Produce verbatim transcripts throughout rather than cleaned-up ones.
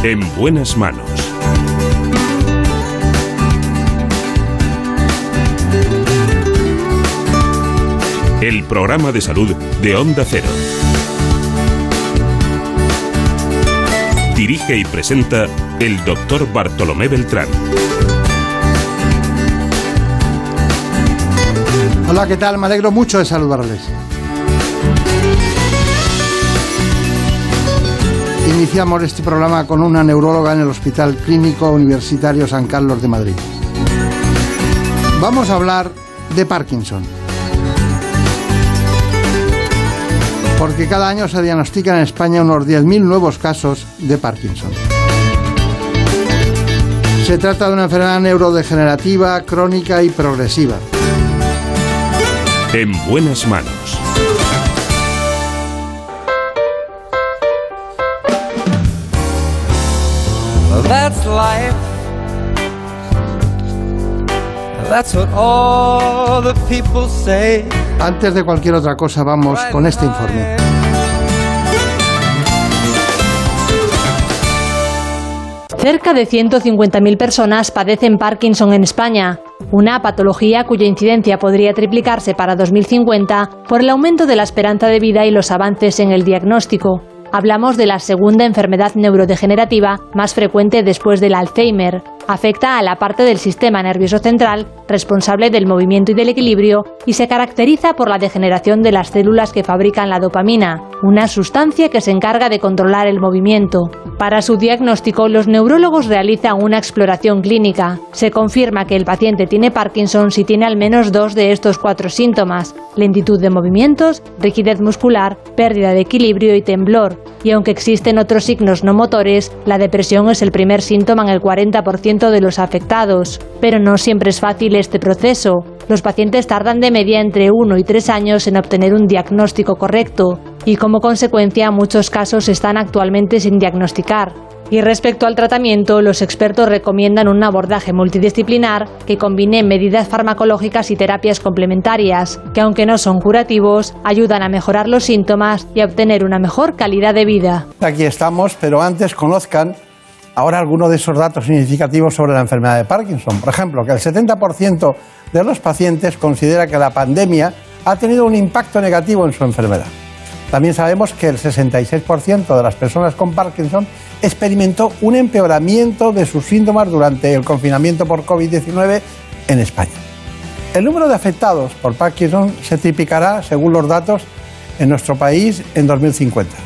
En buenas manos. El programa de salud de Onda Cero. Dirige y presenta el doctor Bartolomé Beltrán. Hola, ¿qué tal? Me alegro mucho de saludarles. Iniciamos este programa con una neuróloga en el Hospital Clínico Universitario San Carlos de Madrid. Vamos a hablar de Parkinson. Porque cada año se diagnostican en España unos diez mil nuevos casos de Parkinson. Se trata de una enfermedad neurodegenerativa, crónica y progresiva. En buenas manos. That's life. That's what all the people say. Antes de cualquier otra cosa, vamos con este informe. Cerca de ciento cincuenta mil personas padecen Parkinson en España, una patología cuya incidencia podría triplicarse para dos mil cincuenta por el aumento de la esperanza de vida y los avances en el diagnóstico. Hablamos de la segunda enfermedad neurodegenerativa más frecuente después del Alzheimer. Afecta a la parte del sistema nervioso central responsable del movimiento y del equilibrio y se caracteriza por la degeneración de las células que fabrican la dopamina, una sustancia que se encarga de controlar el movimiento. Para su diagnóstico, los neurólogos realizan una exploración clínica. Se confirma que el paciente tiene Parkinson si tiene al menos dos de estos cuatro síntomas: lentitud de movimientos, rigidez muscular, pérdida de equilibrio y temblor. Y aunque existen otros signos no motores, la depresión es el primer síntoma en el cuarenta por ciento de los afectados. Pero no siempre es fácil este proceso. Los pacientes tardan de media entre uno y tres años en obtener un diagnóstico correcto, y como consecuencia muchos casos están actualmente sin diagnosticar. Y respecto al tratamiento, los expertos recomiendan un abordaje multidisciplinar que combine medidas farmacológicas y terapias complementarias, que aunque no son curativos, ayudan a mejorar los síntomas y a obtener una mejor calidad de vida. Aquí estamos, pero antes conozcan ahora algunos de esos datos significativos sobre la enfermedad de Parkinson. Por ejemplo, que el setenta por ciento de los pacientes considera que la pandemia ha tenido un impacto negativo en su enfermedad. También sabemos que el sesenta y seis por ciento de las personas con Parkinson experimentó un empeoramiento de sus síntomas durante el confinamiento por COVID diecinueve en España. El número de afectados por Parkinson se triplicará, según los datos, en nuestro país en dos mil cincuenta.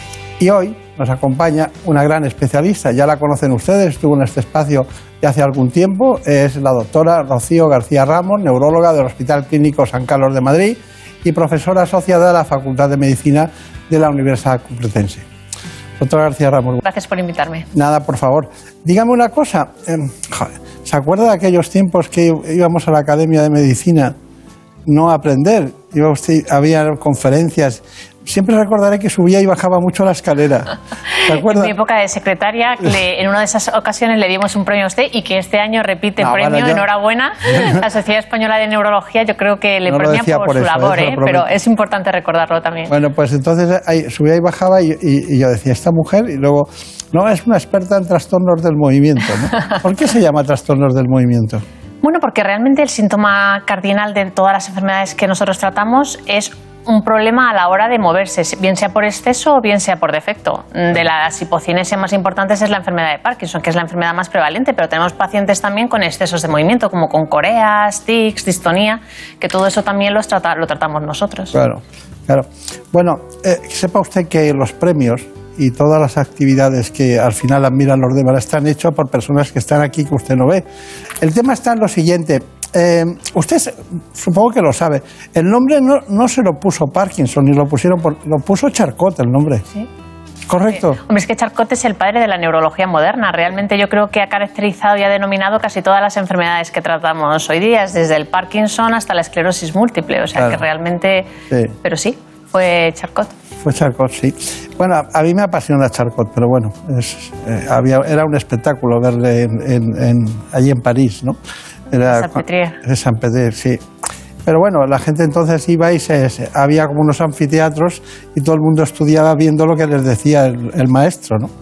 Y hoy nos acompaña una gran especialista, ya la conocen ustedes, estuvo en este espacio ya hace algún tiempo, es la doctora Rocío García Ramos, neuróloga del Hospital Clínico San Carlos de Madrid y profesora asociada de la Facultad de Medicina de la Universidad Complutense. Doctora García Ramos. Gracias por invitarme. Nada, por favor. Dígame una cosa, eh, ¿se acuerda de aquellos tiempos que íbamos a la Academia de Medicina no a aprender? Iba usted, había conferencias. Siempre recordaré que subía y bajaba mucho la escalera. ¿Se acuerda? En mi época de secretaria, le, en una de esas ocasiones le dimos un premio a usted y que este año repite no, el premio. Bueno, yo... Enhorabuena. La Sociedad Española de Neurología, yo creo que le no premian por, por su eso, labor, ¿eh? pero es importante recordarlo también. Bueno, pues entonces ahí, subía y bajaba y, y, y yo decía, esta mujer, y luego, no, es una experta en trastornos del movimiento, ¿no? ¿Por qué se llama trastornos del movimiento? Bueno, porque realmente el síntoma cardinal de todas las enfermedades que nosotros tratamos es un problema a la hora de moverse, bien sea por exceso o bien sea por defecto. De las hipocinesias más importantes es la enfermedad de Parkinson, que es la enfermedad más prevalente, pero tenemos pacientes también con excesos de movimiento, como con coreas, tics, distonía, que todo eso también los trata, lo tratamos nosotros. Claro, claro. Bueno, eh, sepa usted que los premios y todas las actividades que al final admiran los demás están hechos por personas que están aquí que usted no ve. El tema está en lo siguiente. Eh, usted supongo que lo sabe. El nombre no, no se lo puso Parkinson, ni lo pusieron por, lo puso Charcot el nombre. Sí. ¿Correcto? Eh, hombre, es que Charcot es el padre de la neurología moderna. Realmente yo creo que ha caracterizado y ha denominado casi todas las enfermedades que tratamos hoy día, desde el Parkinson hasta la esclerosis múltiple. O sea, claro, que realmente... Sí. Pero sí, fue Charcot. Fue Charcot, sí. Bueno, a mí me apasiona Charcot, pero bueno, es, eh, había, era un espectáculo verle en, en, en, allí en París, ¿no? Era en Saint-Pétri, sí. Pero bueno, la gente entonces iba y se, se, había como unos anfiteatros y todo el mundo estudiaba viendo lo que les decía el, el maestro, ¿no?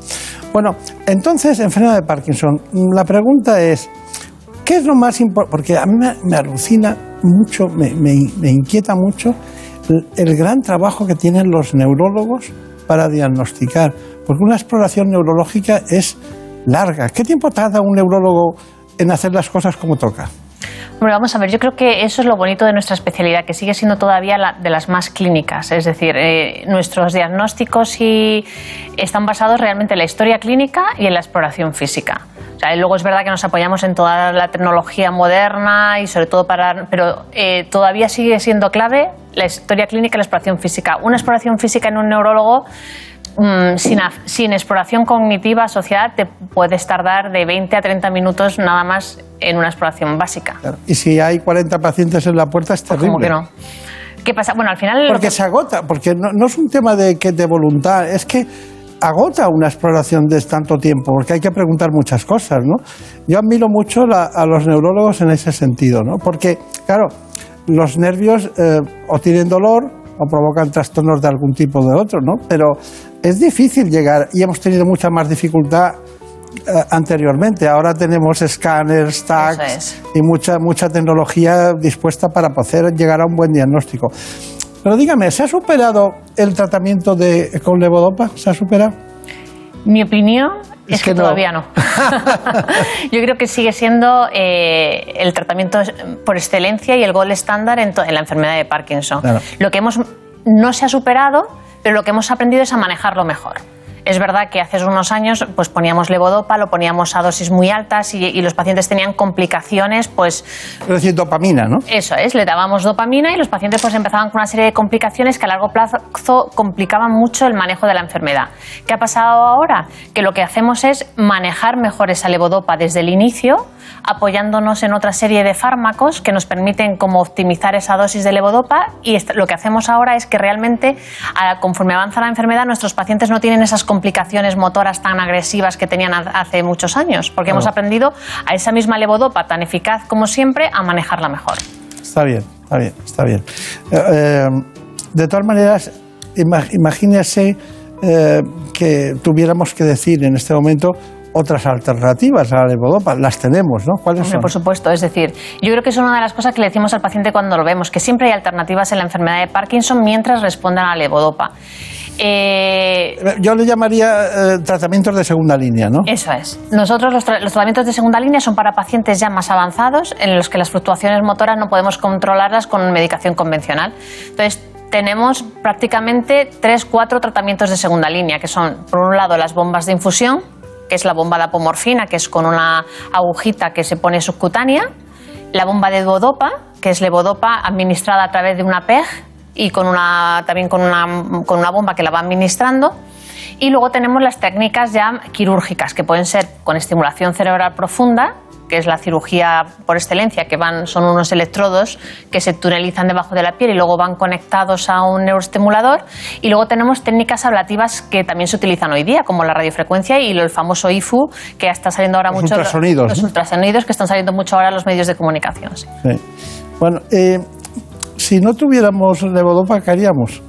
Bueno, entonces, enfermedad de Parkinson. La pregunta es, ¿qué es lo más importante? Porque a mí me, me alucina mucho, me, me, me inquieta mucho el, el gran trabajo que tienen los neurólogos para diagnosticar, porque una exploración neurológica es larga. ¿Qué tiempo tarda un neurólogo en hacer las cosas como toca? Bueno, vamos a ver, yo creo que eso es lo bonito de nuestra especialidad, que sigue siendo todavía la, de las más clínicas. Es decir, eh, nuestros diagnósticos y están basados realmente en la historia clínica y en la exploración física. O sea, luego es verdad que nos apoyamos en toda la tecnología moderna y sobre todo para... Pero eh, todavía sigue siendo clave la historia clínica y la exploración física. Una exploración física en un neurólogo... Sin, sin exploración cognitiva asociada te puedes tardar de veinte a treinta minutos nada más en una exploración básica. Claro. Y si hay cuarenta pacientes en la puerta es terrible. ¿Cómo que no? ¿Qué pasa? Bueno, al final... Porque que... se agota, porque no, no es un tema de, que de voluntad, es que agota una exploración de tanto tiempo, porque hay que preguntar muchas cosas, ¿no? Yo admiro mucho la, a los neurólogos en ese sentido, ¿no? Porque, claro, los nervios eh, o tienen dolor o provocan trastornos de algún tipo o de otro, ¿no? Pero es difícil llegar, y hemos tenido mucha más dificultad eh, anteriormente. Ahora tenemos escáneres, tags es. y mucha, mucha tecnología dispuesta para poder llegar a un buen diagnóstico. Pero dígame, ¿se ha superado el tratamiento de, con levodopa? ¿Se ha superado? Mi opinión es, es que, que no. todavía no. Yo creo que sigue siendo eh, el tratamiento por excelencia y el gold estándar en, en la enfermedad de Parkinson. Claro. Lo que hemos no se ha superado, pero lo que hemos aprendido es a manejarlo mejor. Es verdad que hace unos años pues poníamos levodopa, lo poníamos a dosis muy altas y, y los pacientes tenían complicaciones, pues... Es decir, dopamina, ¿no? Eso es, le dábamos dopamina y los pacientes pues empezaban con una serie de complicaciones que a largo plazo complicaban mucho el manejo de la enfermedad. ¿Qué ha pasado ahora? Que lo que hacemos es manejar mejor esa levodopa desde el inicio, apoyándonos en otra serie de fármacos que nos permiten como optimizar esa dosis de levodopa, y lo que hacemos ahora es que realmente, conforme avanza la enfermedad, nuestros pacientes no tienen esas complicaciones motoras tan agresivas que tenían hace muchos años, porque claro. hemos aprendido a esa misma levodopa tan eficaz como siempre a manejarla mejor. Está bien, está bien, está bien. Eh, eh, de todas maneras, imagínese eh, que tuviéramos que decir en este momento otras alternativas a la levodopa. Las tenemos, ¿no? ¿Cuáles Hombre, son? Por supuesto, es decir, yo creo que es una de las cosas que le decimos al paciente cuando lo vemos, que siempre hay alternativas en la enfermedad de Parkinson mientras respondan a la levodopa. Eh, Yo le llamaría eh, tratamientos de segunda línea, ¿no? Eso es. Nosotros los, tra los tratamientos de segunda línea son para pacientes ya más avanzados, en los que las fluctuaciones motoras no podemos controlarlas con medicación convencional. Entonces, tenemos prácticamente tres, cuatro tratamientos de segunda línea, que son, por un lado, las bombas de infusión, que es la bomba de apomorfina, que es con una agujita que se pone subcutánea, la bomba de levodopa, que es levodopa administrada a través de una P E G y con una, también con una, con una bomba que la va administrando. Y luego tenemos las técnicas ya quirúrgicas, que pueden ser con estimulación cerebral profunda, que es la cirugía por excelencia, que van, son unos electrodos que se tunelizan debajo de la piel y luego van conectados a un neuroestimulador. Y luego tenemos técnicas ablativas que también se utilizan hoy día, como la radiofrecuencia y el famoso I F U, que está saliendo ahora los mucho. Ultrasonidos, los ¿no? ultrasonidos que están saliendo mucho ahora en los medios de comunicación. Sí. Sí. Bueno, eh, si no tuviéramos levodopa, ¿qué haríamos?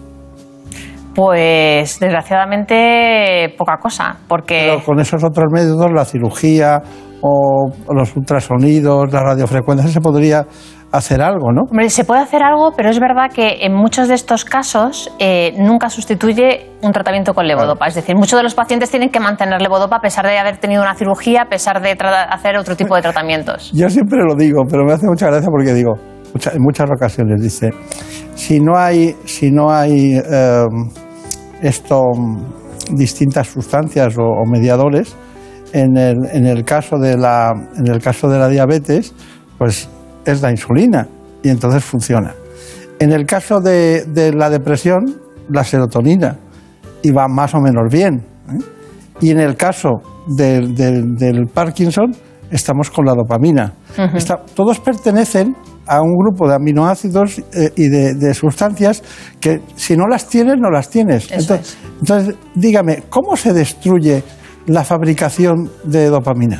Pues desgraciadamente poca cosa, porque... Pero con esos otros métodos, la cirugía o los ultrasonidos, la radiofrecuencia, se podría hacer algo, ¿no? Hombre, se puede hacer algo, pero es verdad que en muchos de estos casos eh, nunca sustituye un tratamiento con levodopa. Claro. Es decir, muchos de los pacientes tienen que mantener levodopa a pesar de haber tenido una cirugía, a pesar de hacer otro tipo de tratamientos. Yo siempre lo digo, pero me hace mucha gracia porque digo, mucha, en muchas ocasiones dice, si no hay, si no hay eh, esto, distintas sustancias o, o mediadores, en el, en el caso de la, en el caso de la diabetes, pues es la insulina y entonces funciona. En el caso de, de la depresión, la serotonina, y va más o menos bien, ¿eh? Y en el caso del, del, del Parkinson, estamos con la dopamina. Uh-huh. Está, todos pertenecen a un grupo de aminoácidos eh, y de, de sustancias que si no las tienes, no las tienes. Entonces, entonces, dígame, ¿cómo se destruye la fabricación de dopamina? O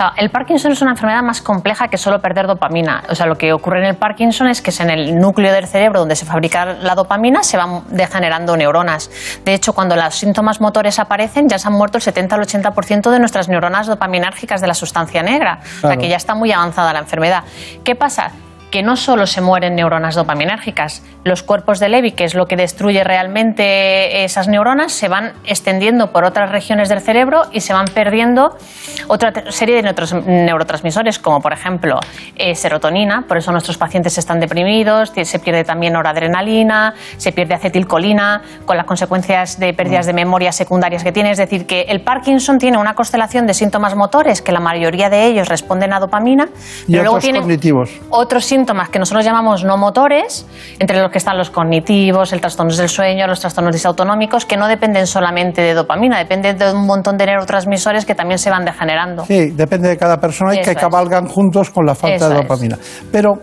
El Parkinson es una enfermedad más compleja que solo perder dopamina. O sea, lo que ocurre en el Parkinson es que es en el núcleo del cerebro donde se fabrica la dopamina, se van degenerando neuronas. De hecho, cuando los síntomas motores aparecen, ya se han muerto el setenta al ochenta por ciento de nuestras neuronas dopaminérgicas de la sustancia negra. Claro. O sea, que ya está muy avanzada la enfermedad. ¿Qué pasa? Que no solo se mueren neuronas dopaminérgicas, los cuerpos de Levy, que es lo que destruye realmente esas neuronas, se van extendiendo por otras regiones del cerebro y se van perdiendo otra serie de neurotransmisores, como por ejemplo eh, serotonina. Por eso nuestros pacientes están deprimidos, se pierde también noradrenalina, se pierde acetilcolina, con las consecuencias de pérdidas de memoria secundarias que tiene. Es decir, que el Parkinson tiene una constelación de síntomas motores, que la mayoría de ellos responden a dopamina, y pero luego otros tiene cognitivos. Otros síntomas que nosotros llamamos no motores, entre los que están los cognitivos, el trastornos del sueño, los trastornos disautonómicos, que no dependen solamente de dopamina, dependen de un montón de neurotransmisores que también se van degenerando. Sí, depende de cada persona y Eso que es. cabalgan juntos con la falta Eso de es. dopamina. Pero,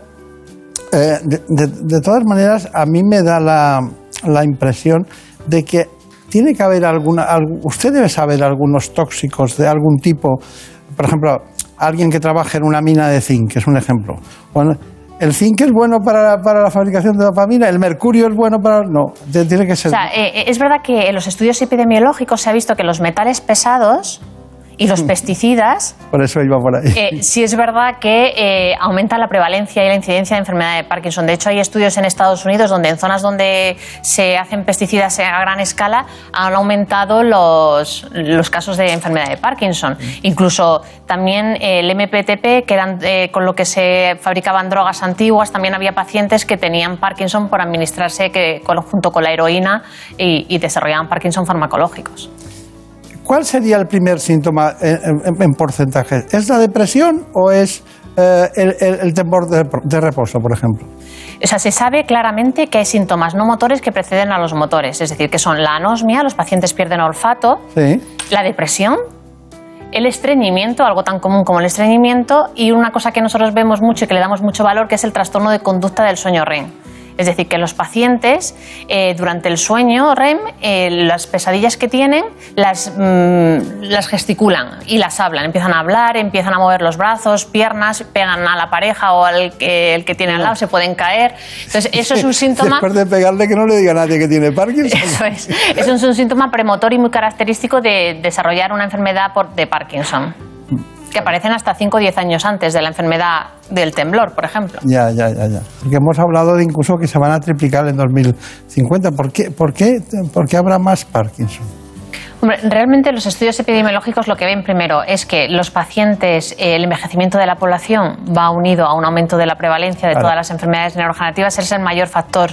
eh, de, de, de todas maneras, a mí me da la, la impresión de que tiene que haber alguna... Algo, usted debe saber algunos tóxicos de algún tipo. Por ejemplo, alguien que trabaje en una mina de zinc, que es un ejemplo. Bueno, ¿el zinc es bueno para, para la fabricación de dopamina? ¿El mercurio es bueno para...? No, tiene que ser... O sea, eh, es verdad que en los estudios epidemiológicos se ha visto que los metales pesados y los pesticidas, Por eso iba por ahí. eh, sí es verdad que eh, aumentan la prevalencia y la incidencia de enfermedad de Parkinson. De hecho, hay estudios en Estados Unidos donde en zonas donde se hacen pesticidas a gran escala han aumentado los, los casos de enfermedad de Parkinson. Incluso también eh, el eme pe te pe, que eran eh, con lo que se fabricaban drogas antiguas, también había pacientes que tenían Parkinson por administrarse que, con, junto con la heroína y, y desarrollaban Parkinson farmacológicos. ¿Cuál sería el primer síntoma en, en, en porcentaje? ¿Es la depresión o es eh, el, el, el temor de, de reposo, por ejemplo? O sea, se sabe claramente que hay síntomas no motores que preceden a los motores, es decir, que son la anosmia, los pacientes pierden olfato, Sí. la depresión, el estreñimiento, algo tan común como el estreñimiento, y una cosa que nosotros vemos mucho y que le damos mucho valor, que es el trastorno de conducta del sueño R E M. Es decir, que los pacientes eh, durante el sueño R E M, eh, las pesadillas que tienen las, mmm, las gesticulan y las hablan. Empiezan a hablar, empiezan a mover los brazos, piernas, pegan a la pareja o al que, el que tiene al lado, se pueden caer. Entonces, eso es un síntoma... Después de pegarle, que no le diga a nadie que tiene Parkinson. Eso es. Eso es un síntoma premotor y muy característico de desarrollar una enfermedad por, de Parkinson, que aparecen hasta cinco o diez años antes de la enfermedad del temblor, por ejemplo. Ya, ya, ya, ya. Porque hemos hablado de incluso que se van a triplicar en dos mil cincuenta. ¿Por qué, por qué, por qué habrá más Parkinson? Hombre, realmente los estudios epidemiológicos lo que ven primero es que los pacientes, eh, el envejecimiento de la población va unido a un aumento de la prevalencia de Claro. todas las enfermedades neurodegenerativas, ese es el mayor factor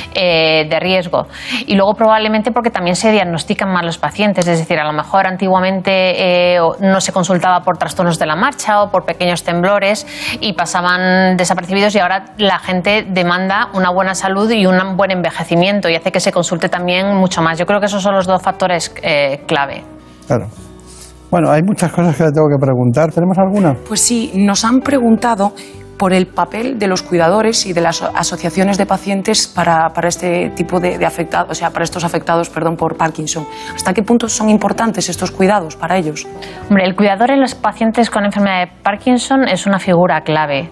eh, de riesgo. Y luego probablemente porque también se diagnostican más los pacientes, es decir, a lo mejor antiguamente eh, no se consultaba por trastornos de la marcha o por pequeños temblores y pasaban desapercibidos, y ahora la gente demanda una buena salud y un buen envejecimiento y hace que se consulte también mucho más. Yo creo que esos son los dos factores eh, clave. Claro. Bueno, hay muchas cosas que le tengo que preguntar. ¿Tenemos alguna? Pues sí, nos han preguntado por el papel de los cuidadores y de las asociaciones de pacientes para, para este tipo de, de afectados, o sea, para estos afectados, perdón, por Parkinson. ¿Hasta qué punto son importantes estos cuidados para ellos? Hombre, el cuidador en los pacientes con enfermedad de Parkinson es una figura clave.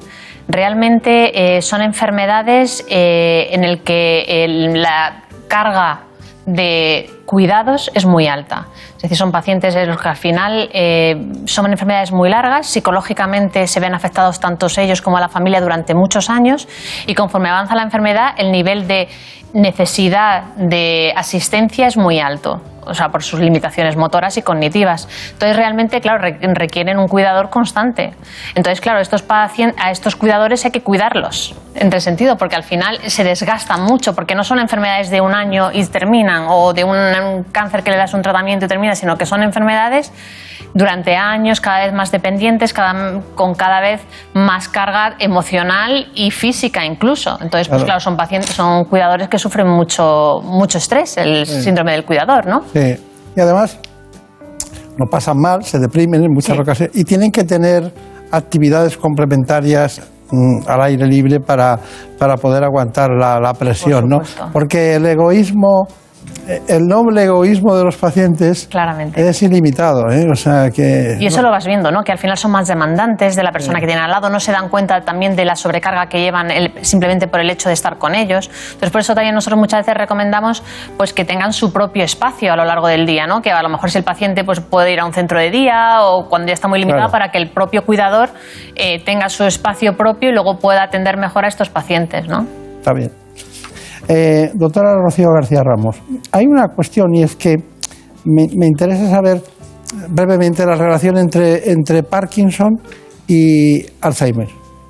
Realmente eh, son enfermedades eh, en el que el, la carga de cuidados es muy alta. Es decir, son pacientes en los que al final eh, son enfermedades muy largas, psicológicamente se ven afectados tanto ellos como la familia durante muchos años, y conforme avanza la enfermedad el nivel de necesidad de asistencia es muy alto, o sea, por sus limitaciones motoras y cognitivas. Entonces, realmente, claro, requieren un cuidador constante. Entonces, claro, estos pacientes, a estos cuidadores hay que cuidarlos, entre sentido, porque al final se desgastan mucho, porque no son enfermedades de un año y terminan, o de un, un cáncer que le das un tratamiento y termina, sino que son enfermedades durante años, cada vez más dependientes, cada, con cada vez más carga emocional y física incluso. Entonces, pues claro, son pacientes, son cuidadores que sufren mucho, mucho estrés, el sí. síndrome del cuidador, ¿no? Sí. Y además lo pasan mal, se deprimen en muchas sí. ocasiones y tienen que tener actividades complementarias mmm, al aire libre para, para poder aguantar la, la presión, ¿no? Porque el egoísmo el noble egoísmo de los pacientes Claramente. es ilimitado, ¿eh? O sea que... Y eso no. lo vas viendo, ¿no? Que al final son más demandantes de la persona sí. que tienen al lado, no se dan cuenta también de la sobrecarga que llevan el, simplemente por el hecho de estar con ellos. Entonces, por eso también nosotros muchas veces recomendamos pues, que tengan su propio espacio a lo largo del día, ¿no? Que a lo mejor si el paciente pues, puede ir a un centro de día o cuando ya está muy limitado, claro. para que el propio cuidador eh, tenga su espacio propio y luego pueda atender mejor a estos pacientes, ¿no? Está bien. Eh, doctora Rocío García Ramos, hay una cuestión y es que me, me interesa saber brevemente la relación entre, entre Parkinson y Alzheimer.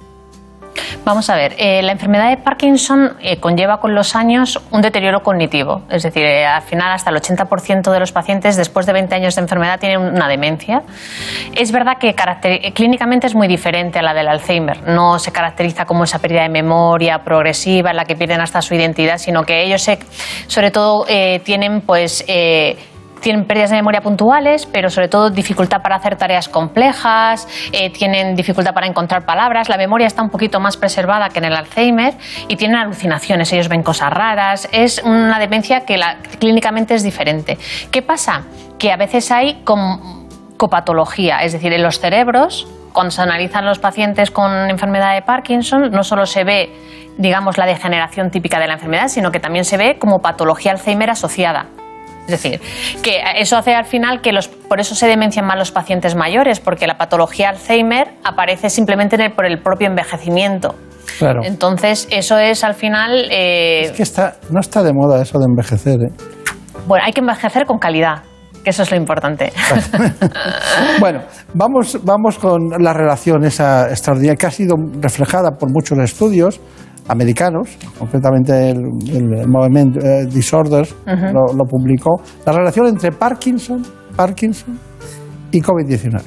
Vamos a ver, eh, la enfermedad de Parkinson eh, conlleva con los años un deterioro cognitivo, es decir, eh, al final hasta el ochenta por ciento de los pacientes después de veinte años de enfermedad tienen una demencia. Es verdad que caracter- clínicamente es muy diferente a la del Alzheimer, no se caracteriza como esa pérdida de memoria progresiva en la que pierden hasta su identidad, sino que ellos se, sobre todo eh, tienen pues... Eh, Tienen pérdidas de memoria puntuales, pero sobre todo dificultad para hacer tareas complejas, eh, tienen dificultad para encontrar palabras, la memoria está un poquito más preservada que en el Alzheimer y tienen alucinaciones, ellos ven cosas raras, es una demencia que la, clínicamente es diferente. ¿Qué pasa? Que a veces hay com- copatología, es decir, en los cerebros, cuando se analizan los pacientes con enfermedad de Parkinson, no solo se ve, digamos, la degeneración típica de la enfermedad, sino que también se ve como patología Alzheimer asociada. Es decir, que eso hace al final que los, por eso se demencian más los pacientes mayores, porque la patología Alzheimer aparece simplemente en el, por el propio envejecimiento. Claro. Entonces, eso es al final... Eh, es que está, no está de moda eso de envejecer, ¿eh? Bueno, hay que envejecer con calidad, que eso es lo importante. Bueno, vamos, vamos con la relación esa extraordinaria que ha sido reflejada por muchos estudios americanos, concretamente el, el Movement eh, Disorders uh-huh. lo, lo publicó, la relación entre Parkinson, Parkinson y COVID diecinueve.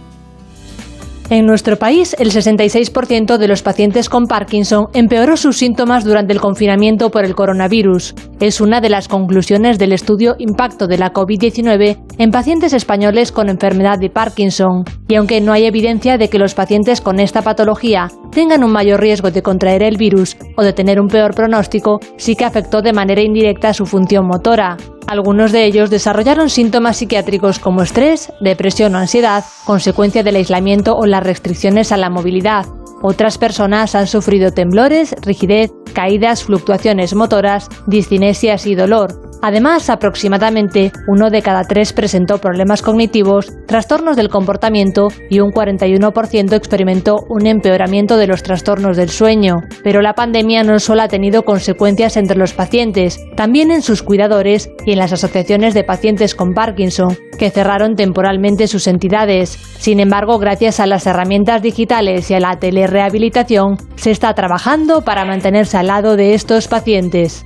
En nuestro país, el sesenta y seis por ciento de los pacientes con Parkinson empeoró sus síntomas durante el confinamiento por el coronavirus. Es una de las conclusiones del estudio Impacto de la COVID diecinueve en pacientes españoles con enfermedad de Parkinson. Y aunque no hay evidencia de que los pacientes con esta patología tengan un mayor riesgo de contraer el virus o de tener un peor pronóstico, sí que afectó de manera indirecta su función motora. Algunos de ellos desarrollaron síntomas psiquiátricos como estrés, depresión o ansiedad, consecuencia del aislamiento o las restricciones a la movilidad. Otras personas han sufrido temblores, rigidez, caídas, fluctuaciones motoras, discinesias y dolor. Además, aproximadamente uno de cada tres presentó problemas cognitivos, trastornos del comportamiento y un cuarenta y uno por ciento experimentó un empeoramiento de los trastornos del sueño. Pero la pandemia no solo ha tenido consecuencias entre los pacientes, también en sus cuidadores y en las asociaciones de pacientes con Parkinson, que cerraron temporalmente sus entidades. Sin embargo, gracias a las herramientas digitales y a la telerehabilitación, se está trabajando para mantenerse al lado de estos pacientes.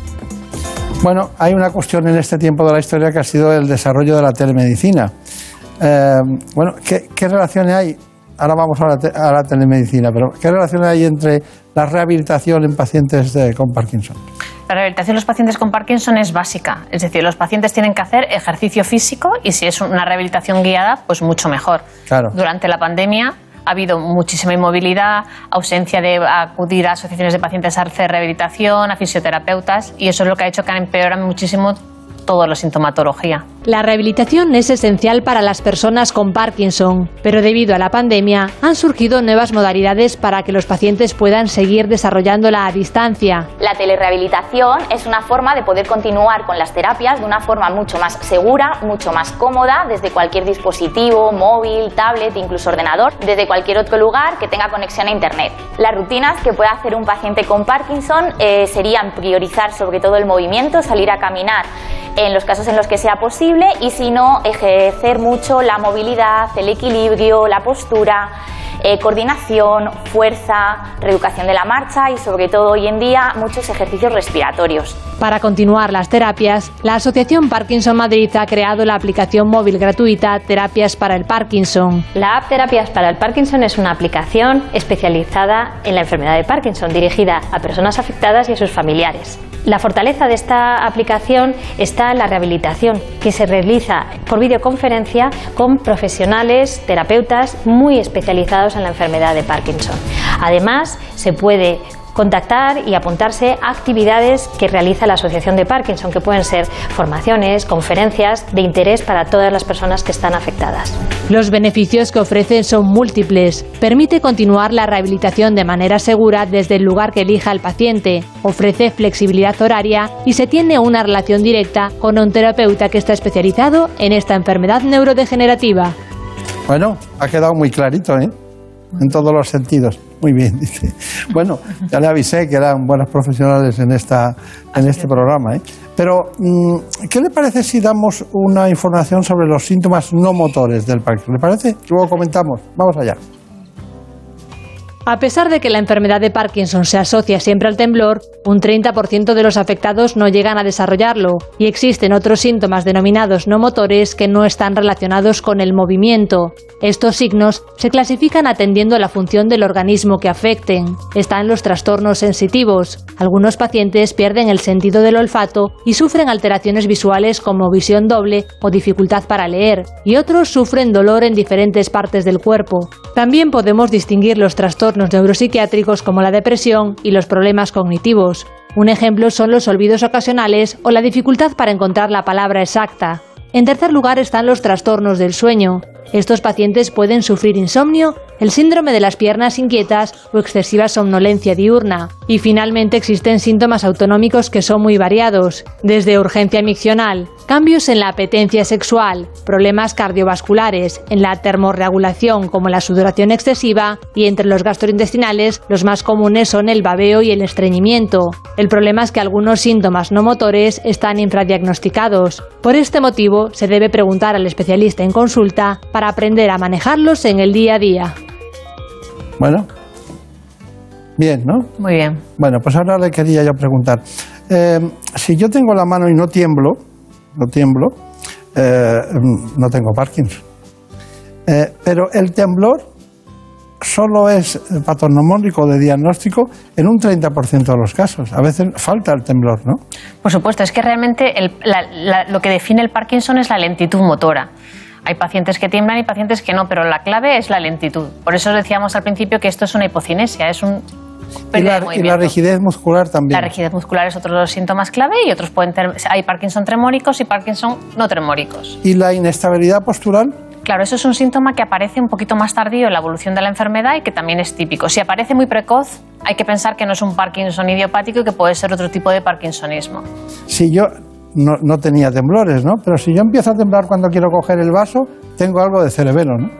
Bueno, hay una cuestión en este tiempo de la historia que ha sido el desarrollo de la telemedicina. Eh, bueno, ¿qué, ¿qué relaciones hay? Ahora vamos a la, te, a la telemedicina, pero ¿qué relaciones hay entre la rehabilitación en pacientes de, con Parkinson? La rehabilitación de los pacientes con Parkinson es básica, es decir, los pacientes tienen que hacer ejercicio físico y si es una rehabilitación guiada, pues mucho mejor. Claro. Durante la pandemia ha habido muchísima inmovilidad, ausencia de acudir a asociaciones de pacientes a hacer rehabilitación, a fisioterapeutas, y eso es lo que ha hecho que han empeorado muchísimo toda la sintomatología. La rehabilitación es esencial para las personas con Parkinson, pero debido a la pandemia han surgido nuevas modalidades para que los pacientes puedan seguir desarrollándola a distancia. La telerehabilitación es una forma de poder continuar con las terapias de una forma mucho más segura, mucho más cómoda, desde cualquier dispositivo, móvil, tablet, incluso ordenador, desde cualquier otro lugar que tenga conexión a Internet. Las rutinas que puede hacer un paciente con Parkinson eh, serían priorizar sobre todo el movimiento, salir a caminar en los casos en los que sea posible y si no, ejercer mucho la movilidad, el equilibrio, la postura, eh, coordinación, fuerza, reeducación de la marcha y sobre todo hoy en día muchos ejercicios respiratorios. Para continuar las terapias, la Asociación Parkinson Madrid ha creado la aplicación móvil gratuita Terapias para el Parkinson. La app Terapias para el Parkinson es una aplicación especializada en la enfermedad de Parkinson, dirigida a personas afectadas y a sus familiares. La fortaleza de esta aplicación está en la rehabilitación, que se realiza por videoconferencia con profesionales, terapeutas muy especializados en la enfermedad de Parkinson. Además, se puede contactar y apuntarse a actividades que realiza la Asociación de Parkinson, que pueden ser formaciones, conferencias de interés para todas las personas que están afectadas. Los beneficios que ofrecen son múltiples. Permite continuar la rehabilitación de manera segura desde el lugar que elija el paciente, ofrece flexibilidad horaria y se tiene una relación directa con un terapeuta que está especializado en esta enfermedad neurodegenerativa. Bueno, ha quedado muy clarito, ¿eh? En todos los sentidos. Muy bien, dice. Bueno, ya le avisé que eran buenos profesionales en, esta, en este programa, ¿eh? Pero, ¿qué le parece si damos una información sobre los síntomas no motores del Parkinson? ¿Le parece? Luego comentamos. Vamos allá. A pesar de que la enfermedad de Parkinson se asocia siempre al temblor, un treinta por ciento de los afectados no llegan a desarrollarlo, y existen otros síntomas denominados no motores que no están relacionados con el movimiento. Estos signos se clasifican atendiendo a la función del organismo que afecten. Están los trastornos sensitivos. Algunos pacientes pierden el sentido del olfato y sufren alteraciones visuales como visión doble o dificultad para leer, y otros sufren dolor en diferentes partes del cuerpo. También podemos distinguir los trastornos neuropsiquiátricos como la depresión y los problemas cognitivos. Un ejemplo son los olvidos ocasionales o la dificultad para encontrar la palabra exacta. En tercer lugar están los trastornos del sueño. Estos pacientes pueden sufrir insomnio, el síndrome de las piernas inquietas o excesiva somnolencia diurna. Y finalmente existen síntomas autonómicos que son muy variados, desde urgencia miccional, cambios en la apetencia sexual, problemas cardiovasculares, en la termorregulación como la sudoración excesiva, y entre los gastrointestinales los más comunes son el babeo y el estreñimiento. El problema es que algunos síntomas no motores están infradiagnosticados. Por este motivo se debe preguntar al especialista en consulta para aprender a manejarlos en el día a día. Bueno, bien, ¿no? Muy bien. Bueno, pues ahora le quería yo preguntar. Eh, si yo tengo la mano y no tiemblo, no tiemblo, eh, no tengo Parkinson. Eh, pero el temblor solo es patognomónico de diagnóstico en un treinta por ciento de los casos. A veces falta el temblor, ¿no? Por supuesto, es que realmente el, la, la, lo que define el Parkinson es la lentitud motora. Hay pacientes que tiemblan y pacientes que no, pero la clave es la lentitud. Por eso decíamos al principio que esto es una hipocinesia, es un y la, y la rigidez muscular también. La rigidez muscular es otro de los síntomas clave y otros pueden tener, hay Parkinson tremóricos y Parkinson no tremóricos. ¿Y la inestabilidad postural? Claro, eso es un síntoma que aparece un poquito más tardío en la evolución de la enfermedad y que también es típico. Si aparece muy precoz, hay que pensar que no es un Parkinson idiopático y que puede ser otro tipo de parkinsonismo. Si yo no, no tenía temblores, ¿no? Pero si yo empiezo a temblar cuando quiero coger el vaso, tengo algo de cerebelo, ¿no?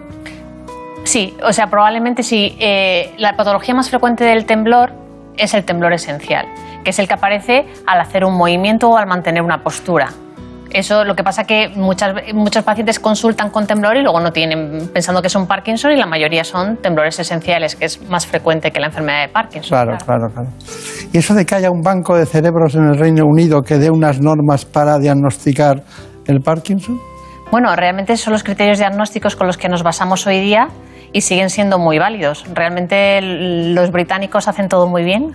Sí, o sea, probablemente sí. Eh, la patología más frecuente del temblor es el temblor esencial, que es el que aparece al hacer un movimiento o al mantener una postura. Eso, lo que pasa que muchas, muchos pacientes consultan con temblor y luego no tienen, pensando que son Parkinson, y la mayoría son temblores esenciales, que es más frecuente que la enfermedad de Parkinson. Claro, claro, claro. ¿Y eso de que haya un banco de cerebros en el Reino Unido que dé unas normas para diagnosticar el Parkinson? Bueno, realmente son los criterios diagnósticos con los que nos basamos hoy día y siguen siendo muy válidos. Realmente los británicos hacen todo muy bien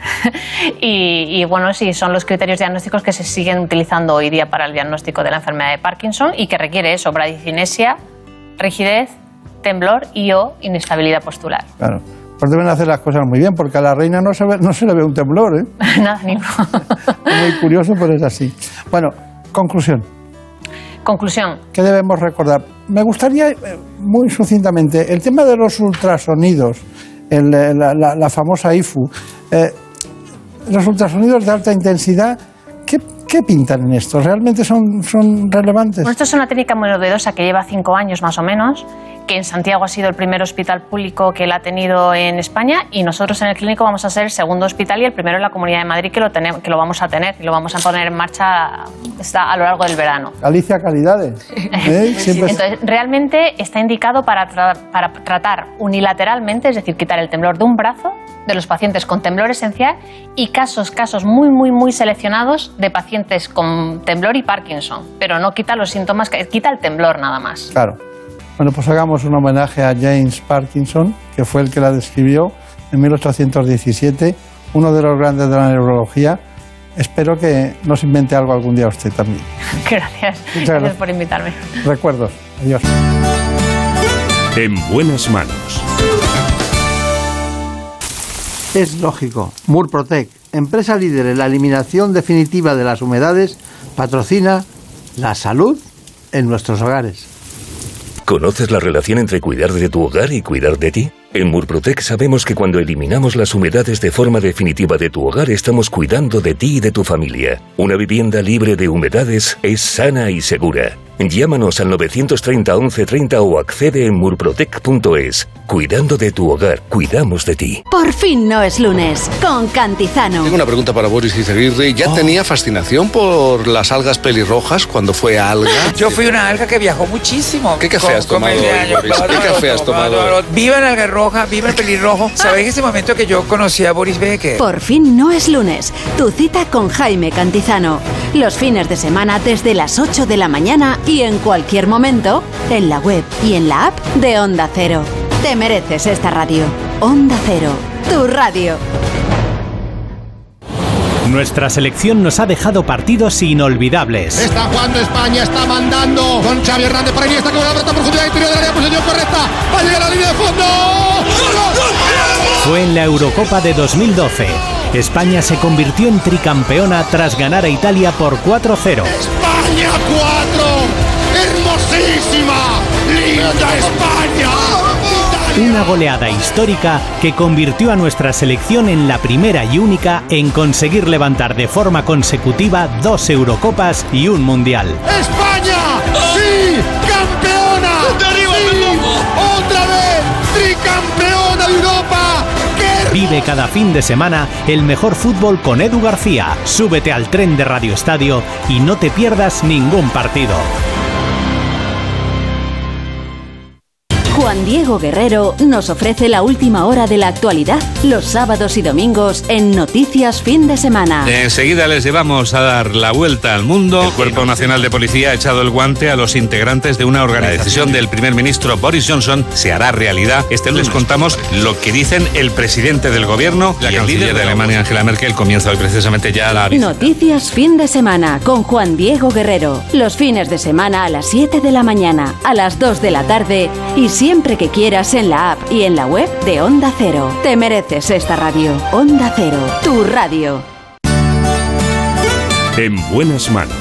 y, y bueno, sí, son los criterios diagnósticos que se siguen utilizando hoy día para el diagnóstico de la enfermedad de Parkinson y que requiere eso, bradicinesia, rigidez, temblor y o inestabilidad postular. Claro, pues deben hacer las cosas muy bien porque a la reina no se, ve, no se le ve un temblor, ¿eh? Nada, ni no. Muy curioso, pero es así. Bueno, conclusión. Conclusión. ¿Qué debemos recordar? Me gustaría, muy sucintamente, el tema de los ultrasonidos, el, la, la, la famosa I F U. Eh, los ultrasonidos de alta intensidad, ¿qué, qué pintan en esto? ¿Realmente son, son relevantes? Bueno, esto es una técnica muy novedosa que lleva cinco años más o menos, que en Santiago ha sido el primer hospital público que la ha tenido en España y nosotros en el clínico vamos a ser el segundo hospital y el primero en la Comunidad de Madrid que lo, tenemos, que lo vamos a tener y lo vamos a poner en marcha está a lo largo del verano. Alicia Calidades. ¿Eh? Siempre... Entonces, realmente está indicado para, tra para tratar unilateralmente, es decir, quitar el temblor de un brazo de los pacientes con temblor esencial y casos, casos muy, muy, muy seleccionados de pacientes con temblor y Parkinson, pero no quita los síntomas, quita el temblor nada más. Claro. Bueno, pues hagamos un homenaje a James Parkinson, que fue el que la describió en mil ochocientos diecisiete, uno de los grandes de la neurología. Espero que nos invente algo algún día usted también. Gracias. Muchas gracias. Gracias por invitarme. Recuerdos. Adiós. En buenas manos. Es lógico. Murprotec, empresa líder en la eliminación definitiva de las humedades, patrocina la salud en nuestros hogares. ¿Conoces la relación entre cuidar de tu hogar y cuidar de ti? En Murprotec sabemos que cuando eliminamos las humedades de forma definitiva de tu hogar, estamos cuidando de ti y de tu familia. Una vivienda libre de humedades es sana y segura. Llámanos al novecientos treinta, once treinta o accede en murprotec punto es. Cuidando de tu hogar, cuidamos de ti. Por fin no es lunes, con Cantizano. Tengo una pregunta para Boris Izaguirre. ¿Ya oh. tenía fascinación por las algas pelirrojas cuando fue alga? Yo fui una alga que viajó muchísimo. ¿Qué café has tomado hoy, Boris? ¿Qué café has tomado? Viva la alga roja, viva el pelirrojo. ¿Sabéis ese momento que yo conocí a Boris Becker? Por fin no es lunes, tu cita con Jaime Cantizano. Los fines de semana desde las ocho de la mañana y en cualquier momento, en la web y en la app de Onda Cero. Te mereces esta radio. Onda Cero, tu radio. Nuestra selección nos ha dejado partidos inolvidables. Está jugando España, está mandando con Xavi Hernández por ahí, está con la pelota profundidad interior del área, posición correcta, va a llegar a la línea de fondo. ¡Gol, gol, gol! Fue en la Eurocopa de dos mil doce. España se convirtió en tricampeona tras ganar a Italia por cuatro cero. ¡España cuatro! ¡Hermosísima! ¡Linda España! Una goleada histórica que convirtió a nuestra selección en la primera y única en conseguir levantar de forma consecutiva dos Eurocopas y un Mundial. ¡España! ¡Sí! ¡Campeona! ¡Sí! ¡Otra vez! ¡Tricampeona de Europa! ¡Qué... Vive cada fin de semana el mejor fútbol con Edu García. Súbete al tren de Radio Estadio y no te pierdas ningún partido. Juan Diego Guerrero nos ofrece la última hora de la actualidad los sábados y domingos en Noticias Fin de Semana. Enseguida les llevamos a dar la vuelta al mundo. El Cuerpo Nacional de Policía ha echado el guante a los integrantes de una organización. La decisión del primer ministro Boris Johnson se hará realidad. Este les contamos lo que dicen el presidente del gobierno y el líder de Alemania, Angela Merkel. Comienza hoy precisamente ya la visita. Noticias Fin de Semana con Juan Diego Guerrero. Los fines de semana a las siete de la mañana, a las dos de la tarde y siempre que quieras en la app y en la web de Onda Cero. Te mereces esta radio. Onda Cero, tu radio. En buenas manos.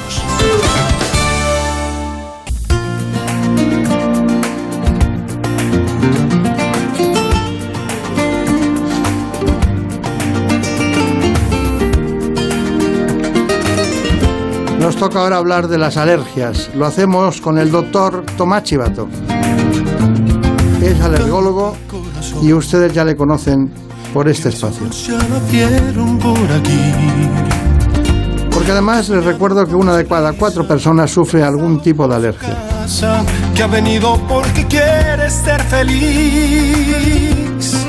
Nos toca ahora hablar de las alergias. Lo hacemos con el doctor Tomás Chivato. Es alergólogo y ustedes ya le conocen por este espacio. Porque además les recuerdo que una de cada cuatro personas sufre algún tipo de alergia. Que ha venido porque quiere ser feliz.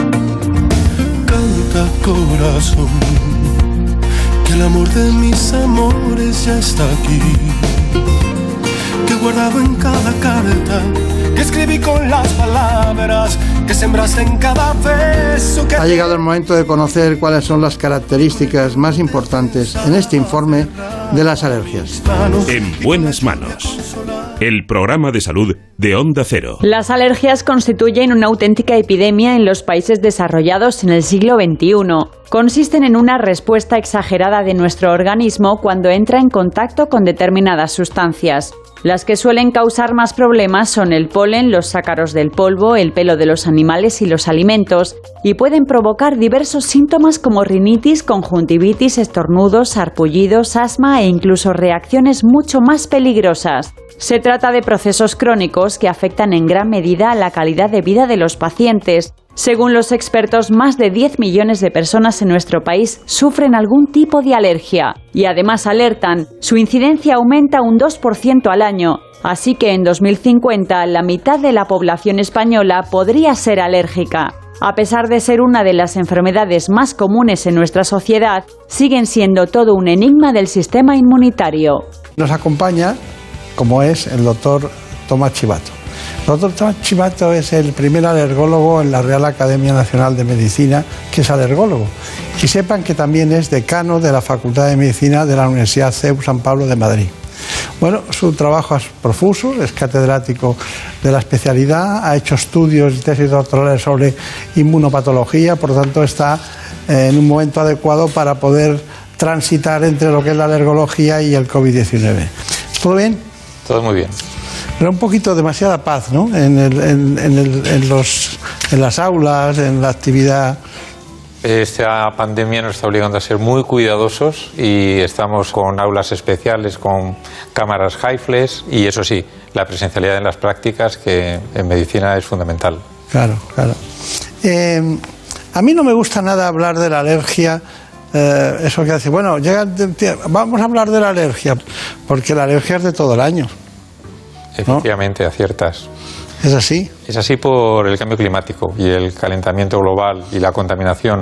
Canta corazón, que el amor de mis amores ya está aquí. Que he guardado en cada carta que escribí con las palabras que sembraste en cada beso que... Ha llegado el momento de conocer cuáles son las características más importantes en este informe de las alergias. En buenas manos. El programa de salud de Onda Cero. Las alergias constituyen una auténtica epidemia en los países desarrollados en el siglo veintiuno. Consisten en una respuesta exagerada de nuestro organismo cuando entra en contacto con determinadas sustancias. Las que suelen causar más problemas son el polen, los ácaros del polvo, el pelo de los animales y los alimentos, y pueden provocar diversos síntomas como rinitis, conjuntivitis, estornudos, sarpullidos, asma e incluso reacciones mucho más peligrosas. Se trata de procesos crónicos que afectan en gran medida a la calidad de vida de los pacientes. Según los expertos, más de diez millones de personas en nuestro país sufren algún tipo de alergia y además alertan, su incidencia aumenta un dos por ciento al año, así que en dos mil cincuenta la mitad de la población española podría ser alérgica. A pesar de ser una de las enfermedades más comunes en nuestra sociedad, siguen siendo todo un enigma del sistema inmunitario. Nos acompaña, como es, el doctor Tomás Chivato. El doctor Tomás Chivato es el primer alergólogo en la Real Academia Nacional de Medicina que es alergólogo. Y sepan que también es decano de la Facultad de Medicina de la Universidad C E U San Pablo de Madrid. Bueno, su trabajo es profuso, es catedrático de la especialidad, ha hecho estudios y tesis doctorales sobre inmunopatología, por lo tanto está eh, en un momento adecuado para poder transitar entre lo que es la alergología y el COVID diecinueve. ¿Todo bien? Todo muy bien. Pero un poquito demasiada paz, ¿no? En, el, en, en, el, en, los, en las aulas, en la actividad. Esta pandemia nos está obligando a ser muy cuidadosos y estamos con aulas especiales, con cámaras high-flash y eso sí, la presencialidad en las prácticas, que en medicina es fundamental. Claro, claro. Eh, a mí no me gusta nada hablar de la alergia. Eh, eso que hace, bueno, llega, vamos a hablar de la alergia, porque la alergia es de todo el año. Efectivamente, ¿no? Aciertas. ¿Es así? Es así por el cambio climático y el calentamiento global y la contaminación.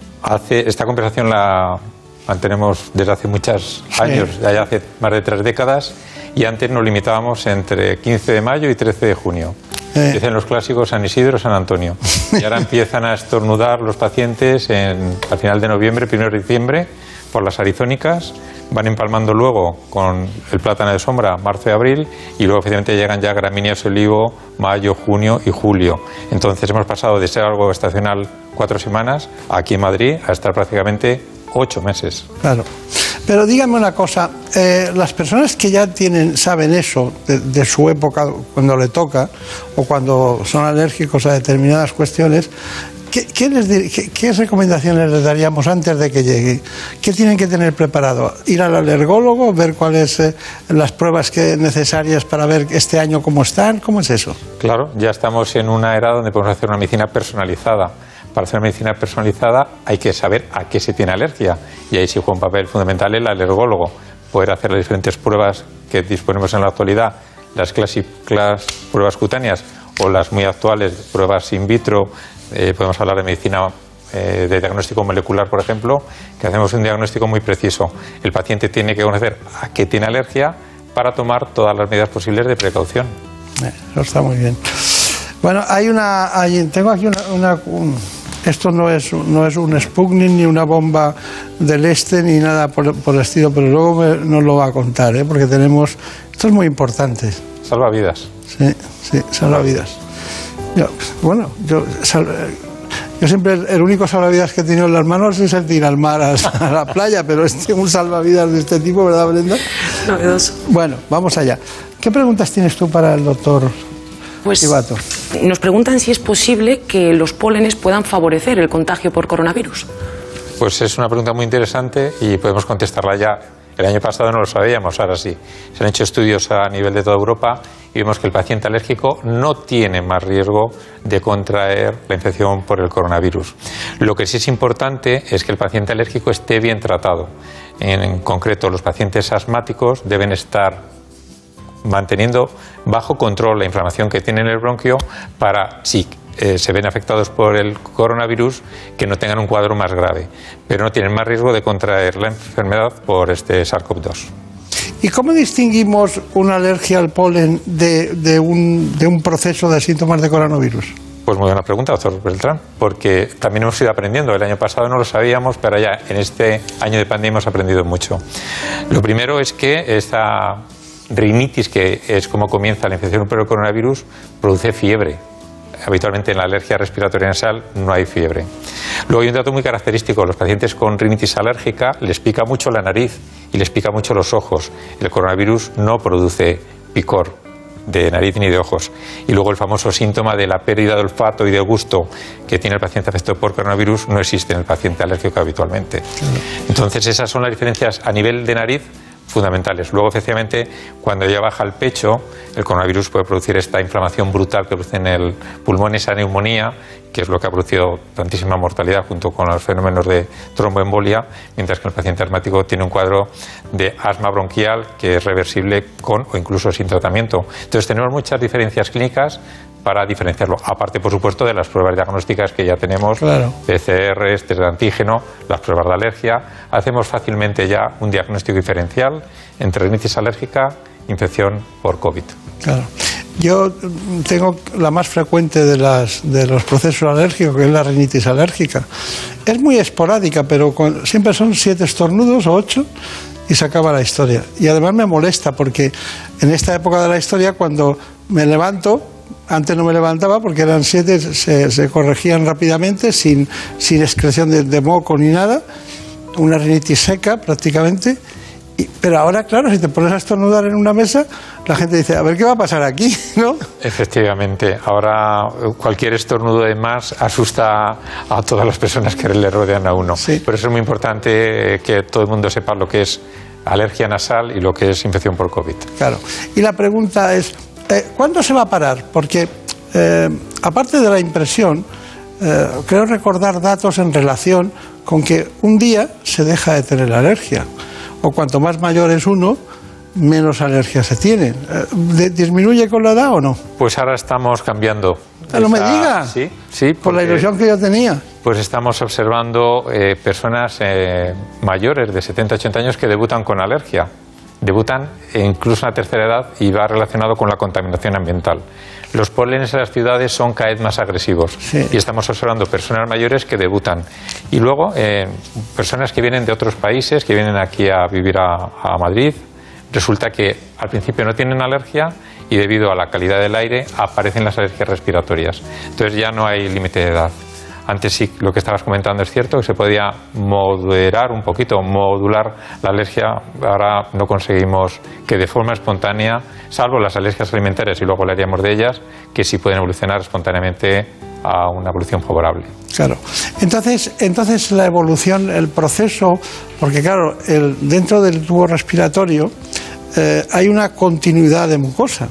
Hace, esta conversación la mantenemos desde hace muchos años, sí. Ya hace más de tres décadas, y antes nos limitábamos entre quince de mayo y trece de junio. Eh. Dicen los clásicos San Isidro, San Antonio. Y ahora empiezan a estornudar los pacientes en, al final de noviembre, primero de diciembre, por las arizónicas. Van empalmando luego con el plátano de sombra, marzo y abril, y luego efectivamente llegan ya gramíneas, olivo, mayo, junio y julio. Entonces hemos pasado de ser algo estacional cuatro semanas aquí en Madrid a estar prácticamente ocho meses. Claro. Pero dígame una cosa, eh, las personas que ya tienen, saben eso de, de su época, cuando le toca, o cuando son alérgicos a determinadas cuestiones, ¿Qué, qué, les, qué, ¿Qué recomendaciones les daríamos antes de que llegue? ¿Qué tienen que tener preparado? ¿Ir al alergólogo, ver cuáles eh, las pruebas que necesarias para ver este año cómo están? ¿Cómo es eso? Claro, ya estamos en una era donde podemos hacer una medicina personalizada. Para hacer una medicina personalizada hay que saber a qué se tiene alergia, y ahí sí juega un papel fundamental el alergólogo. Poder hacer las diferentes pruebas que disponemos en la actualidad, las clásicas pruebas cutáneas o las muy actuales pruebas in vitro. Eh, podemos hablar de medicina eh, de diagnóstico molecular, por ejemplo, que hacemos un diagnóstico muy preciso. El paciente tiene que conocer a qué tiene alergia para tomar todas las medidas posibles de precaución. Eh, eso está muy bien. Bueno, hay una, hay, tengo aquí una, una un, esto no es, no es un Sputnik ni una bomba del este ni nada por, por el estilo, pero luego me, nos lo va a contar, ¿eh? Porque tenemos, esto es muy importante. Salva vidas. Sí, sí, salva vidas. Yo, bueno, yo, sal, yo siempre el, el único salvavidas que he tenido en las manos es el de ir al mar, a, a la playa, pero este, un salvavidas de este tipo, ¿verdad, Brenda? Novedoso. Bueno, vamos allá. ¿Qué preguntas tienes tú para el doctor pues, Chivato? Nos preguntan si es posible que los pólenes puedan favorecer el contagio por coronavirus. Pues es una pregunta muy interesante y podemos contestarla ya. El año pasado no lo sabíamos, ahora sí. Se han hecho estudios a nivel de toda Europa y vemos que el paciente alérgico no tiene más riesgo de contraer la infección por el coronavirus. Lo que sí es importante es que el paciente alérgico esté bien tratado. En concreto, los pacientes asmáticos deben estar manteniendo bajo control la inflamación que tienen en el bronquio para, si eh, se ven afectados por el coronavirus, que no tengan un cuadro más grave, pero no tienen más riesgo de contraer la enfermedad por este SARS-CoV dos. ¿Y cómo distinguimos una alergia al polen de, de, un, de un proceso de síntomas de coronavirus? Pues muy buena pregunta, doctor Beltrán, porque también hemos ido aprendiendo. El año pasado no lo sabíamos, pero ya en este año de pandemia hemos aprendido mucho. Lo primero es que esta rinitis, que es como comienza la infección por el coronavirus, produce fiebre. Habitualmente en la alergia respiratoria nasal no hay fiebre. Luego hay un dato muy característico. Los pacientes con rinitis alérgica les pica mucho la nariz y les pica mucho los ojos. El coronavirus no produce picor de nariz ni de ojos. Y luego el famoso síntoma de la pérdida de olfato y de gusto que tiene el paciente afectado por coronavirus no existe en el paciente alérgico habitualmente. Entonces esas son las diferencias a nivel de nariz fundamentales. Luego, efectivamente, cuando ya baja el pecho, el coronavirus puede producir esta inflamación brutal que produce en el pulmón, esa neumonía, que es lo que ha producido tantísima mortalidad junto con los fenómenos de tromboembolia, mientras que el paciente asmático tiene un cuadro de asma bronquial que es reversible con o incluso sin tratamiento. Entonces, tenemos muchas diferencias clínicas para diferenciarlo, aparte, por supuesto, de las pruebas diagnósticas que ya tenemos, claro. P C R, test de antígeno, las pruebas de alergia. Hacemos fácilmente ya un diagnóstico diferencial entre rinitis alérgica e infección por COVID. Claro. Yo tengo la más frecuente de, las, de los procesos alérgicos, que es la rinitis alérgica. Es muy esporádica, pero con, siempre son siete estornudos o ocho y se acaba la historia. Y además me molesta porque en esta época de la historia, cuando me levanto, antes no me levantaba porque eran siete, se, se corregían rápidamente, sin, sin excreción de, de moco ni nada, una rinitis seca prácticamente. Y, pero ahora, claro, si te pones a estornudar en una mesa, la gente dice, a ver qué va a pasar aquí, ¿no? Efectivamente, ahora cualquier estornudo de más asusta a todas las personas que le rodean a uno. Sí. Por eso es muy importante que todo el mundo sepa lo que es alergia nasal y lo que es infección por COVID. Claro. Y la pregunta es, eh, ¿cuándo se va a parar? Porque, eh, aparte de la impresión, eh, creo recordar datos en relación con que un día se deja de tener alergia. O cuanto más mayor es uno, menos alergia se tiene. ¿Disminuye con la edad o no? Pues ahora estamos cambiando. ¡No esa... me diga! Sí, sí. Por la ilusión que yo tenía. Pues estamos observando eh, personas eh, mayores de setenta, ochenta años que debutan con alergia. Debutan incluso en la tercera edad y va relacionado con la contaminación ambiental. Los pólenes en las ciudades son cada vez más agresivos, sí. Y estamos observando personas mayores que debutan. Y luego eh, personas que vienen de otros países, que vienen aquí a vivir a, a Madrid, resulta que al principio no tienen alergia y debido a la calidad del aire aparecen las alergias respiratorias. Entonces ya no hay límite de edad. Antes sí, lo que estabas comentando es cierto, que se podía moderar un poquito, modular la alergia. Ahora no conseguimos que de forma espontánea, salvo las alergias alimentarias, y luego hablaríamos de ellas, que sí pueden evolucionar espontáneamente a una evolución favorable. Claro. Entonces, entonces la evolución, el proceso, porque claro, el, dentro del tubo respiratorio eh, hay una continuidad de mucosa.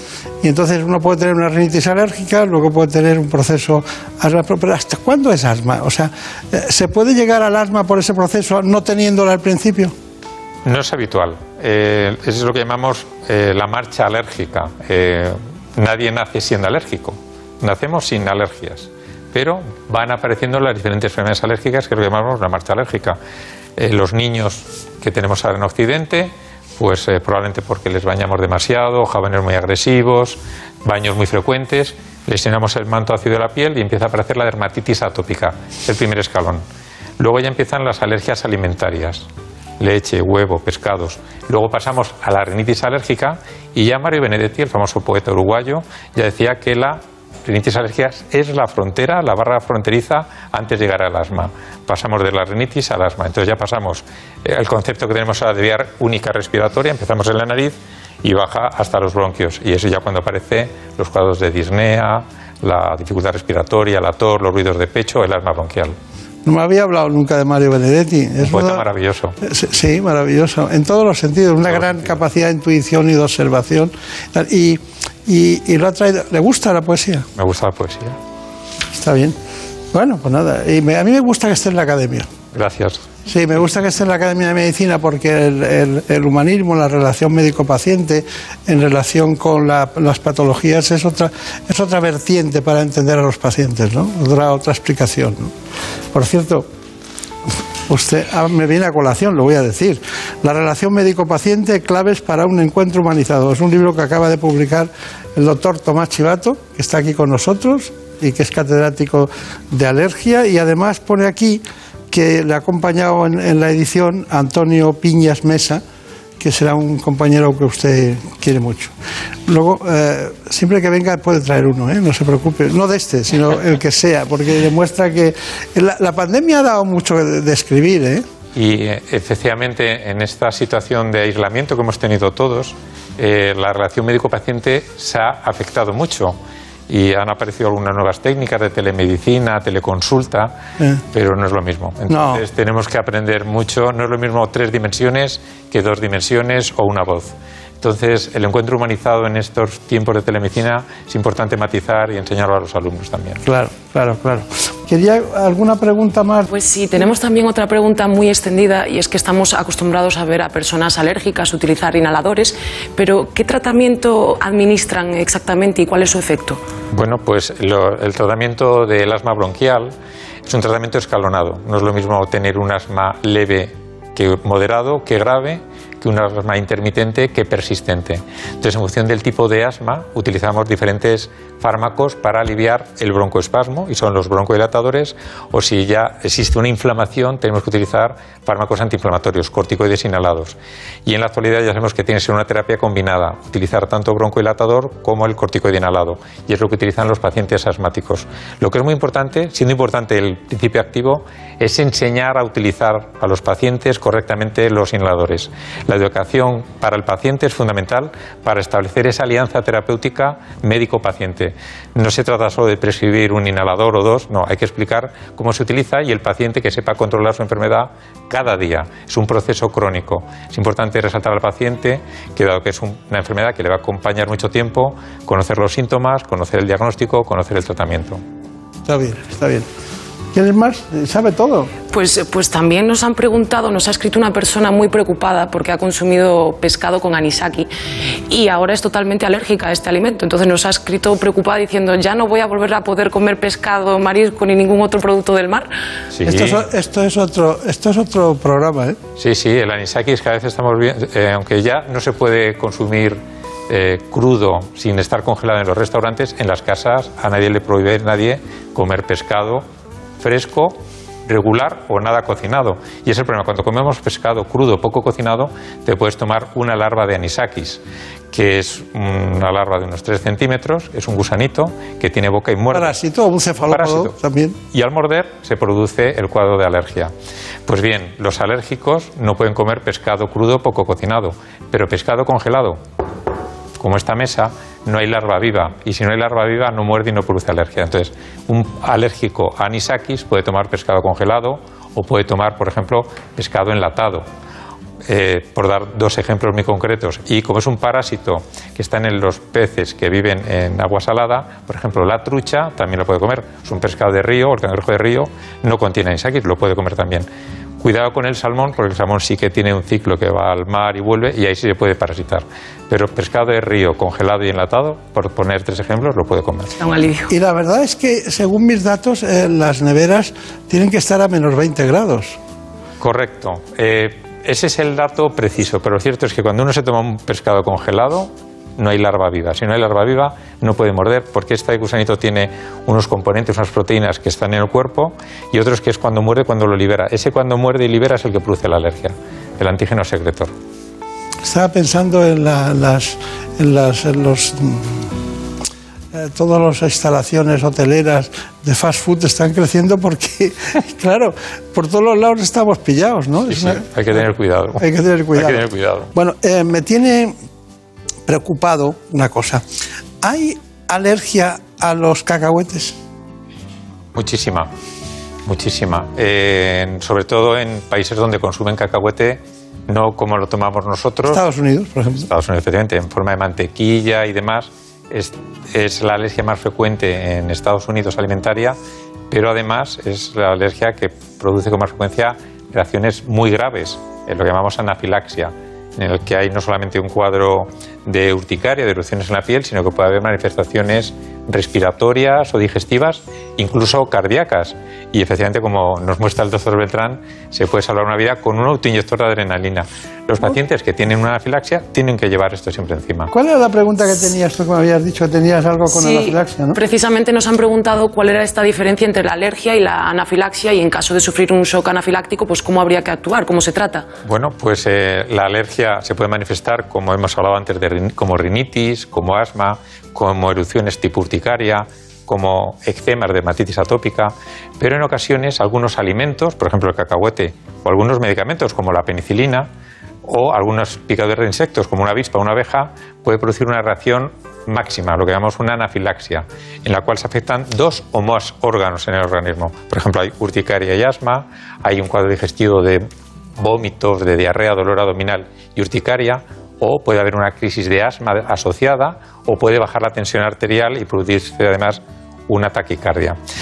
Y entonces uno puede tener una rinitis alérgica, luego puede tener un proceso asma. Pero ¿hasta cuándo es asma? O sea, ¿se puede llegar al asma por ese proceso no teniéndola al principio? No es habitual. Eh, es lo que llamamos eh, la marcha alérgica. Eh, nadie nace siendo alérgico. Nacemos sin alergias. Pero van apareciendo las diferentes enfermedades alérgicas, que es lo que llamamos la marcha alérgica. Eh, los niños que tenemos ahora en Occidente, pues eh, probablemente porque les bañamos demasiado, jabones muy agresivos, baños muy frecuentes, les llenamos el manto ácido de la piel y empieza a aparecer la dermatitis atópica, el primer escalón. Luego ya empiezan las alergias alimentarias, leche, huevo, pescados. Luego pasamos a la rinitis alérgica y ya Mario Benedetti, el famoso poeta uruguayo, ya decía que la rinitis alérgica es la frontera, la barra fronteriza antes de llegar al asma. Pasamos de la rinitis al asma. Entonces ya pasamos eh, el concepto que tenemos ahora de vía única respiratoria, empezamos en la nariz y baja hasta los bronquios. Y eso ya cuando aparece los cuadros de disnea, la dificultad respiratoria, la tos, los ruidos de pecho, el asma bronquial. No me había hablado nunca de Mario Benedetti. Es un poeta una... maravilloso. Sí, maravilloso. En todos los sentidos. Una todos gran sentidos. Capacidad de intuición y de observación. Y, y, y lo ha traído. ¿Le gusta la poesía? Me gusta la poesía. Está bien. Bueno, pues nada. Y me, a mí me gusta que esté en la academia. Gracias. Sí, me gusta que esté en la Academia de Medicina porque el, el, el humanismo, la relación médico-paciente en relación con la, las patologías es otra, es otra vertiente para entender a los pacientes, ¿no? Otra, otra explicación, ¿no? Por cierto, usted ah, me viene a colación, lo voy a decir. La relación médico-paciente, claves para un encuentro humanizado. Es un libro que acaba de publicar el doctor Tomás Chivato, que está aquí con nosotros y que es catedrático de alergia, y además pone aquí que le ha acompañado en, en la edición Antonio Piñas Mesa, que será un compañero que usted quiere mucho. Luego, eh, siempre que venga puede traer uno, ¿eh? No se preocupe, no de este, sino el que sea, porque demuestra que la, la pandemia ha dado mucho de, de escribir, ¿eh? Y eh, efectivamente en esta situación de aislamiento que hemos tenido todos, eh, la relación médico-paciente se ha afectado mucho. Y han aparecido algunas nuevas técnicas de telemedicina, teleconsulta, eh. pero no es lo mismo. Entonces no. Tenemos que aprender mucho. No es lo mismo tres dimensiones que dos dimensiones o una voz. Entonces, el encuentro humanizado en estos tiempos de telemedicina es importante matizar y enseñarlo a los alumnos también. Claro, claro, claro. ¿Quería alguna pregunta más? Pues sí, tenemos también otra pregunta muy extendida, y es que estamos acostumbrados a ver a personas alérgicas utilizar inhaladores, pero ¿qué tratamiento administran exactamente y cuál es su efecto? Bueno, pues lo, el tratamiento del asma bronquial es un tratamiento escalonado. No es lo mismo tener un asma leve que moderado, que grave, que un asma intermitente que persistente. Entonces, en función del tipo de asma, utilizamos diferentes fármacos para aliviar el broncoespasmo, y son los broncodilatadores, o si ya existe una inflamación, tenemos que utilizar fármacos antiinflamatorios, corticoides inhalados. Y en la actualidad ya sabemos que tiene que ser una terapia combinada, utilizar tanto broncodilatador como el corticoide inhalado, y es lo que utilizan los pacientes asmáticos. Lo que es muy importante, siendo importante el principio activo, es enseñar a utilizar a los pacientes correctamente los inhaladores. La educación para el paciente es fundamental para establecer esa alianza terapéutica médico-paciente. No se trata solo de prescribir un inhalador o dos, no, hay que explicar cómo se utiliza y el paciente que sepa controlar su enfermedad cada día. Es un proceso crónico. Es importante resaltar al paciente que, dado que es un, una enfermedad que le va a acompañar mucho tiempo, conocer los síntomas, conocer el diagnóstico, conocer el tratamiento. Está bien, está bien. ¿Quién es más? ¿Sabe todo? Pues, pues también nos han preguntado, nos ha escrito una persona muy preocupada porque ha consumido pescado con anisaki y ahora es totalmente alérgica a este alimento. Entonces nos ha escrito preocupada diciendo, ya no voy a volver a poder comer pescado, marisco ni ningún otro producto del mar. Sí. Esto, es, esto, es otro, esto es otro programa, ¿eh? Sí, sí, el anisaki es cada vez estamos viendo, eh, aunque ya no se puede consumir eh, crudo sin estar congelado en los restaurantes, en las casas a nadie le prohíbe nadie comer pescado fresco, regular o nada cocinado. Y es el problema, cuando comemos pescado crudo, poco cocinado, te puedes tomar una larva de anisakis, que es una larva de unos tres centímetros, es un gusanito que tiene boca y muerde. Parásito, un cefalópodo también. Y al morder se produce el cuadro de alergia. Pues bien, los alérgicos no pueden comer pescado crudo, poco cocinado, pero pescado congelado, como esta mesa, no hay larva viva, y si no hay larva viva no muerde y no produce alergia. Entonces, un alérgico a anisakis puede tomar pescado congelado o puede tomar, por ejemplo, pescado enlatado, eh, por dar dos ejemplos muy concretos. Y como es un parásito que está en los peces que viven en agua salada, por ejemplo, la trucha también lo puede comer. Es un pescado de río, el cangrejo de río no contiene anisakis, lo puede comer también. Cuidado con el salmón, porque el salmón sí que tiene un ciclo que va al mar y vuelve, y ahí sí se puede parasitar. Pero pescado de río congelado y enlatado, por poner tres ejemplos, lo puede comer. Un alivio. Y la verdad es que, según mis datos, eh, las neveras tienen que estar a menos veinte grados. Correcto. Eh, ese es el dato preciso, pero lo cierto es que cuando uno se toma un pescado congelado, no hay larva viva. Si no hay larva viva, no puede morder, porque este gusanito tiene unos componentes, unas proteínas que están en el cuerpo, y otros que es cuando muerde, cuando lo libera. Ese cuando muerde y libera es el que produce la alergia, el antígeno secretor. Estaba pensando en, la, las, en, las, en los... Eh, todas las instalaciones hoteleras de fast food están creciendo porque, claro, por todos los lados estamos pillados, ¿no? Sí, Es sí, una... hay que tener cuidado. Hay que tener cuidado. Hay que tener cuidado. Bueno, eh, me tiene preocupado una cosa. ¿Hay alergia a los cacahuetes? Muchísima, muchísima. Eh, sobre todo en países donde consumen cacahuete, no como lo tomamos nosotros. Estados Unidos, por ejemplo. Estados Unidos, efectivamente, en forma de mantequilla y demás. Es, es la alergia más frecuente en Estados Unidos alimentaria, pero además es la alergia que produce con más frecuencia reacciones muy graves, en lo que llamamos anafilaxia, en el que hay no solamente un cuadro de urticaria, de erupciones en la piel, sino que puede haber manifestaciones respiratorias o digestivas, incluso cardíacas. Y efectivamente, como nos muestra el doctor Beltrán, se puede salvar una vida con un autoinyector de adrenalina. Los pacientes que tienen una anafilaxia tienen que llevar esto siempre encima. ¿Cuál era la pregunta que tenías tú, que me habías dicho que tenías algo con sí, anafilaxia, ¿no? Precisamente nos han preguntado cuál era esta diferencia entre la alergia y la anafilaxia, y en caso de sufrir un shock anafiláctico, pues cómo habría que actuar, cómo se trata. Bueno, pues eh, la alergia se puede manifestar, como hemos hablado antes, de rin- como rinitis, como asma, como erupciones tipo urticaria, como eczemas, dermatitis atópica, pero en ocasiones algunos alimentos, por ejemplo el cacahuete, o algunos medicamentos como la penicilina, o algunos picaduras de insectos como una avispa o una abeja, puede producir una reacción máxima, lo que llamamos una anafilaxia, en la cual se afectan dos o más órganos en el organismo. Por ejemplo, hay urticaria y asma, hay un cuadro digestivo de vómitos, de diarrea, dolor abdominal y urticaria, o puede haber una crisis de asma asociada, o puede bajar la tensión arterial y producirse además una taquicardia.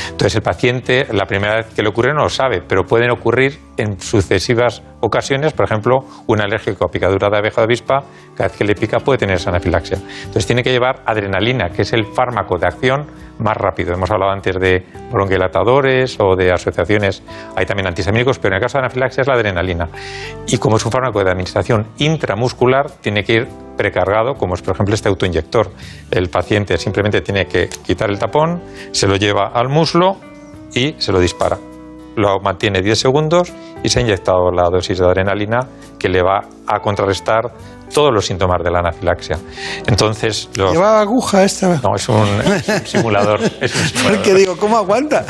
Entonces el paciente, la primera vez que le ocurre no lo sabe, pero pueden ocurrir en sucesivas ocasiones. Por ejemplo, un alérgico a picadura de abeja o de avispa, cada vez que le pica puede tener esa anafilaxia. Entonces tiene que llevar adrenalina, que es el fármaco de acción más rápido. Hemos hablado antes de bronquidilatadores o de asociaciones, hay también antihistamínicos, pero en el caso de anafilaxia es la adrenalina. Y como es un fármaco de administración intramuscular, tiene que ir precargado, como es por ejemplo este autoinyector. El paciente simplemente tiene que quitar el tapón, se lo lleva al muslo y se lo dispara. Lo mantiene diez segundos y se ha inyectado la dosis de adrenalina que le va a contrarrestar todos los síntomas de la anafilaxia. Entonces, los... ¿Lleva aguja esta? No, es un, es un simulador. Es un simulador. Porque digo, ¿cómo aguanta?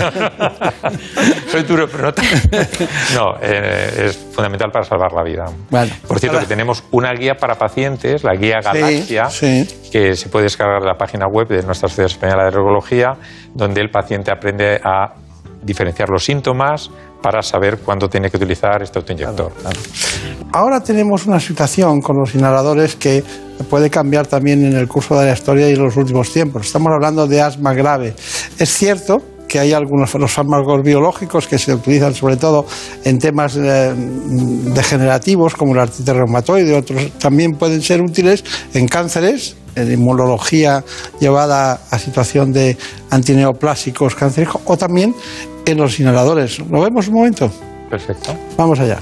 Soy duro, pero no... No, eh, es fundamental para salvar la vida. Vale. Por cierto, que tenemos una guía para pacientes, la guía Galaxia, sí, sí. que se puede descargar de la página web de nuestra Sociedad Española de Alergología, donde el paciente aprende a diferenciar los síntomas para saber cuándo tiene que utilizar este autoinyector. Claro, claro. Ahora tenemos una situación con los inhaladores que puede cambiar también en el curso de la historia y en los últimos tiempos. Estamos hablando de asma grave. Es cierto que hay algunos los fármacos biológicos que se utilizan sobre todo en temas eh, degenerativos como la artritis reumatoide, otros también pueden ser útiles en cánceres, en inmunología llevada a situación de antineoplásicos cancerígenos, o también en los inhaladores. ¿Lo vemos un momento? Perfecto. Vamos allá.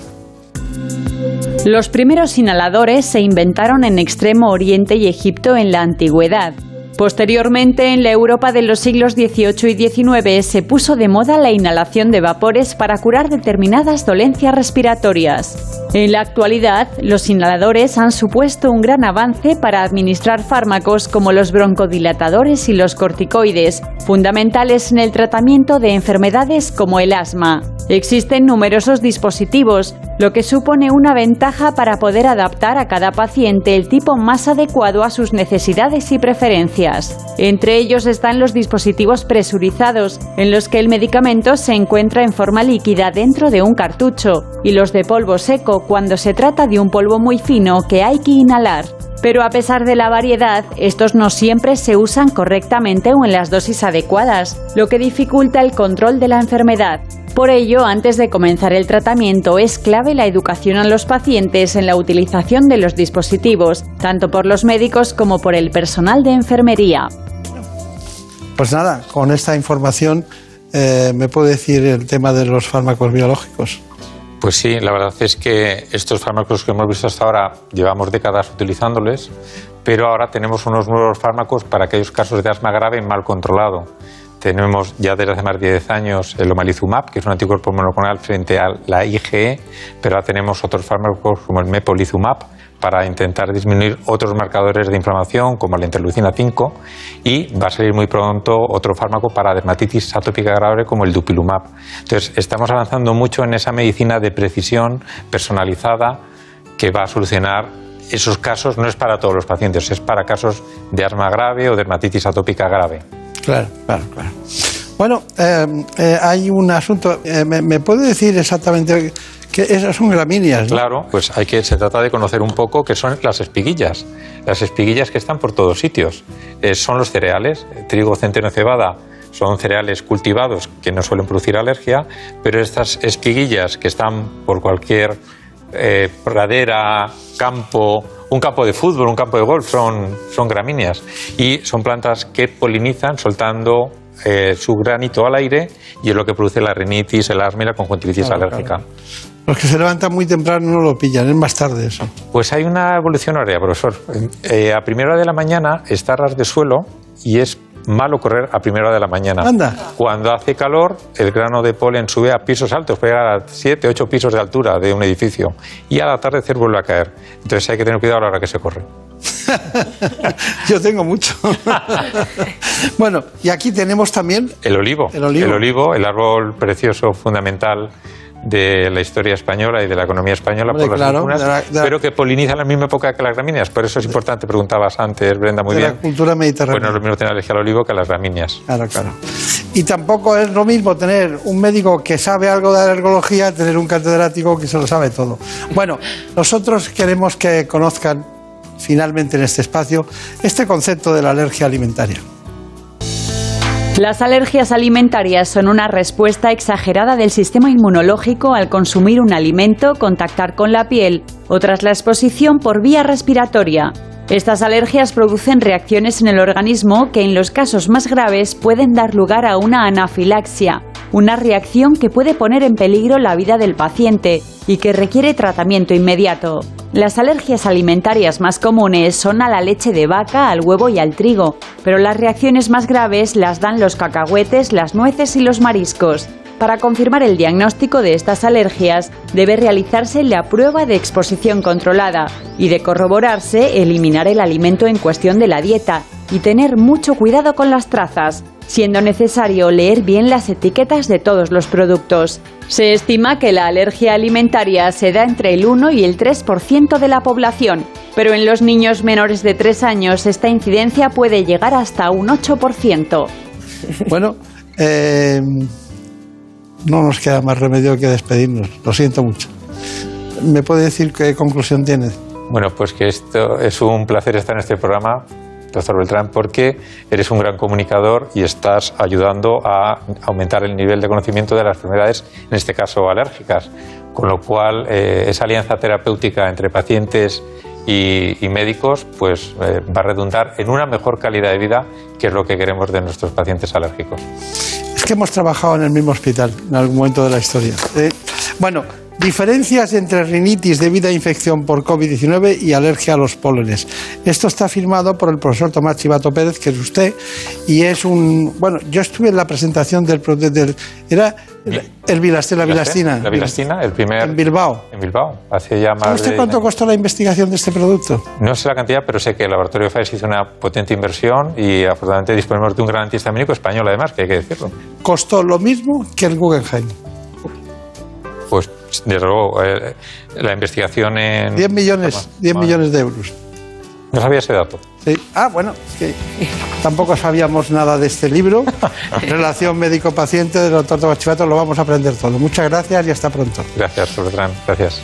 Los primeros inhaladores se inventaron en Extremo Oriente y Egipto en la antigüedad. Posteriormente, en la Europa de los siglos dieciocho y diecinueve, se puso de moda la inhalación de vapores para curar determinadas dolencias respiratorias. En la actualidad, los inhaladores han supuesto un gran avance para administrar fármacos como los broncodilatadores y los corticoides, fundamentales en el tratamiento de enfermedades como el asma. Existen numerosos dispositivos, lo que supone una ventaja para poder adaptar a cada paciente el tipo más adecuado a sus necesidades y preferencias. Entre ellos están los dispositivos presurizados, en los que el medicamento se encuentra en forma líquida dentro de un cartucho, y los de polvo seco, cuando se trata de un polvo muy fino que hay que inhalar. Pero a pesar de la variedad, estos no siempre se usan correctamente o en las dosis adecuadas, lo que dificulta el control de la enfermedad. Por ello, antes de comenzar el tratamiento, es clave la educación a los pacientes en la utilización de los dispositivos, tanto por los médicos como por el personal de enfermería. Pues nada, con esta información eh, me puede decir el tema de los fármacos biológicos. Pues sí, la verdad es que estos fármacos que hemos visto hasta ahora llevamos décadas utilizándoles, pero ahora tenemos unos nuevos fármacos para aquellos casos de asma grave mal controlado. Tenemos ya desde hace más de diez años el omalizumab, que es un anticuerpo monoclonal frente a la I G E, pero ahora tenemos otros fármacos como el mepolizumab para intentar disminuir otros marcadores de inflamación como la interleucina cinco, y va a salir muy pronto otro fármaco para dermatitis atópica grave como el dupilumab. Entonces, estamos avanzando mucho en esa medicina de precisión personalizada que va a solucionar esos casos. No es para todos los pacientes, es para casos de asma grave o dermatitis atópica grave. Claro, claro, claro. Bueno, eh, eh, hay un asunto. Eh, me, ¿Me puede decir exactamente qué esas son gramíneas, ¿no? Claro, pues hay que se trata de conocer un poco qué son las espiguillas. Las espiguillas que están por todos sitios. Eh, son los cereales, trigo, centeno, cebada. Son cereales cultivados que no suelen producir alergia, pero estas espiguillas que están por cualquier eh, pradera, campo, un campo de fútbol, un campo de golf, son, son gramíneas. Y son plantas que polinizan soltando eh, su granito al aire, y es lo que produce la rinitis, el asma y la conjuntivitis Claro, alérgica. claro. Los que se levantan muy temprano no lo pillan, es más tarde eso. Pues hay una evolución horaria, profesor. Eh, a primera hora de la mañana está a ras de suelo y es malo correr a primera hora de la mañana. Anda. Cuando hace calor, el grano de polen sube a pisos altos, puede llegar a siete, ocho pisos de altura de un edificio, y al atardecer vuelve a caer. Entonces hay que tener cuidado a la hora que se corre. Yo tengo mucho. Bueno, y aquí tenemos también El olivo. El olivo. El olivo, el árbol precioso, fundamental de la historia española y de la economía española. Hombre, por las claro, vacunas, de la- de la- pero que poliniza a la misma época que las gramíneas. Por eso es importante, preguntabas antes, Brenda, muy de bien. la cultura mediterránea. Pues no es lo mismo tener alergia al olivo que a las gramíneas. Claro, claro. Y tampoco es lo mismo tener un médico que sabe algo de alergología, tener un catedrático que se lo sabe todo. Bueno, nosotros queremos que conozcan finalmente en este espacio este concepto de la alergia alimentaria. Las alergias alimentarias son una respuesta exagerada del sistema inmunológico al consumir un alimento, contactar con la piel o tras la exposición por vía respiratoria. Estas alergias producen reacciones en el organismo que en los casos más graves pueden dar lugar a una anafilaxia, una reacción que puede poner en peligro la vida del paciente y que requiere tratamiento inmediato. Las alergias alimentarias más comunes son a la leche de vaca, al huevo y al trigo, pero las reacciones más graves las dan los cacahuetes, las nueces y los mariscos. Para confirmar el diagnóstico de estas alergias, debe realizarse la prueba de exposición controlada y, de corroborarse, eliminar el alimento en cuestión de la dieta y tener mucho cuidado con las trazas, siendo necesario leer bien las etiquetas de todos los productos. Se estima que la alergia alimentaria se da entre el uno y el tres por ciento de la población, pero en los niños menores de tres años esta incidencia puede llegar hasta un ocho por ciento. Bueno, eh... no nos queda más remedio que despedirnos. Lo siento mucho. ¿Me puede decir qué conclusión tiene? Bueno, pues que esto es un placer estar en este programa, doctor Beltrán, porque eres un gran comunicador y estás ayudando a aumentar el nivel de conocimiento de las enfermedades, en este caso alérgicas. Con lo cual, eh, esa alianza terapéutica entre pacientes y, y médicos pues eh, va a redundar en una mejor calidad de vida, que es lo que queremos de nuestros pacientes alérgicos. Es que hemos trabajado en el mismo hospital en algún momento de la historia. Eh, bueno, diferencias entre rinitis debido a infección por COVID diecinueve y alergia a los pólenes. Esto está firmado por el profesor Tomás Chivato Pérez, que es usted, y es un... Bueno, yo estuve en la presentación del... del era el, el Vilastin, la Vilastina. La Vilastina, el primer... En Bilbao. En Bilbao, hace ya más ¿Sabe usted de... cuánto costó la investigación de este producto? No sé la cantidad, pero sé que el laboratorio Faes hizo una potente inversión y afortunadamente disponemos de un gran antihistamínico español, además, que hay que decirlo. Costó lo mismo que el Guggenheim. Pues, desde luego, eh, la investigación en... diez millones, diez millones de euros. No sabía ese dato. Sí. Ah, bueno, es que tampoco sabíamos nada de este libro. Relación médico-paciente del doctor Tomás Chivato, lo vamos a aprender todo. Muchas gracias y hasta pronto. Gracias, Beltrán. Gracias.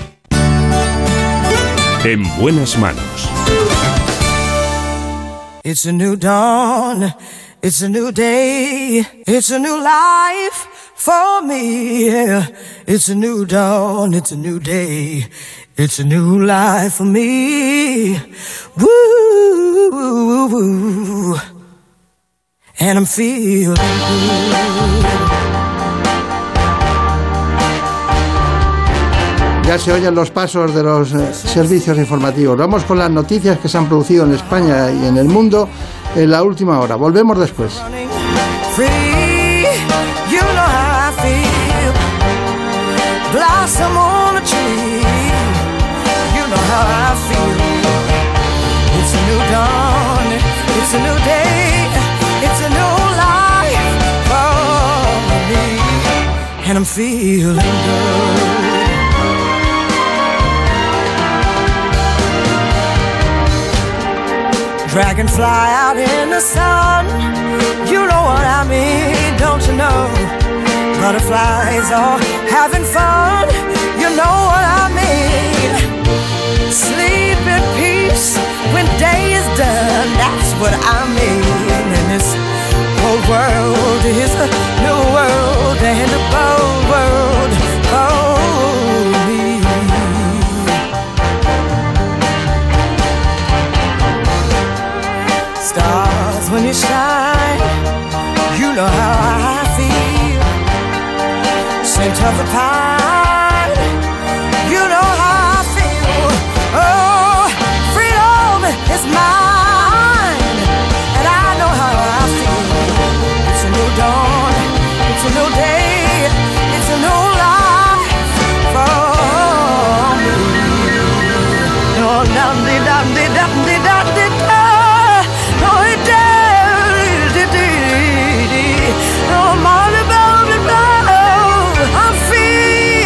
En buenas manos. It's a new dawn, it's a new day, it's a new life for me. It's a new dawn, it's a new day, it's a new life for me. Woo, woo, woo, and I'm feeling good. Ya se oyen los pasos de los eh, servicios informativos. Vamos con las noticias que se han producido en España y en el mundo en la última hora. Volvemos después. Dragonfly out in the sun, you know what I mean, don't you know? Butterflies are having fun, you know what I mean. Sleep in peace when day is done, that's what I mean. And this whole world is a new world and a bold world for me. Stars when you shine, you know how I feel. Scent of the pine, you know how I feel. Oh, freedom is mine, and I know how I feel. It's a new dawn, it's a new day, it's a new life for me. No, dum de dum de dum de dum de dum. I'm feeling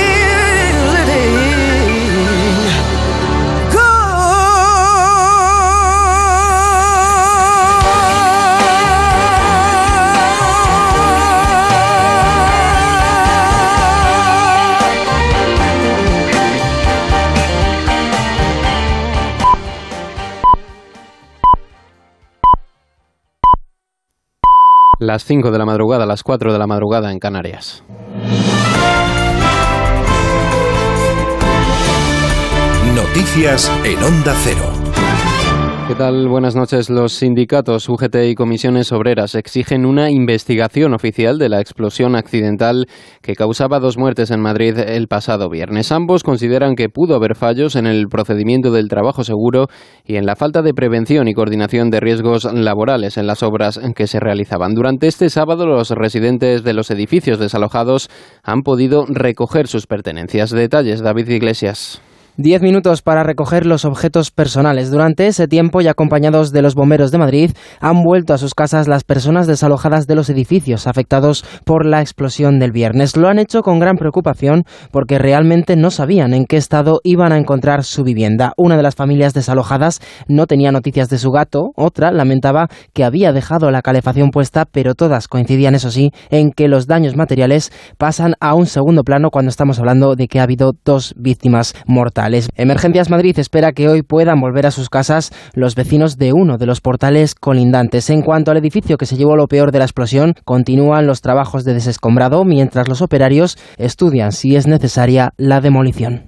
las cinco de la madrugada, las cuatro de la madrugada en Canarias. Noticias en Onda Cero. ¿Qué tal? Buenas noches. Los sindicatos U G T y comisiones obreras exigen una investigación oficial de la explosión accidental que causaba dos muertes en Madrid el pasado viernes. Ambos consideran que pudo haber fallos en el procedimiento del trabajo seguro y en la falta de prevención y coordinación de riesgos laborales en las obras que se realizaban. Durante este sábado, los residentes de los edificios desalojados han podido recoger sus pertenencias. Detalles, David Iglesias. Diez minutos para recoger los objetos personales. Durante ese tiempo y acompañados de los bomberos de Madrid, han vuelto a sus casas las personas desalojadas de los edificios afectados por la explosión del viernes. Lo han hecho con gran preocupación porque realmente no sabían en qué estado iban a encontrar su vivienda. Una de las familias desalojadas no tenía noticias de su gato, otra lamentaba que había dejado la calefacción puesta, pero todas coincidían, eso sí, en que los daños materiales pasan a un segundo plano cuando estamos hablando de que ha habido dos víctimas mortales. Emergencias Madrid espera que hoy puedan volver a sus casas los vecinos de uno de los portales colindantes. En cuanto al edificio que se llevó lo peor de la explosión, continúan los trabajos de desescombrado mientras los operarios estudian si es necesaria la demolición.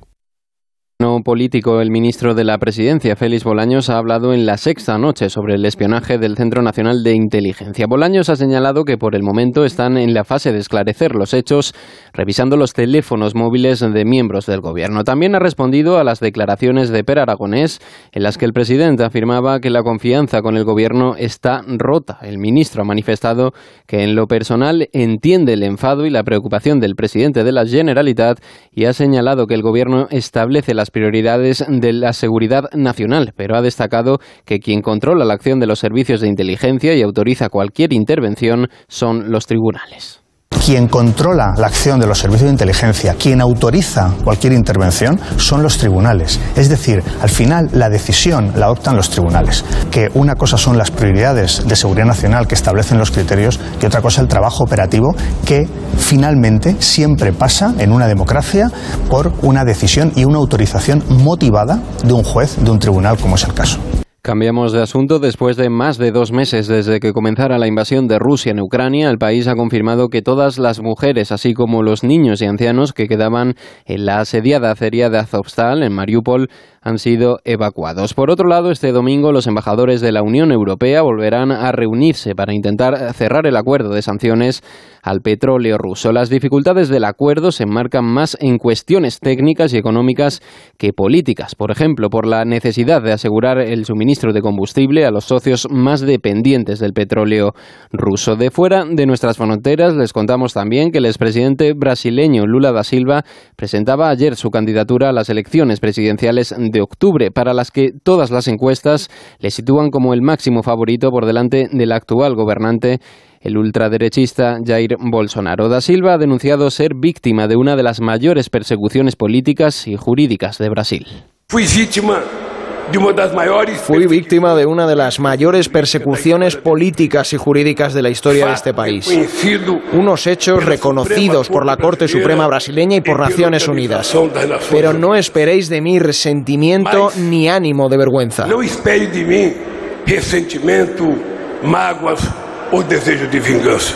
No político, el ministro de la Presidencia, Félix Bolaños, ha hablado en La Sexta Noche sobre el espionaje del Centro Nacional de Inteligencia. Bolaños ha señalado que por el momento están en la fase de esclarecer los hechos, revisando los teléfonos móviles de miembros del Gobierno. También ha respondido a las declaraciones de Pere Aragonés, en las que el presidente afirmaba que la confianza con el Gobierno está rota. El ministro ha manifestado que en lo personal entiende el enfado y la preocupación del presidente de la Generalitat y ha señalado que el Gobierno establece las prioridades de la seguridad nacional, pero ha destacado que quien controla la acción de los servicios de inteligencia y autoriza cualquier intervención son los tribunales. Quien controla la acción de los servicios de inteligencia, quien autoriza cualquier intervención, son los tribunales. Es decir, al final la decisión la adoptan los tribunales. Que una cosa son las prioridades de seguridad nacional que establecen los criterios y otra cosa el trabajo operativo que finalmente siempre pasa en una democracia por una decisión y una autorización motivada de un juez, de un tribunal, como es el caso. Cambiamos de asunto. Después de más de dos meses desde que comenzara la invasión de Rusia en Ucrania, el país ha confirmado que todas las mujeres, así como los niños y ancianos que quedaban en la asediada acería de Azovstal, en Mariupol, han sido evacuados. Por otro lado, este domingo los embajadores de la Unión Europea volverán a reunirse para intentar cerrar el acuerdo de sanciones al petróleo ruso. Las dificultades del acuerdo se enmarcan más en cuestiones técnicas y económicas que políticas. Por ejemplo, por la necesidad de asegurar el suministro de combustible a los socios más dependientes del petróleo ruso. De fuera de nuestras fronteras, les contamos también que el expresidente brasileño Lula da Silva presentaba ayer su candidatura a las elecciones presidenciales de octubre, para las que todas las encuestas le sitúan como el máximo favorito por delante del actual gobernante, el ultraderechista Jair Bolsonaro. Da Silva ha denunciado ser víctima de una de las mayores persecuciones políticas y jurídicas de Brasil. Fui víctima Fui víctima de una de las mayores persecuciones políticas y jurídicas de la historia de este país. Unos hechos reconocidos por la Corte Suprema brasileña y por Naciones Unidas. Pero no esperéis de mí resentimiento ni ánimo de vergüenza. No espere de mí resentimiento, mágoas o deseo de venganza.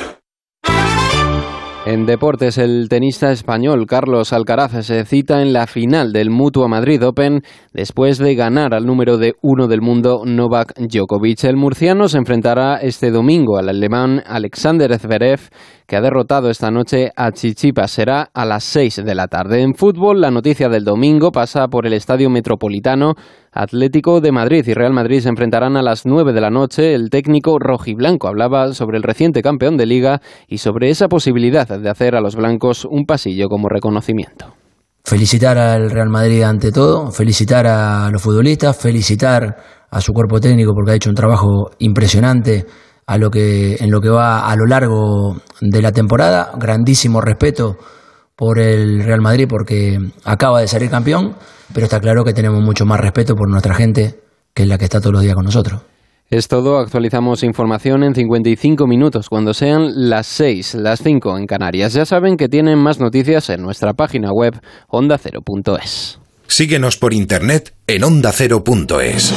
En deportes, el tenista español Carlos Alcaraz se cita en la final del Mutua Madrid Open después de ganar al número de uno del mundo Novak Djokovic. El murciano se enfrentará este domingo al alemán Alexander Zverev, que ha derrotado esta noche a Tsitsipas. Será a las seis de la tarde. En fútbol, la noticia del domingo pasa por el Estadio Metropolitano. Atlético de Madrid y Real Madrid se enfrentarán a las nueve de la noche. El técnico rojiblanco hablaba sobre el reciente campeón de Liga y sobre esa posibilidad de hacer a los blancos un pasillo como reconocimiento. Felicitar al Real Madrid ante todo, felicitar a los futbolistas, felicitar a su cuerpo técnico porque ha hecho un trabajo impresionante a lo que, en lo que va a lo largo de la temporada. Grandísimo respeto por el Real Madrid porque acaba de salir campeón, pero está claro que tenemos mucho más respeto por nuestra gente, que es la que está todos los días con nosotros. Es todo. Actualizamos información en cincuenta y cinco minutos, cuando sean las seis, las cinco en Canarias. Ya saben que tienen más noticias en nuestra página web onda cero punto es. Síguenos por internet en onda cero punto es.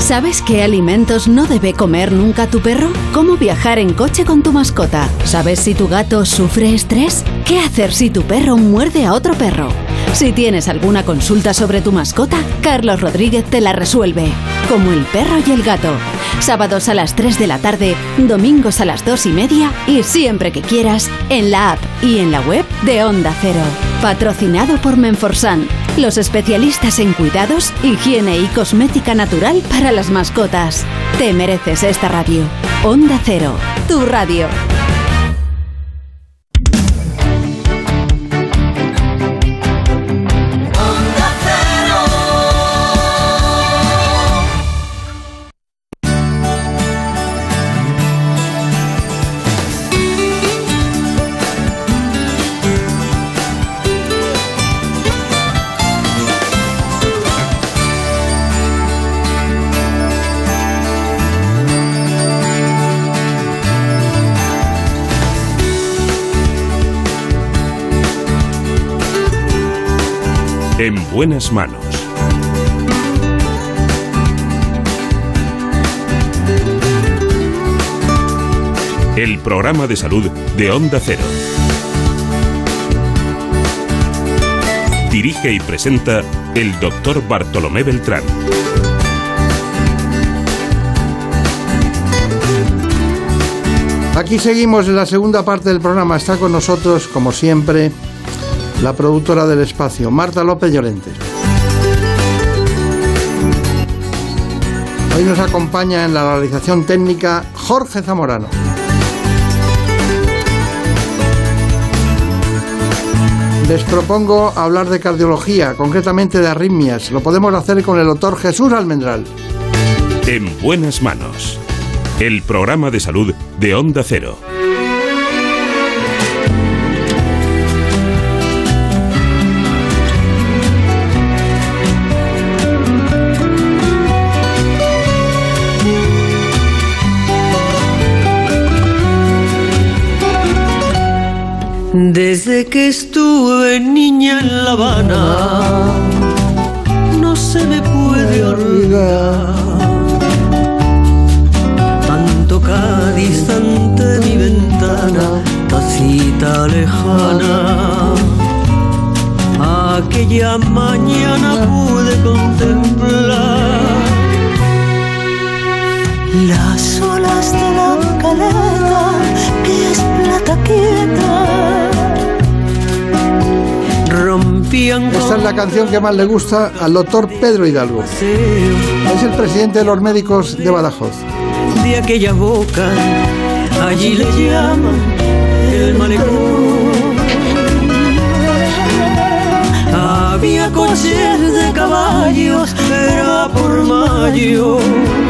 ¿Sabes qué alimentos no debe comer nunca tu perro? ¿Cómo viajar en coche con tu mascota? ¿Sabes si tu gato sufre estrés? ¿Qué hacer si tu perro muerde a otro perro? Si tienes alguna consulta sobre tu mascota, Carlos Rodríguez te la resuelve. Como el perro y el gato. Sábados a las tres de la tarde, domingos a las dos y media y siempre que quieras, en la app y en la web de Onda Cero. Patrocinado por Menforsan, los especialistas en cuidados, higiene y cosmética natural para las mascotas. Te mereces esta radio. Onda Cero, tu radio. En buenas manos. El programa de salud de Onda Cero. Dirige y presenta el doctor Bartolomé Beltrán. Aquí seguimos en la segunda parte del programa. Está con nosotros, como siempre, la productora del espacio, Marta López Llorente. Hoy nos acompaña en la realización técnica Jorge Zamorano. Les propongo hablar de cardiología, concretamente de arritmias. Lo podemos hacer con el doctor Jesús Almendral. En buenas manos. El programa de salud de Onda Cero. Desde que estuve niña en La Habana, no se me puede olvidar tanto Cádiz ante mi ventana, tacita lejana. Aquella mañana pude contemplar las olas de la caleta, que es plata quieta. Esta es la canción que más le gusta al doctor Pedro Hidalgo. Es el presidente de los médicos de Badajoz. De aquella boca, allí le llaman el malecón. Había coches de caballos, era por mayo.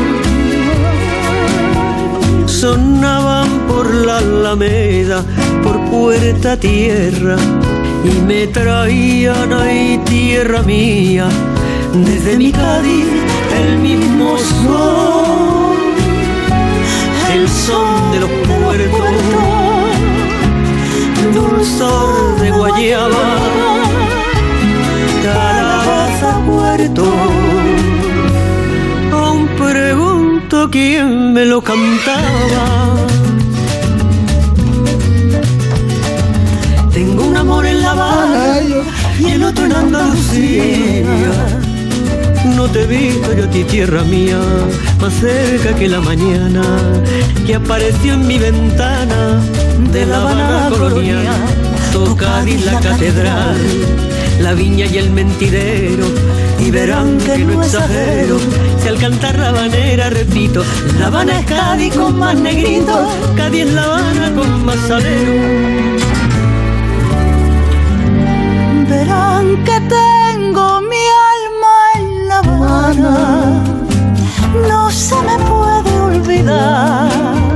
Sonaban por la Alameda, por Puerta Tierra, y me traían ahí, tierra mía, desde mi Cádiz el mismo sol, el son de los puertos, dulzor de guayaba, calabaza, puerto. Aún pregunto quién me lo cantaba. Tengo un amor en La Habana y el otro en Andalucía. No te he visto yo a ti, tierra mía, más cerca que la mañana que apareció en mi ventana de La Habana colonial. Cádiz, la catedral, la viña y el mentidero, y verán que no exagero si al cantar la habanera repito: La Habana es Cádiz con más negrito, Cádiz es La Habana con más salero. Verán que tengo mi alma en La Habana, no se me puede olvidar.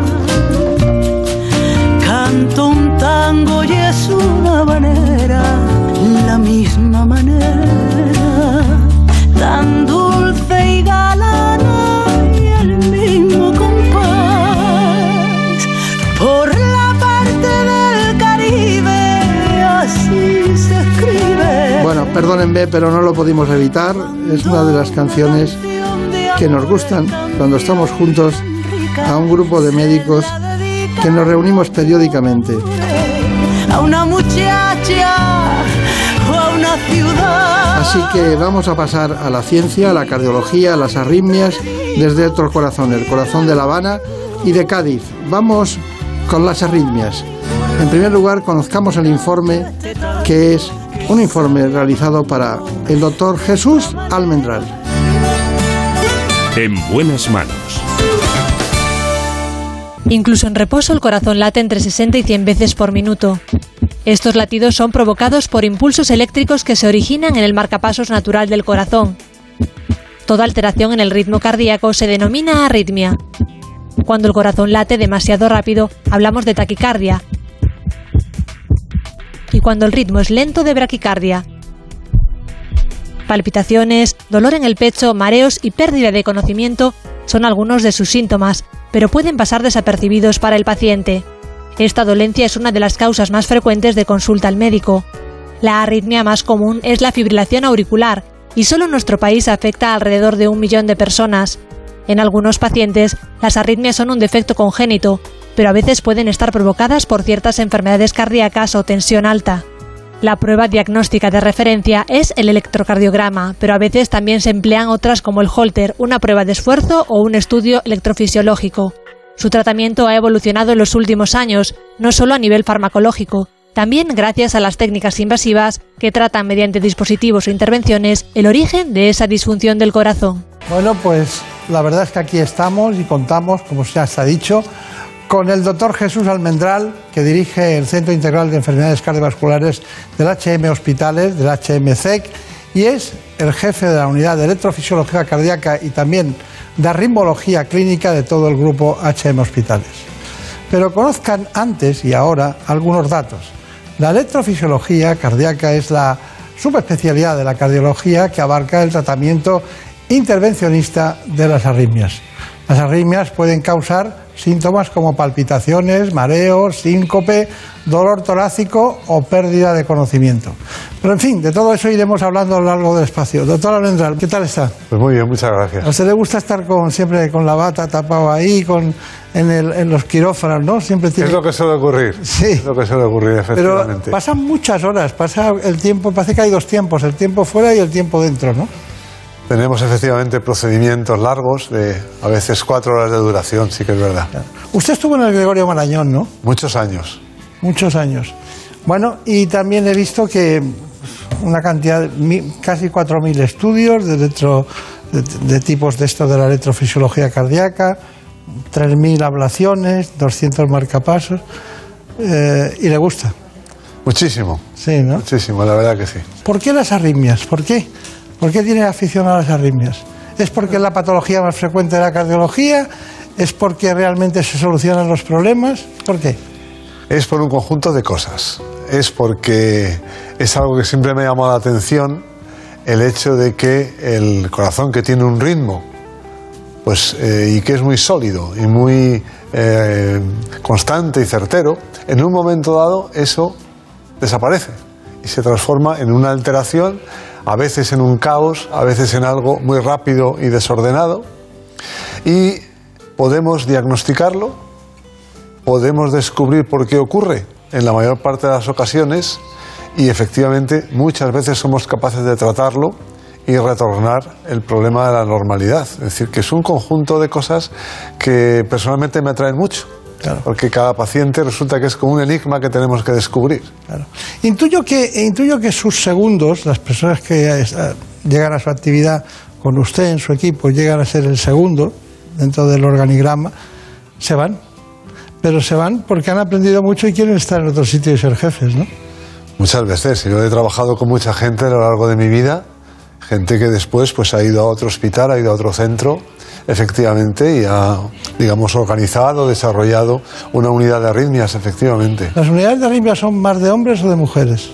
Canto un tango y es una habanera, la misma manera, tan dulce y galana, y el mismo compás. Por la parte del Caribe, así se escribe. Bueno, perdónenme, pero no lo pudimos evitar. Es una de las canciones que nos gustan cuando estamos juntos a un grupo de médicos que nos reunimos periódicamente. A una muchacha o a una ciudad. Así que vamos a pasar a la ciencia, a la cardiología, a las arritmias desde otro corazón, el corazón de La Habana y de Cádiz. Vamos con las arritmias. En primer lugar, conozcamos el informe, que es un informe realizado para el doctor Jesús Almendral. En buenas manos. Incluso en reposo el corazón late entre sesenta y cien veces por minuto. Estos latidos son provocados por impulsos eléctricos que se originan en el marcapasos natural del corazón. Toda alteración en el ritmo cardíaco se denomina arritmia. Cuando el corazón late demasiado rápido, hablamos de taquicardia. Y cuando el ritmo es lento, de braquicardia. Palpitaciones, dolor en el pecho, mareos y pérdida de conocimiento son algunos de sus síntomas, pero pueden pasar desapercibidos para el paciente. Esta dolencia es una de las causas más frecuentes de consulta al médico. La arritmia más común es la fibrilación auricular, y solo en nuestro país afecta a alrededor de un millón de personas. En algunos pacientes, las arritmias son un defecto congénito, pero a veces pueden estar provocadas por ciertas enfermedades cardíacas o tensión alta. La prueba diagnóstica de referencia es el electrocardiograma, pero a veces también se emplean otras como el Holter, una prueba de esfuerzo o un estudio electrofisiológico. Su tratamiento ha evolucionado en los últimos años, no solo a nivel farmacológico, también gracias a las técnicas invasivas que tratan mediante dispositivos o intervenciones el origen de esa disfunción del corazón. Bueno, pues la verdad es que aquí estamos y contamos, como ya se ha dicho, con el doctor Jesús Almendral, que dirige el Centro Integral de Enfermedades Cardiovasculares del H M Hospitales, del H M C E C, y es el jefe de la unidad de electrofisiología cardíaca y también de arritmología clínica de todo el grupo H M Hospitales. Pero conozcan antes y ahora algunos datos. La electrofisiología cardíaca es la subespecialidad de la cardiología que abarca el tratamiento intervencionista de las arritmias. Las arritmias pueden causar síntomas como palpitaciones, mareos, síncope, dolor torácico o pérdida de conocimiento. Pero en fin, de todo eso iremos hablando a lo largo del espacio. Doctor Almendral, ¿qué tal está? Pues muy bien, muchas gracias. ¿A usted le gusta estar con, siempre con la bata tapado ahí, con, en, el, en los quirófanos, no? Siempre tiene... Es lo que suele ocurrir. Sí. Es lo que suele ocurrir, efectivamente. Pero pasan muchas horas, pasa el tiempo, parece que hay dos tiempos, el tiempo fuera y el tiempo dentro, ¿no? Tenemos efectivamente procedimientos largos, de a veces cuatro horas de duración, sí que es verdad. Usted estuvo en el Gregorio Marañón, ¿no? Muchos años. Muchos años. Bueno, y también he visto que una cantidad, casi cuatro mil estudios de, electro, de, de tipos de esto de la electrofisiología cardíaca, tres mil ablaciones, doscientos marcapasos, eh, y le gusta. Muchísimo. Sí, ¿no? Muchísimo, la verdad que sí. ¿Por qué las arritmias? ¿Por qué? ¿Por qué tiene afición a las arritmias? ¿Es porque es la patología más frecuente de la cardiología? ¿Es porque realmente se solucionan los problemas? ¿Por qué? Es por un conjunto de cosas. Es porque es algo que siempre me ha llamado la atención, el hecho de que el corazón, que tiene un ritmo, pues, eh, y que es muy sólido y muy eh, constante y certero, en un momento dado eso desaparece y se transforma en una alteración, a veces en un caos, a veces en algo muy rápido y desordenado, y podemos diagnosticarlo, podemos descubrir por qué ocurre en la mayor parte de las ocasiones, y efectivamente muchas veces somos capaces de tratarlo y retornar el problema a la normalidad. Es decir, que es un conjunto de cosas que personalmente me atraen mucho. Claro. Porque cada paciente resulta que es como un enigma que tenemos que descubrir. Claro. Intuyo que, intuyo que sus segundos, las personas que eh, llegan a su actividad con usted en su equipo, llegan a ser el segundo dentro del organigrama, se van. Pero se van porque han aprendido mucho y quieren estar en otro sitio y ser jefes, ¿no? Muchas veces. Yo he trabajado con mucha gente a lo largo de mi vida, gente que después pues ha ido a otro hospital, ha ido a otro centro, efectivamente, y ha, digamos, organizado, desarrollado una unidad de arritmias, efectivamente. ¿Las unidades de arritmias son más de hombres o de mujeres?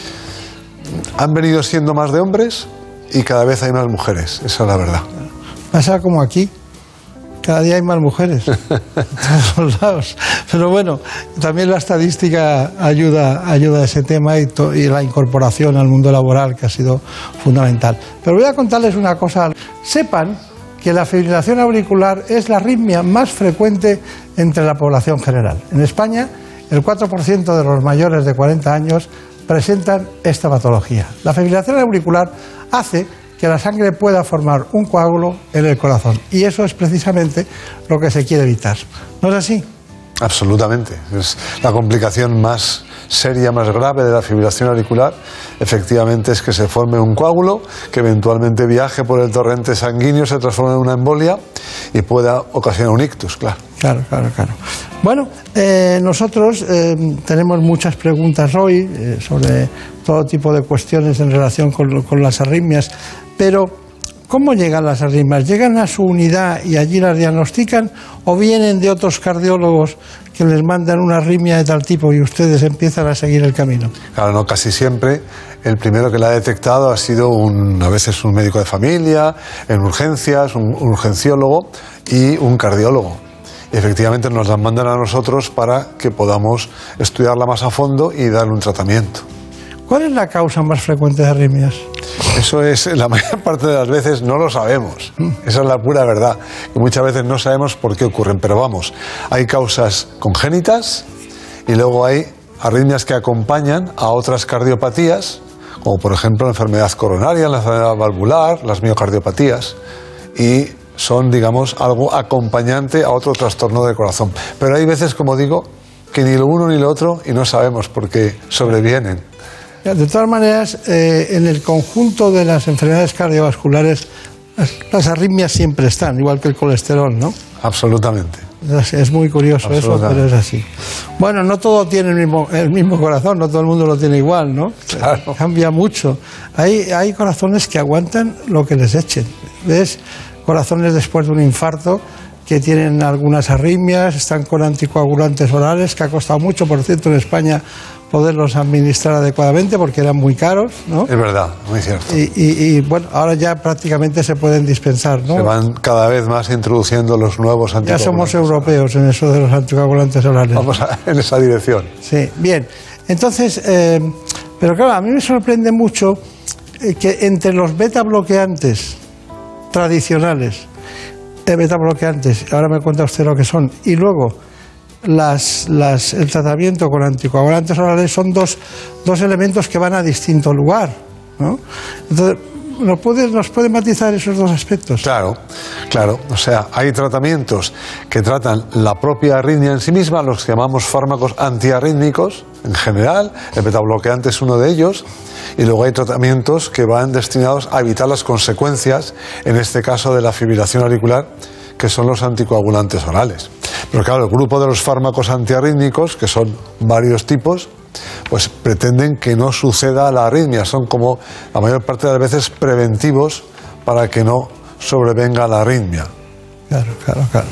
Han venido siendo más de hombres y cada vez hay más mujeres, esa es la verdad. Pasa como aquí, cada día hay más mujeres, en todos lados. Pero bueno, también la estadística ayuda, ayuda a ese tema y, to, y la incorporación al mundo laboral, que ha sido fundamental. Pero voy a contarles una cosa. Sepan que la fibrilación auricular es la arritmia más frecuente entre la población general. En España, el cuatro por ciento de los mayores de cuarenta años presentan esta patología. La fibrilación auricular hace que la sangre pueda formar un coágulo en el corazón, y eso es precisamente lo que se quiere evitar. ¿No es así? Absolutamente. Es la complicación más seria, más grave de la fibrilación auricular, efectivamente, es que se forme un coágulo que eventualmente viaje por el torrente sanguíneo, se transforme en una embolia y pueda ocasionar un ictus, claro. Claro, claro, claro. Bueno, eh, nosotros eh, tenemos muchas preguntas hoy eh, sobre todo tipo de cuestiones en relación con, con las arritmias, pero ¿cómo llegan las arritmias? ¿Llegan a su unidad y allí las diagnostican o vienen de otros cardiólogos que les mandan una arritmia de tal tipo y ustedes empiezan a seguir el camino? Claro, no, casi siempre el primero que la ha detectado ha sido un, a veces un médico de familia, en urgencias, un, un urgenciólogo y un cardiólogo. Y efectivamente nos las mandan a nosotros para que podamos estudiarla más a fondo y darle un tratamiento. ¿Cuál es la causa más frecuente de arritmias? Eso es, la mayor parte de las veces no lo sabemos. Esa es la pura verdad. Y muchas veces no sabemos por qué ocurren. Pero vamos, hay causas congénitas y luego hay arritmias que acompañan a otras cardiopatías, como por ejemplo la enfermedad coronaria, la enfermedad valvular, las miocardiopatías, y son, digamos, algo acompañante a otro trastorno del corazón. Pero hay veces, como digo, que ni lo uno ni lo otro y no sabemos por qué sobrevienen. De todas maneras, eh, en el conjunto de las enfermedades cardiovasculares, las, las arritmias siempre están, igual que el colesterol, ¿no? Absolutamente. Es, es muy curioso eso, pero es así. Bueno, no todo tiene el mismo, el mismo corazón, no todo el mundo lo tiene igual, ¿no? Claro. Cambia mucho. Hay, hay corazones que aguantan lo que les echen. ¿Ves? Corazones después de un infarto que tienen algunas arritmias, están con anticoagulantes orales, que ha costado mucho, por cierto, en España poderlos administrar adecuadamente porque eran muy caros, ¿no? Es verdad, muy cierto. Y, y, y bueno, ahora ya prácticamente se pueden dispensar, ¿no? Se van cada vez más introduciendo los nuevos anticoagulantes. Ya somos europeos en eso de los anticoagulantes orales. Vamos a, en esa dirección. Sí, bien. Entonces, eh, pero claro, a mí me sorprende mucho eh, que entre los beta bloqueantes tradicionales, eh, beta bloqueantes, ahora me cuenta usted lo que son, y luego Las, las, el tratamiento con anticoagulantes orales son dos, dos elementos que van a distinto lugar, ¿no? Entonces, ¿nos puede, ¿nos puede matizar esos dos aspectos? Claro, claro. O sea, hay tratamientos que tratan la propia arritmia en sí misma, los que llamamos fármacos antiarrítmicos, en general, el betabloqueante es uno de ellos, y luego hay tratamientos que van destinados a evitar las consecuencias, en este caso de la fibrilación auricular, que son los anticoagulantes orales. Pero claro, el grupo de los fármacos antiarrítmicos, que son varios tipos, pues pretenden que no suceda la arritmia. Son como la mayor parte de las veces preventivos para que no sobrevenga la arritmia. Claro, claro, claro.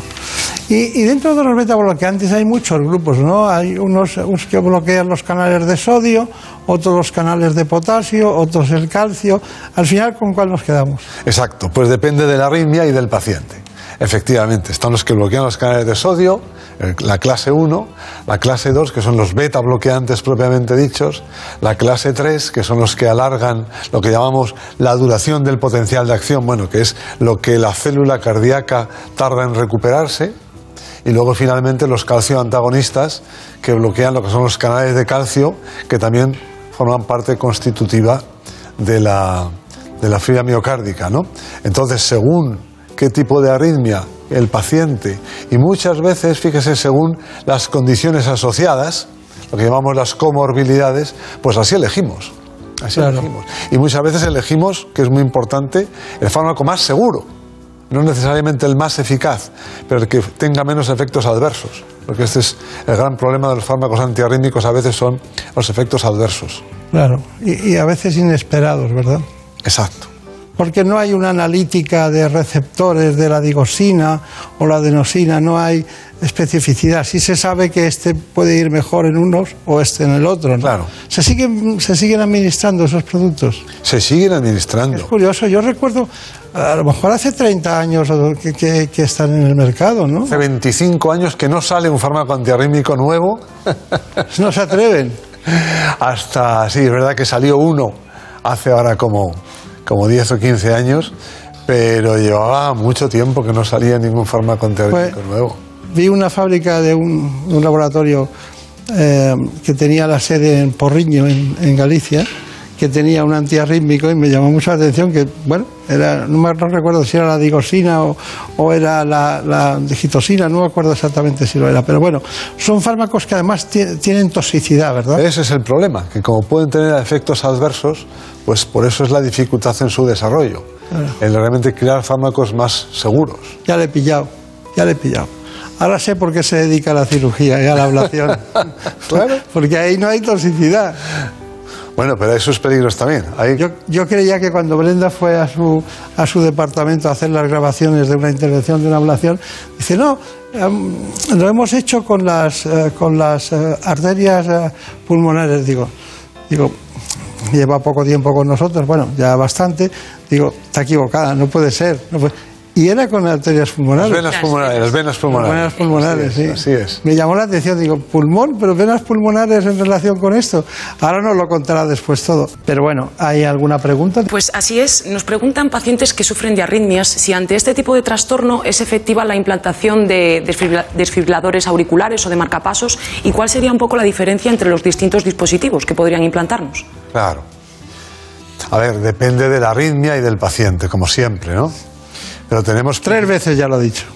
Y, y dentro de los betabloqueantes hay muchos grupos, ¿no? Hay unos, unos que bloquean los canales de sodio, otros los canales de potasio, otros el calcio. Al final, ¿con cuál nos quedamos? Exacto, pues depende de la arritmia y del paciente. Efectivamente, están los que bloquean los canales de sodio, la clase uno, la clase dos, que son los beta bloqueantes propiamente dichos, la clase tres, que son los que alargan lo que llamamos la duración del potencial de acción, bueno, que es lo que la célula cardíaca tarda en recuperarse, y luego finalmente los calcio antagonistas, que bloquean lo que son los canales de calcio, que también forman parte constitutiva de la, de la fibra miocárdica, ¿no? Entonces, según qué tipo de arritmia el paciente y muchas veces, fíjese, según las condiciones asociadas, lo que llamamos las comorbilidades, pues así elegimos, así claro. elegimos. Y muchas veces elegimos, que es muy importante, el fármaco más seguro, no necesariamente el más eficaz, pero el que tenga menos efectos adversos, porque este es el gran problema de los fármacos antiarrítmicos, a veces son los efectos adversos. Claro, y, y a veces inesperados, ¿verdad? Exacto. Porque no hay una analítica de receptores de la digoxina o la adenosina, no hay especificidad. Sí se sabe que este puede ir mejor en unos o este en el otro, ¿no? Claro. ¿Se siguen, se siguen administrando esos productos? Se siguen administrando. Es curioso, yo recuerdo, a lo mejor hace treinta años que, que, que están en el mercado, ¿no? Hace veinticinco años que no sale un fármaco antiarrítmico nuevo. No se atreven. Hasta, sí, es verdad que salió uno hace ahora como... como diez o quince años, pero llevaba mucho tiempo que no salía ningún fármaco antiarrítmico pues, nuevo. Vi una fábrica de un, un laboratorio eh, que tenía la sede en Porriño, en, en Galicia, que tenía un antiarrítmico y me llamó mucho la atención que, bueno, era, no, me, no recuerdo si era la digoxina o, o era la, la digitosina, no me acuerdo exactamente si lo era, pero bueno, son fármacos que además tienen toxicidad, ¿verdad? Ese es el problema, que como pueden tener efectos adversos, pues por eso es la dificultad en su desarrollo, claro. En realmente crear fármacos más seguros. Ya le he pillado, ya le he pillado. Ahora sé por qué se dedica a la cirugía y a la ablación. Claro. Porque ahí no hay toxicidad. Bueno, pero hay sus peligros también. Hay... Yo, yo creía que cuando Brenda fue a su, a su departamento a hacer las grabaciones de una intervención, de una ablación, dice, no, um, lo hemos hecho con las, uh, con las uh, arterias uh, pulmonares. Digo, digo, lleva poco tiempo con nosotros, bueno, ya bastante. Digo, está equivocada, no puede ser. No puede... Y era con arterias pulmonares. Las venas pulmonares, las venas pulmonares. Las venas pulmonares, sí. Así es. Me llamó la atención, digo, pulmón, pero venas pulmonares en relación con esto. Ahora nos lo contará después todo. Pero bueno, ¿hay alguna pregunta? Pues así es. Nos preguntan pacientes que sufren de arritmias si ante este tipo de trastorno es efectiva la implantación de desfibriladores auriculares o de marcapasos y cuál sería un poco la diferencia entre los distintos dispositivos que podrían implantarnos. Claro. A ver, depende de la arritmia y del paciente, como siempre, ¿no? Pero tenemos... Tres veces ya lo he dicho.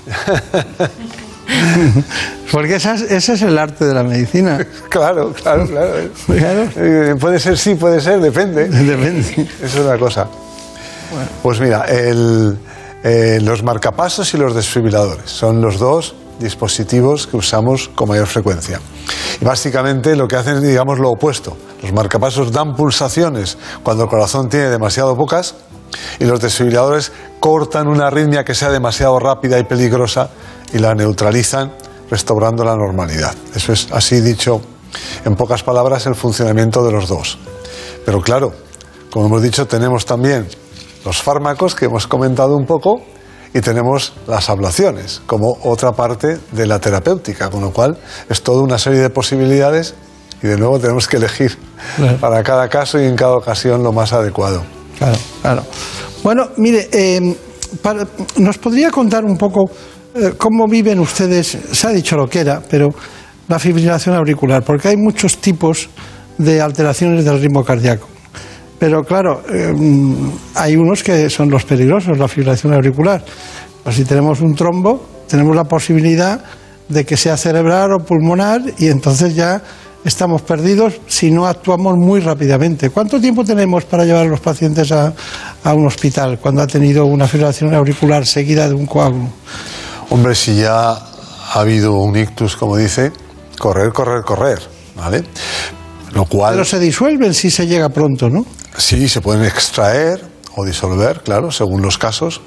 Porque esa es, ese es el arte de la medicina. Claro, claro, claro. ¿Claro? Eh, puede ser sí, puede ser, depende. Depende. Eso es una cosa. Bueno. Pues mira, el, eh, los marcapasos y los desfibriladores son los dos dispositivos que usamos con mayor frecuencia. Y básicamente lo que hacen es, digamos, lo opuesto. Los marcapasos dan pulsaciones cuando el corazón tiene demasiado pocas y los desfibriladores cortan una arritmia que sea demasiado rápida y peligrosa y la neutralizan restaurando la normalidad. Eso es, así dicho, en pocas palabras, el funcionamiento de los dos. Pero claro, como hemos dicho, tenemos también los fármacos que hemos comentado un poco y tenemos las ablaciones como otra parte de la terapéutica, con lo cual es toda una serie de posibilidades y de nuevo tenemos que elegir claro. para cada caso y en cada ocasión lo más adecuado. Claro, claro. Bueno, mire, eh, para, ¿nos podría contar un poco eh, cómo viven ustedes? Se ha dicho lo que era, pero la fibrilación auricular, porque hay muchos tipos de alteraciones del ritmo cardíaco. Pero claro, eh, hay unos que son los peligrosos, la fibrilación auricular. Pues si tenemos un trombo, tenemos la posibilidad de que sea cerebral o pulmonar y entonces ya estamos perdidos si no actuamos muy rápidamente. ¿Cuánto tiempo tenemos para llevar a los pacientes a, a un hospital cuando ha tenido una fibrilación auricular seguida de un coágulo? Hombre, si ya ha habido un ictus, como dice, correr, correr, correr, ¿vale? Lo cual... Pero se disuelven si se llega pronto, ¿no? Sí, se pueden extraer o disolver, claro, según los casos.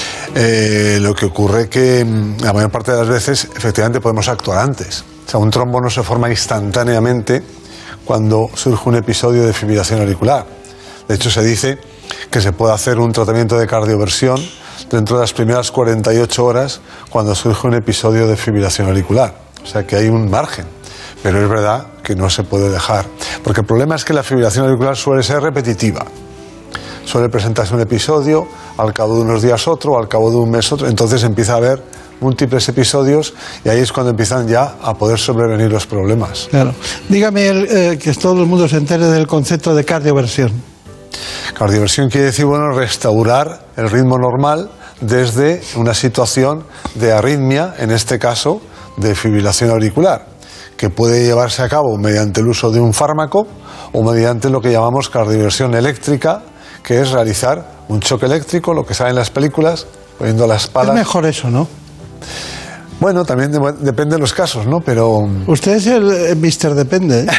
Eh, lo que ocurre que la mayor parte de las veces efectivamente podemos actuar antes. O sea, un trombo no se forma instantáneamente cuando surge un episodio de fibrilación auricular. De hecho, se dice que se puede hacer un tratamiento de cardioversión dentro de las primeras cuarenta y ocho horas cuando surge un episodio de fibrilación auricular. O sea, que hay un margen. Pero es verdad que no se puede dejar. Porque el problema es que la fibrilación auricular suele ser repetitiva. Suele presentarse un episodio, al cabo de unos días otro, al cabo de un mes otro. Entonces empieza a haber múltiples episodios y ahí es cuando empiezan ya a poder sobrevenir los problemas. Claro. Dígame el, eh, que todo el mundo se entere del concepto de cardioversión. Cardioversión quiere decir, bueno, restaurar el ritmo normal desde una situación de arritmia, en este caso de fibrilación auricular, que puede llevarse a cabo mediante el uso de un fármaco o mediante lo que llamamos cardioversión eléctrica, que es realizar un choque eléctrico, lo que sale en las películas, poniendo las palas. Es mejor eso, ¿no? Bueno, también de, depende de los casos, ¿no? Pero... Usted es el, el mister Depende, ¿eh?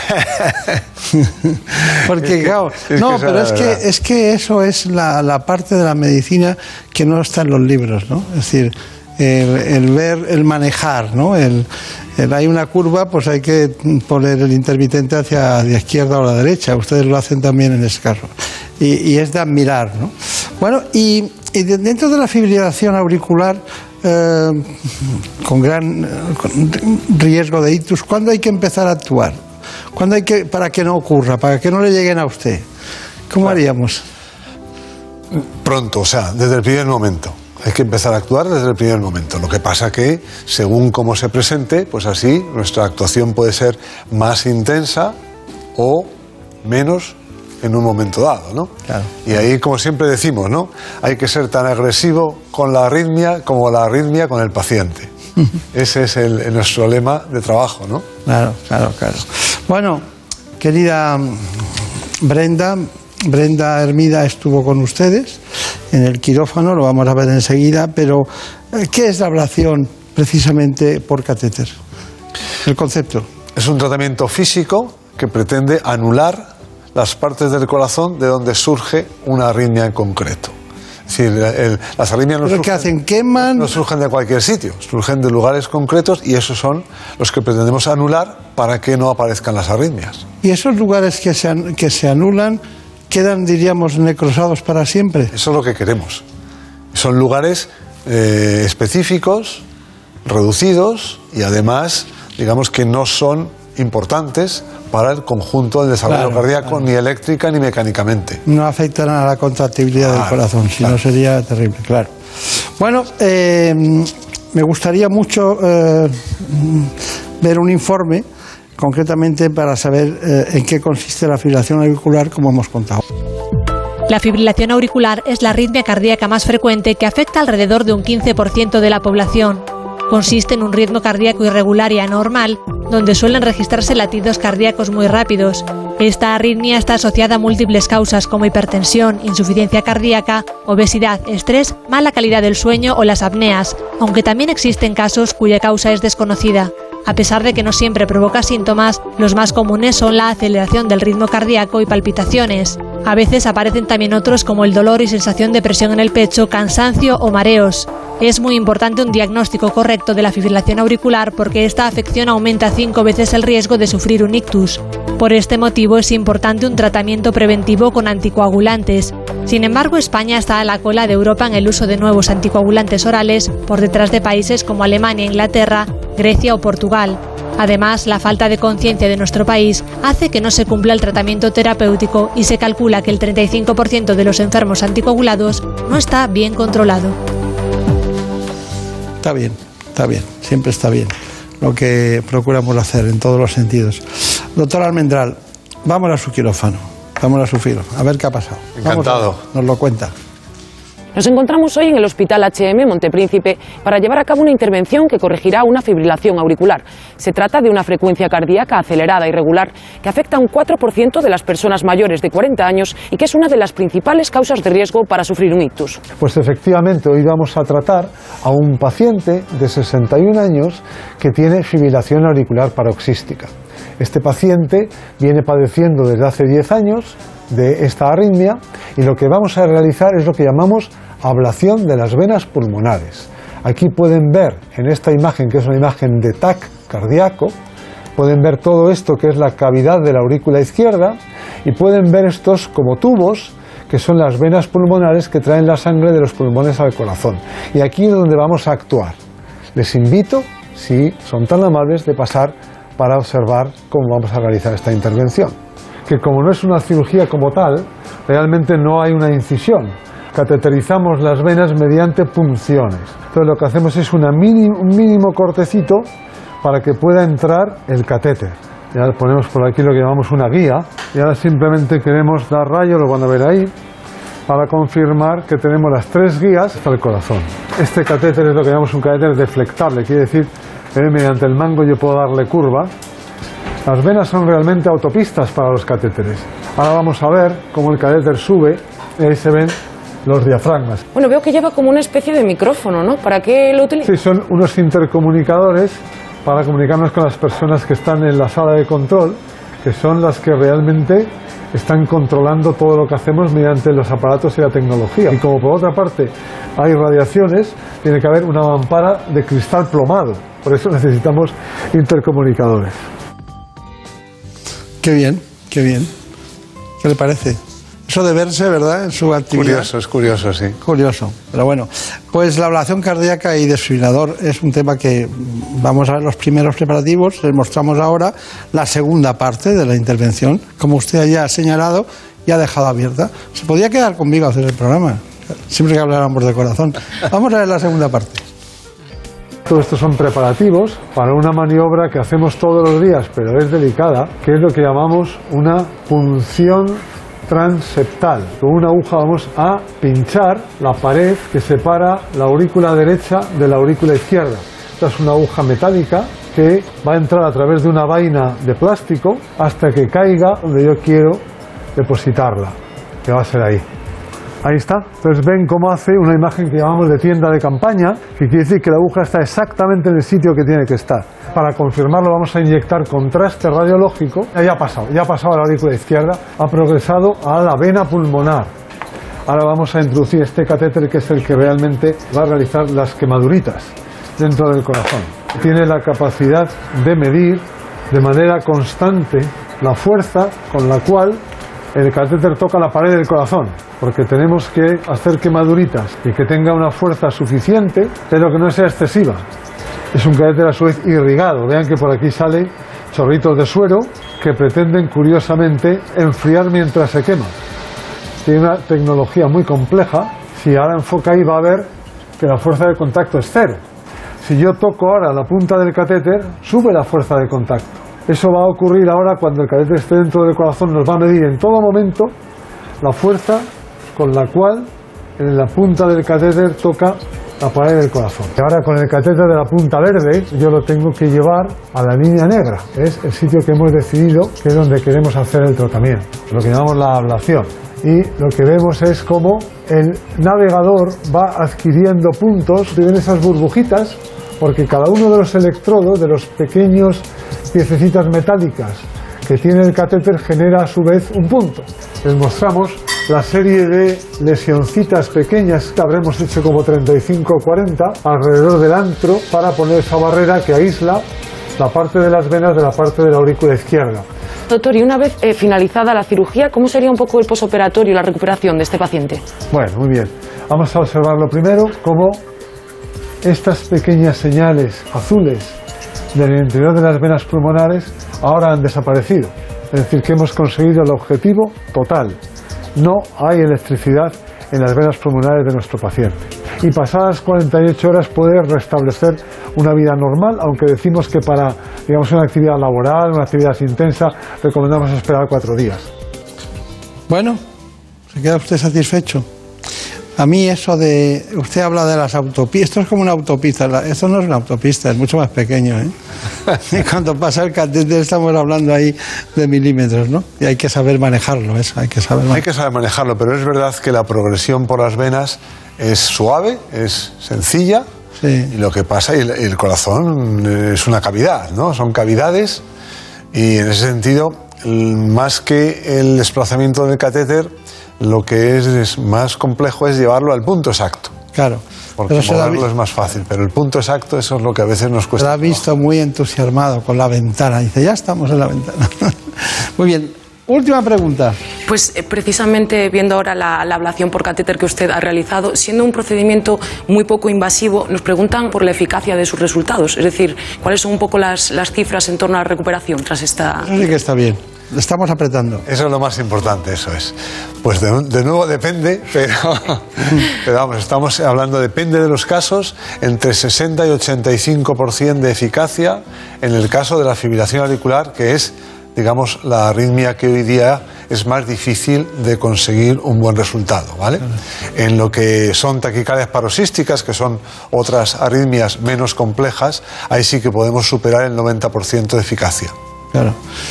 Porque, es que, claro... Es no, que pero es que, es que eso es la, la parte de la medicina que no está en los libros, ¿no? Es decir, el, el ver, el manejar, ¿no? El, el, hay una curva, pues hay que poner el intermitente hacia la izquierda o la derecha. Ustedes lo hacen también en ese caso. Y, y es de admirar, ¿no? Bueno, y, y dentro de la fibrilación auricular... Eh, con gran con riesgo de ictus, ¿cuándo hay que empezar a actuar? ¿Cuándo hay que, para que no ocurra, para que no le lleguen a usted? ¿Cómo bueno, haríamos? pronto, o sea, desde el primer momento. Hay que empezar a actuar desde el primer momento. Lo que pasa que, según cómo se presente, pues así nuestra actuación puede ser más intensa o menos en un momento dado, ¿no? Claro. Y ahí, como siempre decimos, ¿no? Hay que ser tan agresivo con la arritmia como la arritmia con el paciente. Ese es el, el nuestro lema de trabajo, ¿no? Claro, claro, claro. Bueno, querida Brenda, Brenda Hermida estuvo con ustedes en el quirófano, lo vamos a ver enseguida, pero ¿qué es la ablación precisamente por catéter? El concepto. Es un tratamiento físico que pretende anular las partes del corazón de donde surge una arritmia en concreto. Es decir, el, las arritmias no surgen, ¿qué hacen? ¿Queman? No surgen de cualquier sitio, surgen de lugares concretos y esos son los que pretendemos anular para que no aparezcan las arritmias. ¿Y esos lugares que se, que se anulan quedan, diríamos, necrosados para siempre? Eso es lo que queremos. Son lugares eh, específicos, reducidos y además, digamos que no son importantes para el conjunto del desarrollo claro, cardíaco, claro. Ni eléctrica ni mecánicamente. No afectan a la contractibilidad claro, del corazón, si claro. no sería terrible, claro. Bueno, eh, me gustaría mucho eh, ver un informe, concretamente para saber eh, en qué consiste la fibrilación auricular, como hemos contado. La fibrilación auricular es la arritmia cardíaca más frecuente que afecta alrededor de un quince por ciento de la población. Consiste en un ritmo cardíaco irregular y anormal, donde suelen registrarse latidos cardíacos muy rápidos. Esta arritmia está asociada a múltiples causas como hipertensión, insuficiencia cardíaca, obesidad, estrés, mala calidad del sueño o las apneas, aunque también existen casos cuya causa es desconocida. A pesar de que no siempre provoca síntomas, los más comunes son la aceleración del ritmo cardíaco y palpitaciones. A veces aparecen también otros como el dolor y sensación de presión en el pecho, cansancio o mareos. Es muy importante un diagnóstico correcto de la fibrilación auricular porque esta afección aumenta cinco veces el riesgo de sufrir un ictus. Por este motivo es importante un tratamiento preventivo con anticoagulantes. Sin embargo, España está a la cola de Europa en el uso de nuevos anticoagulantes orales, por detrás de países como Alemania, Inglaterra, Grecia o Portugal. Además, la falta de conciencia de nuestro país hace que no se cumpla el tratamiento terapéutico y se calcula que el treinta y cinco por ciento de los enfermos anticoagulados no está bien controlado. Está bien, está bien, siempre está bien lo que procuramos hacer en todos los sentidos. Doctor Almendral, vamos a su quirófano, vamos a su filo, a ver qué ha pasado. Encantado. Vamos, nos lo cuenta. Nos encontramos hoy en el Hospital H M Montepríncipe para llevar a cabo una intervención que corregirá una fibrilación auricular. Se trata de una frecuencia cardíaca acelerada y irregular que afecta a un cuatro por ciento de las personas mayores de cuarenta años y que es una de las principales causas de riesgo para sufrir un ictus. Pues efectivamente, hoy vamos a tratar a un paciente de sesenta y un años que tiene fibrilación auricular paroxística. Este paciente viene padeciendo desde hace diez años de esta arritmia y lo que vamos a realizar es lo que llamamos ablación de las venas pulmonares. Aquí pueden ver en esta imagen, que es una imagen de T A C cardíaco, pueden ver todo esto que es la cavidad de la aurícula izquierda y pueden ver estos como tubos que son las venas pulmonares que traen la sangre de los pulmones al corazón. Y aquí es donde vamos a actuar. Les invito, si son tan amables, de pasar para observar cómo vamos a realizar esta intervención. Que como no es una cirugía como tal, realmente no hay una incisión. Cateterizamos las venas mediante punciones. Entonces lo que hacemos es una mini, un mínimo cortecito para que pueda entrar el catéter. Ya ponemos por aquí lo que llamamos una guía y ahora simplemente queremos dar rayo, lo van a ver ahí, para confirmar que tenemos las tres guías hasta el corazón. Este catéter es lo que llamamos un catéter deflectable, quiere decir que mediante el mango yo puedo darle curva. Las venas son realmente autopistas para los catéteres. Ahora vamos a ver cómo el catéter sube y ahí se ven los diafragmas. Bueno, veo que lleva como una especie de micrófono, ¿no? ¿Para qué lo utiliza? Sí, son unos intercomunicadores para comunicarnos con las personas que están en la sala de control, que son las que realmente están controlando todo lo que hacemos mediante los aparatos y la tecnología. Y como por otra parte hay radiaciones, tiene que haber una mampara de cristal plomado. Por eso necesitamos intercomunicadores. Qué bien, qué bien. ¿Qué le parece? Eso de verse, ¿verdad?, en su actividad. Curioso, es curioso, sí. Curioso, pero bueno. Pues la ablación cardíaca y desfibrilador es un tema que vamos a ver los primeros preparativos. Les mostramos ahora la segunda parte de la intervención, como usted ya ha señalado, y ha dejado abierta. Se podía quedar conmigo a hacer el programa, siempre que habláramos de corazón. Vamos a ver la segunda parte. Todo esto son preparativos para una maniobra que hacemos todos los días, pero es delicada, que es lo que llamamos una punción transeptal. Con una aguja vamos a pinchar la pared que separa la aurícula derecha de la aurícula izquierda. Esta es una aguja metálica que va a entrar a través de una vaina de plástico hasta que caiga donde yo quiero depositarla, que va a ser ahí. Ahí está. Entonces ven cómo hace una imagen que llamamos de tienda de campaña, que quiere decir que la aguja está exactamente en el sitio que tiene que estar. Para confirmarlo vamos a inyectar contraste radiológico. Ya ha pasado, ya ha pasado a la aurícula izquierda, ha progresado a la vena pulmonar. Ahora vamos a introducir este catéter, que es el que realmente va a realizar las quemaduritas dentro del corazón. Tiene la capacidad de medir de manera constante la fuerza con la cual el catéter toca la pared del corazón, porque tenemos que hacer quemaduritas y que tenga una fuerza suficiente, pero que no sea excesiva. Es un catéter a su vez irrigado. Vean que por aquí salen chorritos de suero que pretenden curiosamente enfriar mientras se quema. Tiene una tecnología muy compleja. Si ahora enfoca ahí, va a ver que la fuerza de contacto es cero. Si yo toco ahora la punta del catéter, sube la fuerza de contacto. Eso va a ocurrir ahora cuando el catéter esté dentro del corazón. Nos va a medir en todo momento la fuerza con la cual en la punta del catéter toca la pared del corazón. Y ahora con el catéter de la punta verde yo lo tengo que llevar a la línea negra. Es el sitio que hemos decidido que es donde queremos hacer el tratamiento, lo que llamamos la ablación. Y lo que vemos es cómo el navegador va adquiriendo puntos de esas burbujitas, porque cada uno de los electrodos, de los pequeños piececitas metálicas que tiene el catéter, genera a su vez un punto. Les mostramos la serie de lesioncitas pequeñas que habremos hecho como treinta y cinco o cuarenta alrededor del antro para poner esa barrera que aísla la parte de las venas de la parte de la aurícula izquierda. Doctor, y una vez eh, finalizada la cirugía, ¿cómo sería un poco el posoperatorio y la recuperación de este paciente? Bueno, muy bien. Vamos a observarlo primero, cómo estas pequeñas señales azules del interior de las venas pulmonares ahora han desaparecido. Es decir, que hemos conseguido el objetivo total. No hay electricidad en las venas pulmonares de nuestro paciente. Y pasadas cuarenta y ocho horas puede restablecer una vida normal, aunque decimos que para, digamos, una actividad laboral, una actividad intensa, recomendamos esperar cuatro días. Bueno, ¿se queda usted satisfecho? A mí eso de... Usted habla de las autopistas, esto es como una autopista, esto no es una autopista, es mucho más pequeño, ¿eh? Y cuando pasa el catéter estamos hablando ahí de milímetros, ¿no? Y hay que saber manejarlo, eso, hay que saber manejarlo. Hay que saber manejarlo, pero es verdad que la progresión por las venas es suave, es sencilla, sí. Y lo que pasa, y el, el corazón es una cavidad, ¿no? Son cavidades, y en ese sentido, más que el desplazamiento del catéter, lo que es, es más complejo es llevarlo al punto exacto. Claro. Porque moverlo es más fácil, pero el punto exacto, eso es lo que a veces nos cuesta. Se ha visto muy entusiasmado con la ventana. Dice, ya estamos en la ventana. Muy bien. Última pregunta. Pues eh, precisamente viendo ahora la, la ablación por catéter que usted ha realizado, siendo un procedimiento muy poco invasivo, nos preguntan por la eficacia de sus resultados. Es decir, ¿cuáles son un poco las, las cifras en torno a la recuperación tras esta...? Eso sí que está bien. Estamos apretando. Eso es lo más importante, eso es. Pues de, de nuevo depende, pero, pero vamos, estamos hablando, depende de los casos, entre sesenta y ochenta y cinco por ciento de eficacia en el caso de la fibrilación auricular, que es, digamos, la arritmia que hoy día es más difícil de conseguir un buen resultado, ¿vale? Claro. En lo que son taquicardias paroxísticas, que son otras arritmias menos complejas, ahí sí que podemos superar el noventa por ciento de eficacia. Claro.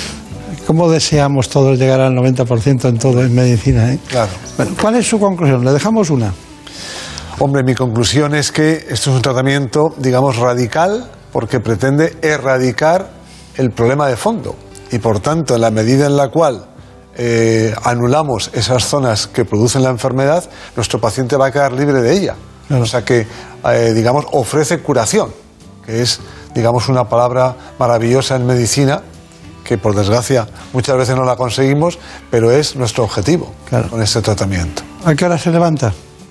¿Cómo deseamos todos llegar al noventa por ciento en todo en medicina, eh? Claro. Bueno, ¿cuál es su conclusión? Le dejamos una. Hombre, mi conclusión es que esto es un tratamiento, digamos, radical, porque pretende erradicar el problema de fondo. Y por tanto, en la medida en la cual eh, anulamos esas zonas que producen la enfermedad, nuestro paciente va a quedar libre de ella. Claro. O sea que, eh, digamos, ofrece curación, que es, digamos, una palabra maravillosa en medicina, que por desgracia muchas veces no la conseguimos, pero es nuestro objetivo, claro, con este tratamiento. ¿A qué hora se levanta?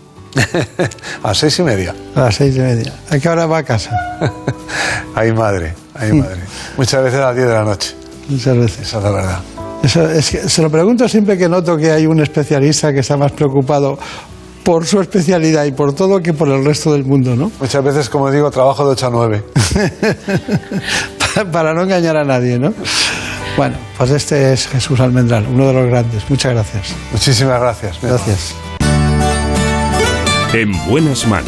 A las seis y media. A las seis y media. ¿A qué hora va a casa? Ay, madre, ay, madre. Muchas veces a las diez de la noche. Muchas veces. Esa es la verdad. Eso es que se lo pregunto siempre que noto que hay un especialista que está más preocupado por su especialidad y por todo que por el resto del mundo, ¿no? Muchas veces, como digo, trabajo de ocho a nueve. para, para no engañar a nadie, ¿no? Bueno, pues este es Jesús Almendral, uno de los grandes. Muchas gracias. Muchísimas gracias. Gracias. En buenas manos.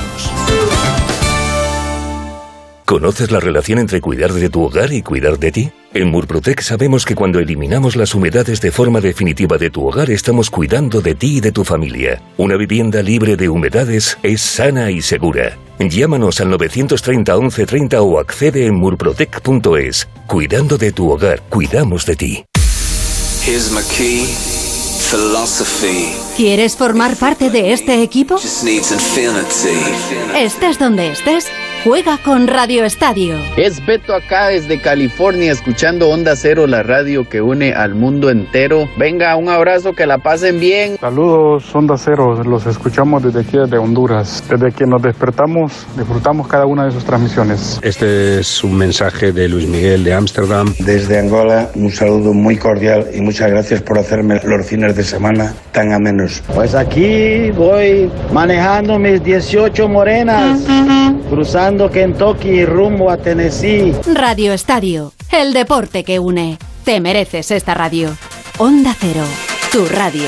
¿Conoces la relación entre cuidar de tu hogar y cuidar de ti? En Murprotec sabemos que cuando eliminamos las humedades de forma definitiva de tu hogar estamos cuidando de ti y de tu familia. Una vivienda libre de humedades es sana y segura. Llámanos al novecientos treinta, once treinta o accede en murprotec punto es. Cuidando de tu hogar, cuidamos de ti. Here's my key, philosophy. ¿Quieres formar parte de este equipo? Just needs infinity. Estés donde estés, juega con Radio Estadio. Es Beto acá desde California escuchando Onda Cero, la radio que une al mundo entero. Venga, un abrazo, que la pasen bien. Saludos Onda Cero, los escuchamos desde aquí desde Honduras. Desde que nos despertamos, disfrutamos cada una de sus transmisiones. Este es un mensaje de Luis Miguel de Ámsterdam. Desde Angola, un saludo muy cordial y muchas gracias por hacerme los fines de semana tan amenos. Pues aquí voy manejando mis dieciocho morenas, cruzando Kentucky rumbo a Tennessee. Radio Estadio, el deporte que une. Te mereces esta radio. Onda Cero, tu radio.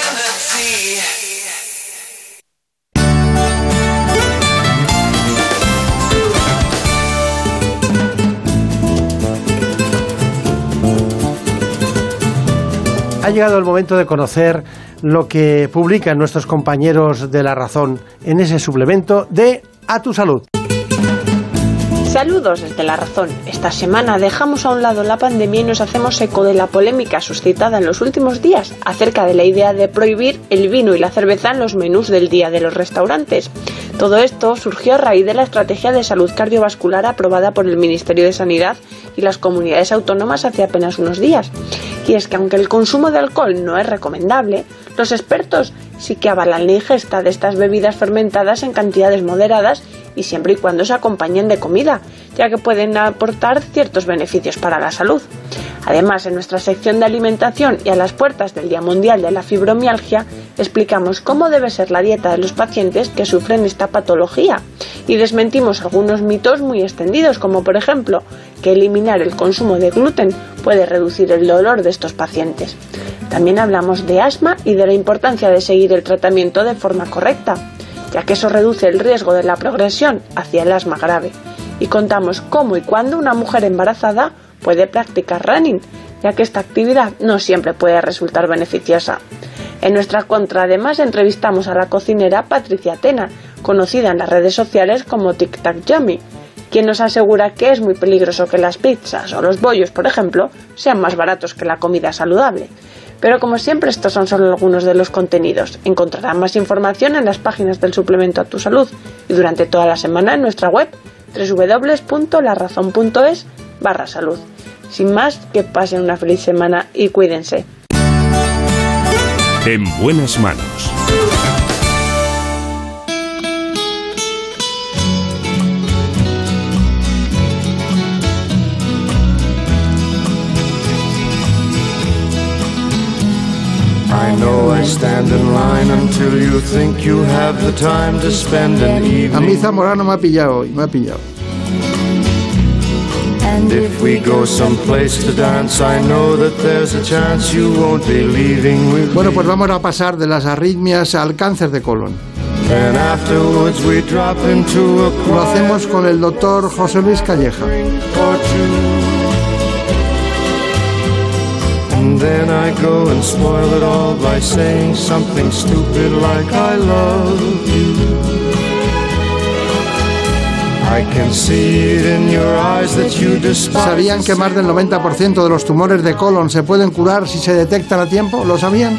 Ha llegado el momento de conocer lo que publican nuestros compañeros de La Razón en ese suplemento de A Tu Salud. Saludos desde La Razón. Esta semana dejamos a un lado la pandemia y nos hacemos eco de la polémica suscitada en los últimos días acerca de la idea de prohibir el vino y la cerveza en los menús del día de los restaurantes. Todo esto surgió a raíz de la estrategia de salud cardiovascular aprobada por el Ministerio de Sanidad y las comunidades autónomas hace apenas unos días. Y es que aunque el consumo de alcohol no es recomendable, los expertos sí que avalan la ingesta de estas bebidas fermentadas en cantidades moderadas y siempre y cuando se acompañen de comida, ya que pueden aportar ciertos beneficios para la salud. Además, en nuestra sección de alimentación y a las puertas del Día Mundial de la Fibromialgia, explicamos cómo debe ser la dieta de los pacientes que sufren esta patología y desmentimos algunos mitos muy extendidos, como por ejemplo que eliminar el consumo de gluten puede reducir el dolor de estos pacientes. También hablamos de asma y de la importancia de seguir el tratamiento de forma correcta, ya que eso reduce el riesgo de la progresión hacia el asma grave. Y contamos cómo y cuándo una mujer embarazada puede practicar running, ya que esta actividad no siempre puede resultar beneficiosa. En nuestra contra, además, entrevistamos a la cocinera Patricia Tena, conocida en las redes sociales como Tic Tac Yummy, quien nos asegura que es muy peligroso que las pizzas o los bollos, por ejemplo, sean más baratos que la comida saludable. Pero como siempre, estos son solo algunos de los contenidos. Encontrarán más información en las páginas del suplemento A Tu Salud y durante toda la semana en nuestra web doble u doble u doble u punto la razón punto es barra salud. Sin más, que pasen una feliz semana y cuídense. En buenas manos. A mí Zamorano me ha pillado hoy, me ha pillado. If we go someplace to dance, I know that there's a chance you won't be leaving with me. Bueno, pues vamos a pasar de las arritmias al cáncer de colon. And afterwards we drop into a Lo hacemos con el doctor José Luis Calleja. And then I go and spoil it all by saying something stupid like I love you. ¿Sabían que más del noventa por ciento de los tumores de colon se pueden curar si se detectan a tiempo? ¿Lo sabían?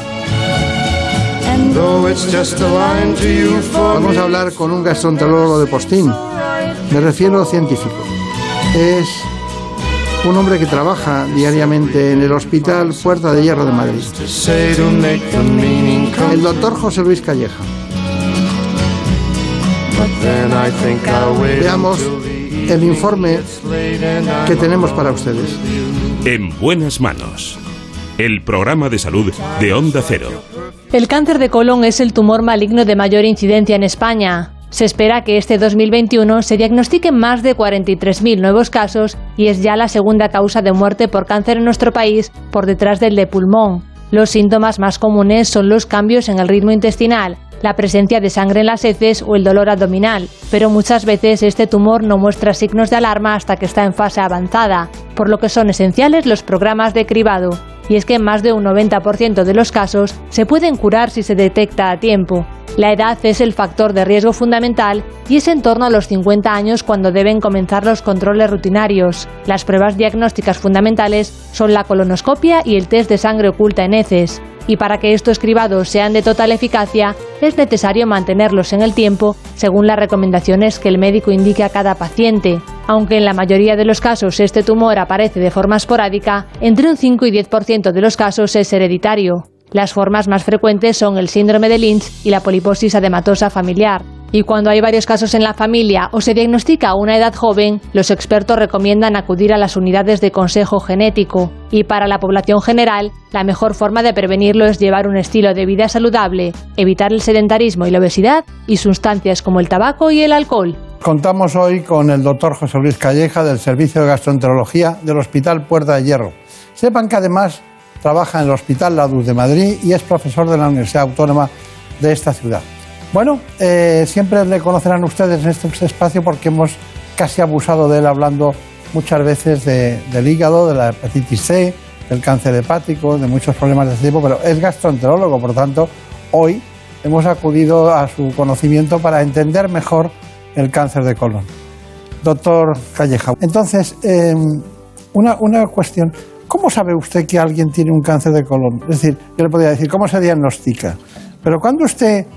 Vamos a hablar con un gastroenterólogo de postín. Me refiero científico. Es un hombre que trabaja diariamente en el Hospital Puerta de Hierro de Madrid. El doctor José Luis Calleja. Veamos el informe que tenemos para ustedes. En buenas manos. el programa de salud de Onda Cero. El cáncer de colon es el tumor maligno de mayor incidencia en España. Se espera que este dos mil veintiuno se diagnostiquen más de cuarenta y tres mil nuevos casos y es ya la segunda causa de muerte por cáncer en nuestro país, por detrás del de pulmón. Los síntomas más comunes son los cambios en el ritmo intestinal, la presencia de sangre en las heces o el dolor abdominal, pero muchas veces este tumor no muestra signos de alarma hasta que está en fase avanzada, por lo que son esenciales los programas de cribado. Y es que en más de un noventa por ciento de los casos se pueden curar si se detecta a tiempo. La edad es el factor de riesgo fundamental y es en torno a los cincuenta años cuando deben comenzar los controles rutinarios. Las pruebas diagnósticas fundamentales son la colonoscopia y el test de sangre oculta en heces. Y para que estos cribados sean de total eficacia, es necesario mantenerlos en el tiempo según las recomendaciones que el médico indique a cada paciente. Aunque en la mayoría de los casos este tumor aparece de forma esporádica, entre un cinco y diez por ciento de los casos es hereditario. Las formas más frecuentes son el síndrome de Lynch y la poliposis adematosa familiar. Y cuando hay varios casos en la familia o se diagnostica a una edad joven, los expertos recomiendan acudir a las unidades de consejo genético. Y para la población general, la mejor forma de prevenirlo es llevar un estilo de vida saludable, evitar el sedentarismo y la obesidad y sustancias como el tabaco y el alcohol. Contamos hoy con el doctor José Luis Calleja del Servicio de Gastroenterología del Hospital Puerta de Hierro. Sepan que además trabaja en el Hospital La Luz de Madrid y es profesor de la Universidad Autónoma de esta ciudad. Bueno, eh, siempre le conocerán ustedes en este espacio porque hemos casi abusado de él hablando muchas veces de, del hígado, de la hepatitis C, del cáncer hepático, de muchos problemas de este tipo, pero es gastroenterólogo, por tanto, hoy hemos acudido a su conocimiento para entender mejor el cáncer de colon. Doctor Calleja, entonces, eh, una, una cuestión. ¿Cómo sabe usted que alguien tiene un cáncer de colon? Es decir, yo le podría decir, ¿cómo se diagnostica? Pero cuando usted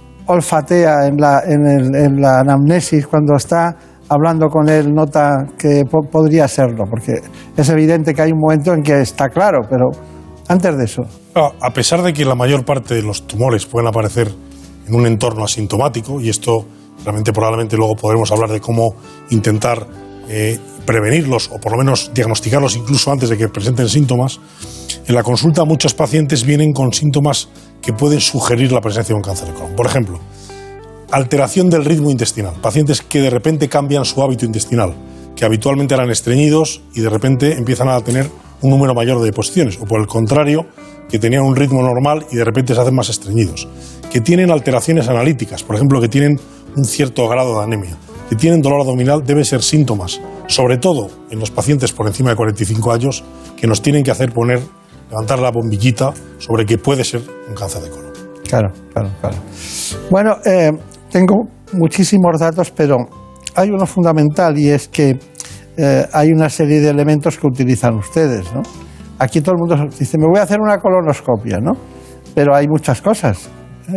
olfatea en la, en el, en la anamnesis, cuando está hablando con él, nota que po podría serlo, porque es evidente que hay un momento en que está claro, pero antes de eso. A pesar de que la mayor parte de los tumores pueden aparecer en un entorno asintomático, y esto realmente probablemente luego podremos hablar de cómo intentar eh, prevenirlos o por lo menos diagnosticarlos incluso antes de que presenten síntomas, en la consulta muchos pacientes vienen con síntomas que pueden sugerir la presencia de un cáncer de colon. Por ejemplo, alteración del ritmo intestinal. Pacientes que de repente cambian su hábito intestinal, que habitualmente eran estreñidos y de repente empiezan a tener un número mayor de deposiciones, o por el contrario, que tenían un ritmo normal y de repente se hacen más estreñidos, que tienen alteraciones analíticas, por ejemplo, que tienen un cierto grado de anemia, que tienen dolor abdominal, deben ser síntomas, sobre todo en los pacientes por encima de cuarenta y cinco años, que nos tienen que hacer poner, levantar la bombillita sobre que puede ser un cáncer de colon. Claro, claro, claro. Bueno, eh, tengo muchísimos datos, pero hay uno fundamental y es que eh, hay una serie de elementos que utilizan ustedes, ¿no? Aquí todo el mundo dice, me voy a hacer una colonoscopia, ¿no? Pero hay muchas cosas.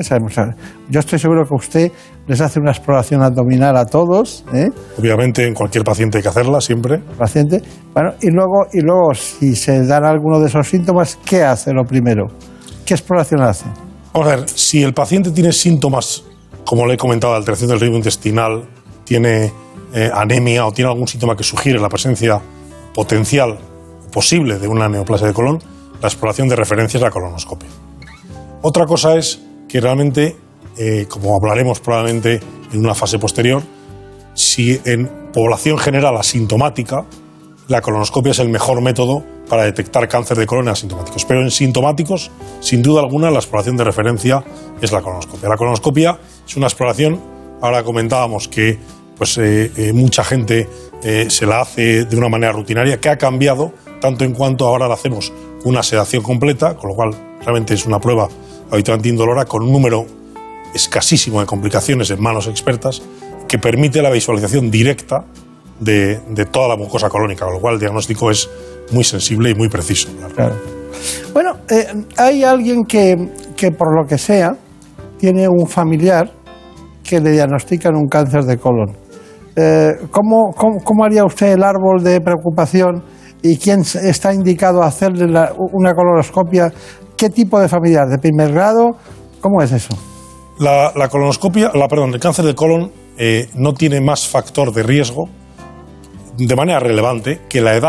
Yo estoy seguro que usted les hace una exploración abdominal a todos, ¿eh? Obviamente en cualquier paciente hay que hacerla siempre. Paciente. Bueno, y luego, y luego si se dan alguno de esos síntomas, ¿qué hace lo primero? ¿Qué exploración hace? Vamos a ver, si el paciente tiene síntomas, como le he comentado, de alteración del ritmo intestinal, tiene eh, anemia o tiene algún síntoma que sugiere la presencia potencial posible de una neoplasia de colon, la exploración de referencia es la colonoscopia. Otra cosa es que realmente, eh, como hablaremos probablemente en una fase posterior, si en población general asintomática, la colonoscopia es el mejor método para detectar cáncer de colon en asintomáticos. Pero en sintomáticos, sin duda alguna, la exploración de referencia es la colonoscopia. La colonoscopia es una exploración, ahora comentábamos que pues, eh, eh, mucha gente eh, se la hace de una manera rutinaria, que ha cambiado tanto en cuanto ahora la hacemos con una sedación completa, con lo cual realmente es una prueba habitualmente indolora, con un número escasísimo de complicaciones en manos expertas, que permite la visualización directa de, de toda la mucosa colónica, con lo cual el diagnóstico es muy sensible y muy preciso. Claro. Bueno, eh, hay alguien que, que por lo que sea tiene un familiar que le diagnostican un cáncer de colon. Eh, ¿cómo, cómo, ¿Cómo haría usted el árbol de preocupación y quién está indicado a hacerle la, una colonoscopia? ¿Qué tipo de familiar? ¿De primer grado? ¿Cómo es eso? La, la colonoscopia, la, perdón, el cáncer de colon eh, no tiene más factor de riesgo de manera relevante que la edad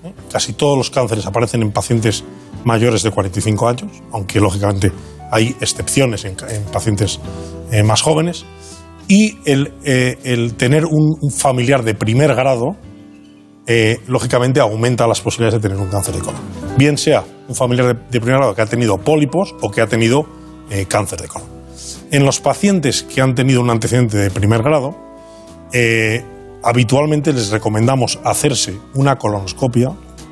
Casi todos los cánceres aparecen en pacientes mayores de cuarenta y cinco años, aunque lógicamente hay excepciones en, en pacientes eh, más jóvenes. Y el, eh, el tener un, un familiar de primer grado, eh, lógicamente aumenta las posibilidades de tener un cáncer de colon. Bien sea un familiar de, de primer grado que ha tenido pólipos o que ha tenido eh, cáncer de colon. En los pacientes que han tenido un antecedente de primer grado, eh, habitualmente les recomendamos hacerse una colonoscopia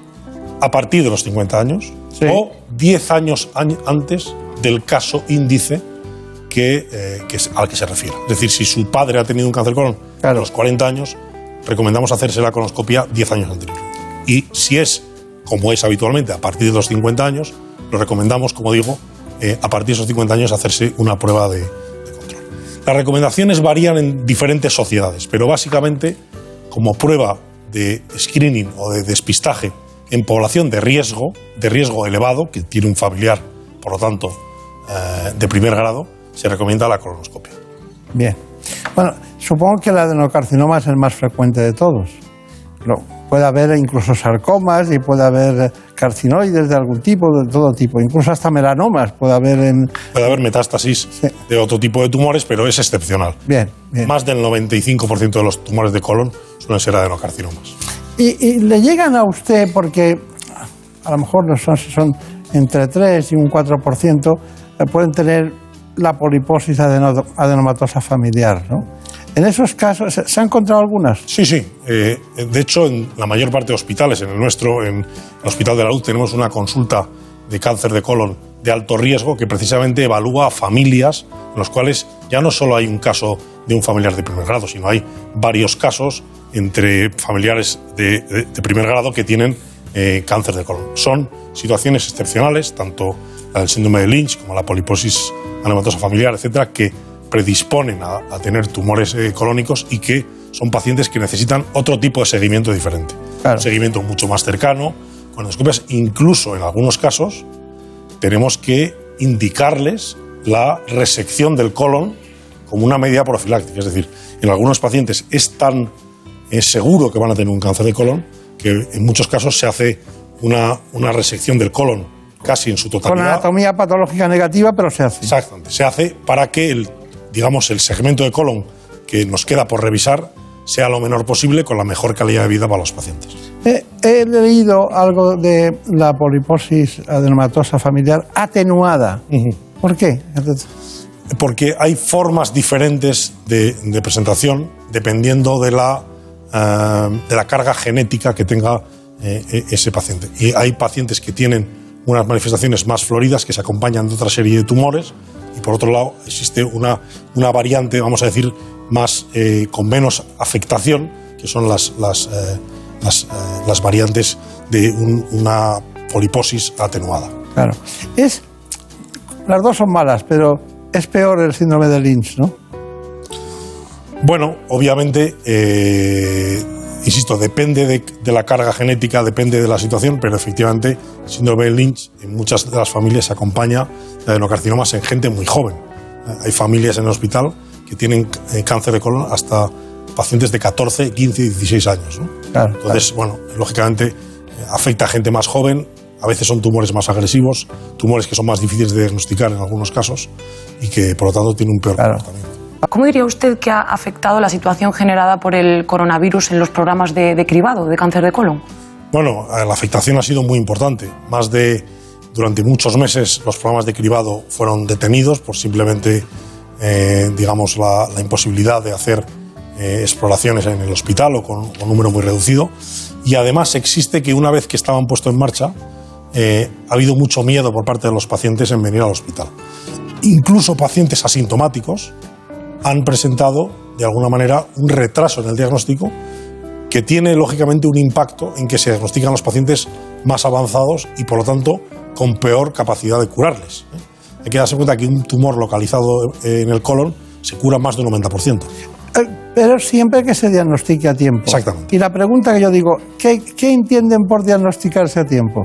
a partir de los cincuenta años, sí, o diez años antes del caso índice que, eh, que es, al que se refiere. Es decir, si su padre ha tenido un cáncer de colon a los cuarenta años, recomendamos hacerse la colonoscopia diez años anteriormente. Y si es, como es habitualmente, a partir de los cincuenta años, lo recomendamos, como digo, eh, a partir de esos cincuenta años hacerse una prueba de, de control. Las recomendaciones varían en diferentes sociedades, pero básicamente, como prueba de screening o de despistaje en población de riesgo, de riesgo elevado, que tiene un familiar, por lo tanto, eh, de primer grado, se recomienda la colonoscopia. Bien. Bueno, supongo que el adenocarcinoma es el más frecuente de todos. Lo, puede haber incluso sarcomas y puede haber carcinoides de algún tipo, de todo tipo, incluso hasta melanomas puede haber en... Puede haber metástasis, sí, de otro tipo de tumores, pero es excepcional. Bien, bien. Más del noventa y cinco por ciento de los tumores de colon suelen ser adenocarcinomas. Y, y le llegan a usted porque a lo mejor no son, son entre tres y un cuatro por ciento, pueden tener la poliposis adenomatosa familiar, ¿no? En esos casos, ¿se han encontrado algunas? Sí, sí. Eh, de hecho, en la mayor parte de hospitales, en el nuestro, en el Hospital de la Luz, tenemos una consulta de cáncer de colon de alto riesgo que precisamente evalúa a familias en los cuales ya no solo hay un caso de un familiar de primer grado, sino hay varios casos entre familiares de, de, de primer grado que tienen eh, cáncer de colon. Son situaciones excepcionales, tanto la del síndrome de Lynch como la poliposis adenomatosa familiar, etcétera, que predisponen a, a tener tumores eh, colónicos y que son pacientes que necesitan otro tipo de seguimiento diferente. Claro. Un seguimiento mucho más cercano, con endoscopias. Incluso en algunos casos tenemos que indicarles la resección del colon como una medida profiláctica. Es decir, en algunos pacientes es tan eh, seguro que van a tener un cáncer de colon que en muchos casos se hace una, una resección del colon casi en su totalidad. Con anatomía patológica negativa, pero se hace. Exactamente. Se hace para que el, digamos, el segmento de colon que nos queda por revisar sea lo menor posible con la mejor calidad de vida para los pacientes. Eh, he leído algo de la poliposis adenomatosa familiar atenuada. Uh-huh. ¿Por qué? Porque hay formas diferentes de, de presentación dependiendo de la, uh, de la carga genética que tenga eh, ese paciente. Y hay pacientes que tienen unas manifestaciones más floridas que se acompañan de otra serie de tumores, y por otro lado existe una, una variante, vamos a decir, más eh, con menos afectación, que son las, las, eh, las, eh, las variantes de un, una poliposis atenuada. Claro. Es, las dos son malas, pero es peor el síndrome de Lynch, ¿no? Bueno, obviamente, eh, insisto, depende de, de la carga genética, depende de la situación, pero efectivamente el síndrome de Lynch en muchas de las familias se acompaña de adenocarcinomas en gente muy joven. Hay familias en el hospital que tienen eh, cáncer de colon hasta pacientes de catorce, quince y dieciséis años, ¿no? Claro, Entonces, claro. bueno, lógicamente eh, afecta a gente más joven, a veces son tumores más agresivos, tumores que son más difíciles de diagnosticar en algunos casos y que por lo tanto tienen un peor claro. comportamiento. ¿Cómo diría usted que ha afectado la situación generada por el coronavirus en los programas de, de cribado de cáncer de colon? Bueno, la afectación ha sido muy importante. Más de, durante muchos meses, los programas de cribado fueron detenidos por simplemente, eh, digamos, la, la imposibilidad de hacer eh, exploraciones en el hospital o con, con un número muy reducido. Y además existe que una vez que estaban puestos en marcha, eh, ha habido mucho miedo por parte de los pacientes en venir al hospital. Incluso pacientes asintomáticos han presentado, de alguna manera, un retraso en el diagnóstico que tiene, lógicamente, un impacto en que se diagnostican los pacientes más avanzados y, por lo tanto, con peor capacidad de curarles. Hay que darse cuenta que un tumor localizado en el colon se cura más de un noventa por ciento. Pero siempre que se diagnostique a tiempo. Exactamente. Y la pregunta que yo digo, ¿qué, qué entienden por diagnosticarse a tiempo?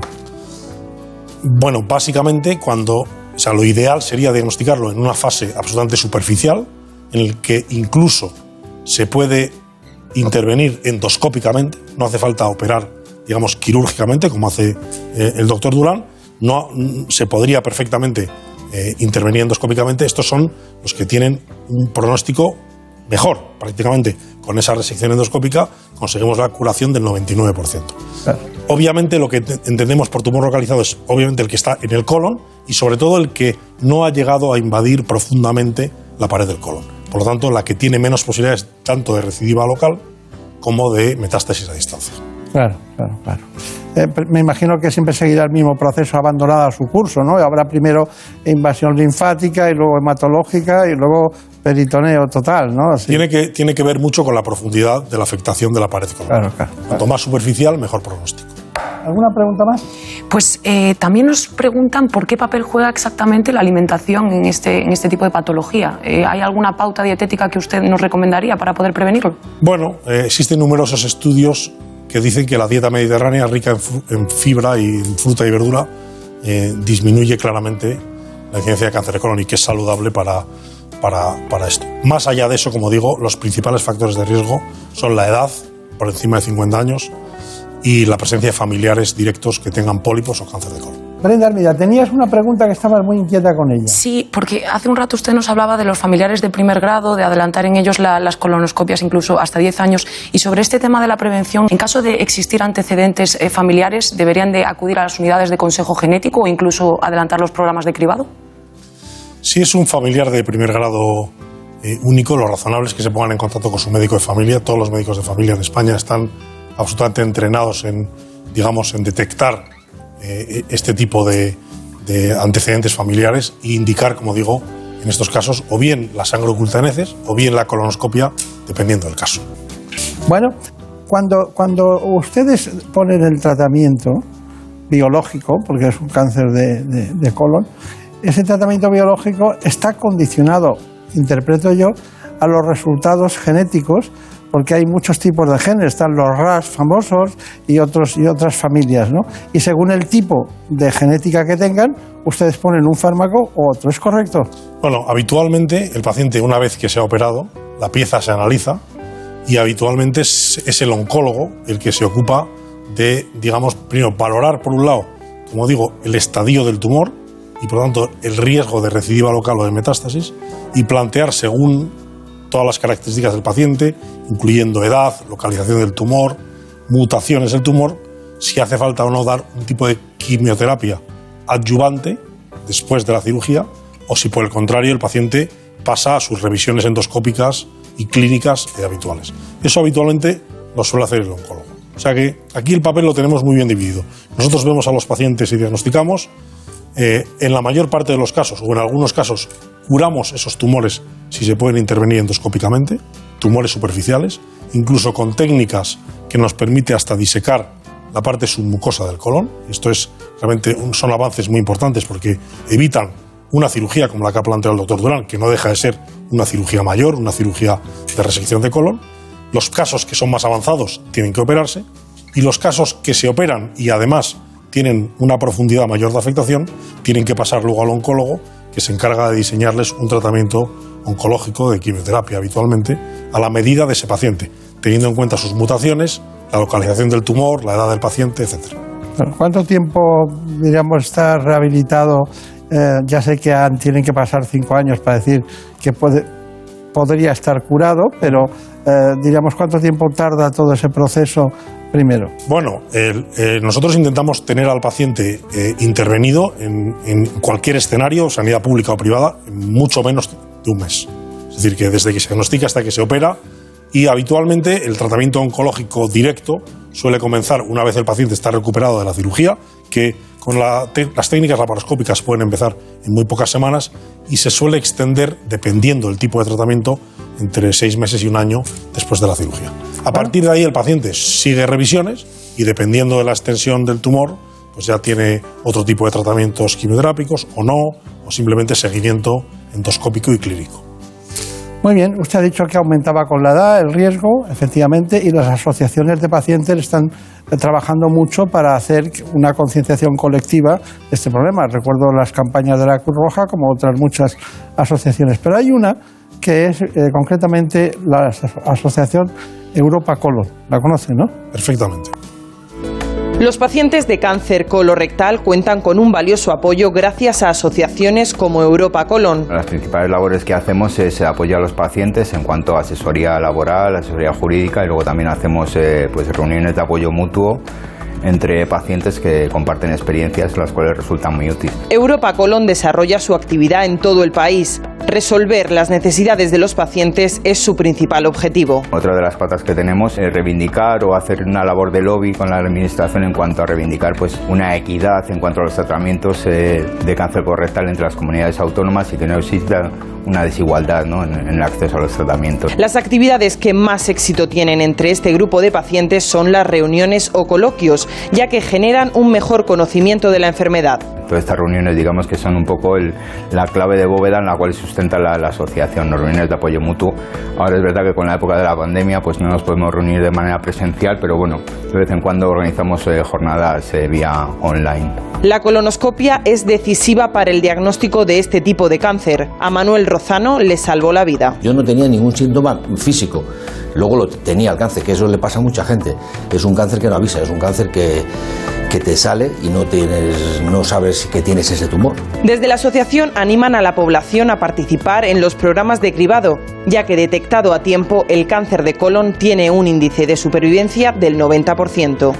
Bueno, básicamente, cuando, o sea, lo ideal sería diagnosticarlo en una fase absolutamente superficial, en el que incluso se puede intervenir endoscópicamente, no hace falta operar digamos, quirúrgicamente, como hace eh, el doctor Durán. No, se podría perfectamente eh, intervenir endoscópicamente. Estos son los que tienen un pronóstico mejor, prácticamente. Con esa resección endoscópica conseguimos la curación del noventa y nueve por ciento. Claro. Obviamente lo que entendemos por tumor localizado es obviamente el que está en el colon y sobre todo el que no ha llegado a invadir profundamente la pared del colon. Por lo tanto, la que tiene menos posibilidades tanto de recidiva local como de metástasis a distancia. Claro, claro, claro. Eh, me imagino que siempre seguirá el mismo proceso abandonado a su curso, ¿no? Habrá primero invasión linfática y luego hematológica y luego peritoneo total, ¿no? Así. Tiene que, tiene que ver mucho con la profundidad de la afectación de la pared colon. Claro, claro, claro. Cuanto más superficial, mejor pronóstico. ¿Alguna pregunta más? Pues eh, también nos preguntan por qué papel juega exactamente la alimentación en este, en este tipo de patología. Eh, ¿Hay alguna pauta dietética que usted nos recomendaría para poder prevenirlo? Bueno, eh, existen numerosos estudios que dicen que la dieta mediterránea rica en, en fibra y en fruta y verdura eh, disminuye claramente la incidencia de cáncer de colon y que es saludable para, para, para esto. Más allá de eso, como digo, los principales factores de riesgo son la edad, por encima de cincuenta años, y la presencia de familiares directos que tengan pólipos o cáncer de colon. Brenda Armida, tenías una pregunta que estabas muy inquieta con ella. Sí, porque hace un rato usted nos hablaba de los familiares de primer grado, de adelantar en ellos la, las colonoscopias incluso hasta diez años. Y sobre este tema de la prevención, en caso de existir antecedentes eh, familiares, ¿deberían de acudir a las unidades de consejo genético o incluso adelantar los programas de cribado? Si es un familiar de primer grado eh, único, lo razonable es que se pongan en contacto con su médico de familia. Todos los médicos de familia en España están absolutamente entrenados en, digamos, en detectar eh, este tipo de, de antecedentes familiares e indicar, como digo, en estos casos, o bien la sangre oculta en heces o bien la colonoscopia, dependiendo del caso. Bueno, cuando, cuando ustedes ponen el tratamiento biológico, porque es un cáncer de, de, de colon, ese tratamiento biológico está condicionado, interpreto yo, a los resultados genéticos, porque hay muchos tipos de genes, están los R A S famosos y, otros, y otras familias, ¿no? Y según el tipo de genética que tengan, ustedes ponen un fármaco u otro, ¿es correcto? Bueno, habitualmente el paciente, una vez que se ha operado, la pieza se analiza y habitualmente es, es el oncólogo el que se ocupa de, digamos, primero valorar por un lado, como digo, el estadio del tumor y por lo tanto el riesgo de recidiva local o de metástasis y plantear según todas las características del paciente, incluyendo edad, localización del tumor, mutaciones del tumor, si hace falta o no dar un tipo de quimioterapia adyuvante después de la cirugía, o si por el contrario el paciente pasa a sus revisiones endoscópicas y clínicas eh, habituales. Eso habitualmente lo suele hacer el oncólogo. O sea que aquí el papel lo tenemos muy bien dividido. Nosotros vemos a los pacientes y diagnosticamos. Eh, en la mayor parte de los casos, o en algunos casos, curamos esos tumores si se pueden intervenir endoscópicamente, tumores superficiales, incluso con técnicas que nos permite hasta disecar la parte submucosa del colon. Esto es realmente un, son avances muy importantes porque evitan una cirugía como la que ha planteado el doctor Durán, que no deja de ser una cirugía mayor, una cirugía de resección de colon. Los casos que son más avanzados tienen que operarse y los casos que se operan y además tienen una profundidad mayor de afectación, tienen que pasar luego al oncólogo, que se encarga de diseñarles un tratamiento oncológico de quimioterapia habitualmente a la medida de ese paciente, teniendo en cuenta sus mutaciones, la localización del tumor, la edad del paciente, etcétera. ¿Cuánto tiempo, diríamos, está rehabilitado? Eh, ya sé que han, tienen que pasar cinco años para decir que puede, podría estar curado, pero eh, diríamos, ¿cuánto tiempo tarda todo ese proceso primero? Bueno, el, eh, nosotros intentamos tener al paciente eh, intervenido en, en cualquier escenario, sanidad pública o privada, en mucho menos de un mes. Es decir, que desde que se diagnostica hasta que se opera, y habitualmente el tratamiento oncológico directo suele comenzar una vez el paciente está recuperado de la cirugía, que con la te- las técnicas laparoscópicas pueden empezar en muy pocas semanas y se suele extender, dependiendo del tipo de tratamiento, entre seis meses y un año después de la cirugía. A partir de ahí el paciente sigue revisiones y dependiendo de la extensión del tumor, pues ya tiene otro tipo de tratamientos quimioterápicos o no, o simplemente seguimiento endoscópico y clínico. Muy bien, usted ha dicho que aumentaba con la edad el riesgo, efectivamente, y las asociaciones de pacientes están trabajando mucho para hacer una concienciación colectiva de este problema. Recuerdo las campañas de la Cruz Roja como otras muchas asociaciones, pero hay una que es eh, concretamente la Asociación Europa Colon. ¿La conoce, no? Perfectamente. Los pacientes de cáncer colorectal cuentan con un valioso apoyo gracias a asociaciones como Europa Colon. Las principales labores que hacemos es apoyar a los pacientes en cuanto a asesoría laboral, asesoría jurídica, y luego también hacemos eh, pues, reuniones de apoyo mutuo entre pacientes que comparten experiencias, las cuales resultan muy útiles. Europa Colon desarrolla su actividad en todo el país. Resolver las necesidades de los pacientes es su principal objetivo. Otra de las patas que tenemos es reivindicar o hacer una labor de lobby con la administración en cuanto a reivindicar pues, una equidad en cuanto a los tratamientos eh, de cáncer colorectal entre las comunidades autónomas y que no exista una desigualdad, ¿no?, en, en el acceso a los tratamientos. Las actividades que más éxito tienen entre este grupo de pacientes son las reuniones o coloquios, ya que generan un mejor conocimiento de la enfermedad. Todas estas reuniones, digamos que son un poco el, la clave de bóveda en la cual sustenta la, la asociación, las reuniones de apoyo mutuo. Ahora es verdad que con la época de la pandemia pues no nos podemos reunir de manera presencial, pero bueno, de vez en cuando organizamos eh, jornadas eh, vía online. La colonoscopia es decisiva para el diagnóstico de este tipo de cáncer. A Manuel Rozano le salvó la vida. Yo no tenía ningún síntoma físico. Luego lo tenía el cáncer, que eso le pasa a mucha gente. Es un cáncer que no avisa, es un cáncer que, que te sale y no, tienes, no sabes que tienes ese tumor. Desde la asociación animan a la población a participar en los programas de cribado, ya que detectado a tiempo el cáncer de colon tiene un índice de supervivencia del noventa por ciento.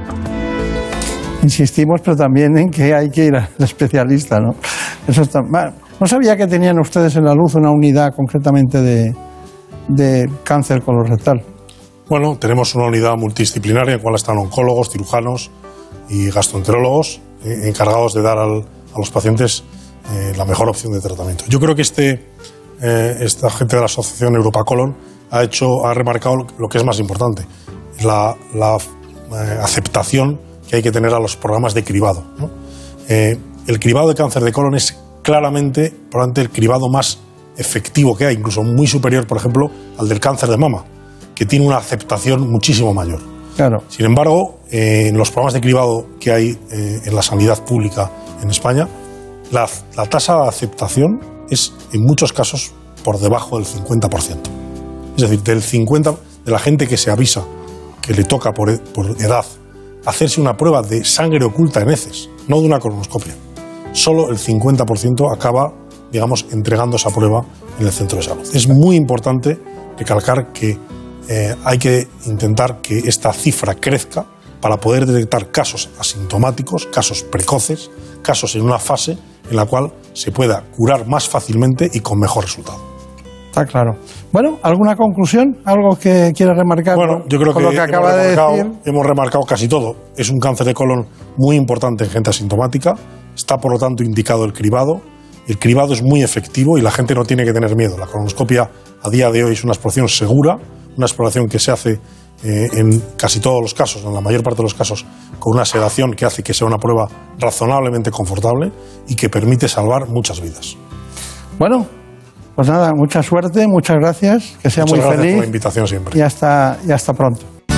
Insistimos, pero también en que hay que ir al especialista, ¿no? Eso está, no sabía que tenían ustedes en La Luz una unidad concretamente de... de cáncer colorectal. Bueno, tenemos una unidad multidisciplinaria en la cual están oncólogos, cirujanos y gastroenterólogos eh, encargados de dar al, a los pacientes eh, la mejor opción de tratamiento. Yo creo que este, eh, esta gente de la Asociación Europa Colon ha, hecho, ha remarcado lo que es más importante, la, la eh, aceptación que hay que tener a los programas de cribado, ¿no? Eh, el cribado de cáncer de colon es claramente, probablemente, el cribado más efectivo que hay, incluso muy superior, por ejemplo, al del cáncer de mama, que tiene una aceptación muchísimo mayor. Claro. Sin embargo, eh, en los programas de cribado que hay eh, en la sanidad pública en España, la, la tasa de aceptación es, en muchos casos, por debajo del cincuenta por ciento. Es decir, del cincuenta por ciento de la gente que se avisa que le toca por, por edad hacerse una prueba de sangre oculta en heces, no de una colonoscopia, solo el cincuenta por ciento acaba, digamos, entregando esa prueba en el centro de salud. Es muy importante recalcar que eh, hay que intentar que esta cifra crezca para poder detectar casos asintomáticos, casos precoces, casos en una fase en la cual se pueda curar más fácilmente y con mejor resultado. Está claro. Bueno, ¿alguna conclusión? ¿Algo que quiera remarcar? Bueno, yo creo con que, lo que acaba hemos, de remarcado, decir? hemos remarcado casi todo. Es un cáncer de colon muy importante en gente asintomática. Está, por lo tanto, indicado el cribado. El cribado es muy efectivo y la gente no tiene que tener miedo. La colonoscopia a día de hoy es una exploración segura, una exploración que se hace eh, en casi todos los casos, en la mayor parte de los casos, con una sedación que hace que sea una prueba razonablemente confortable y que permite salvar muchas vidas. Bueno, pues nada, mucha suerte, muchas gracias, que sea muchas muy gracias feliz. por la invitación siempre. Y hasta, y hasta pronto.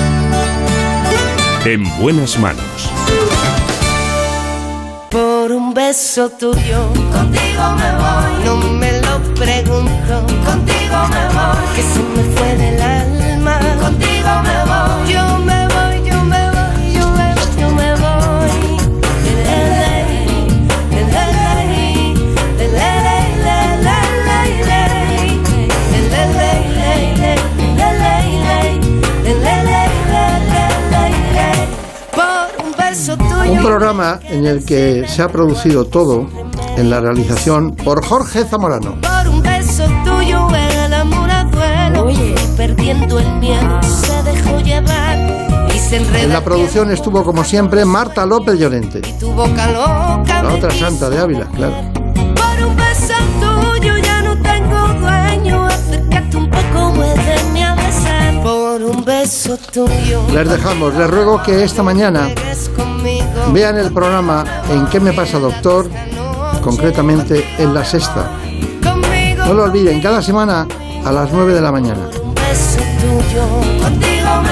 En buenas manos. Por un beso tuyo, contigo me voy. No me lo pregunto, contigo me voy. Que se me fue del alma, contigo me voy. Yo me voy, yo me voy, yo me voy, yo me voy. Por un beso tuyo. Un programa en el que se ha producido todo en la realización por Jorge Zamorano. Por un beso tuyo el amor a duelo. Oye, perdiendo el miedo se dejó llevar y se enredó. En la producción estuvo, como siempre, Marta López Llorente. Tu boca loca. La otra santa de Ávila, claro. Por un beso tuyo ya no tengo dueño. Acércate un poco, muéveme a besar. Por un beso tuyo. Les dejamos, les ruego que esta mañana vean el programa En ¿Qué me pasa, doctor? Concretamente en La Sexta. No lo olviden, cada semana a las nueve de la mañana. Un beso tuyo, contigo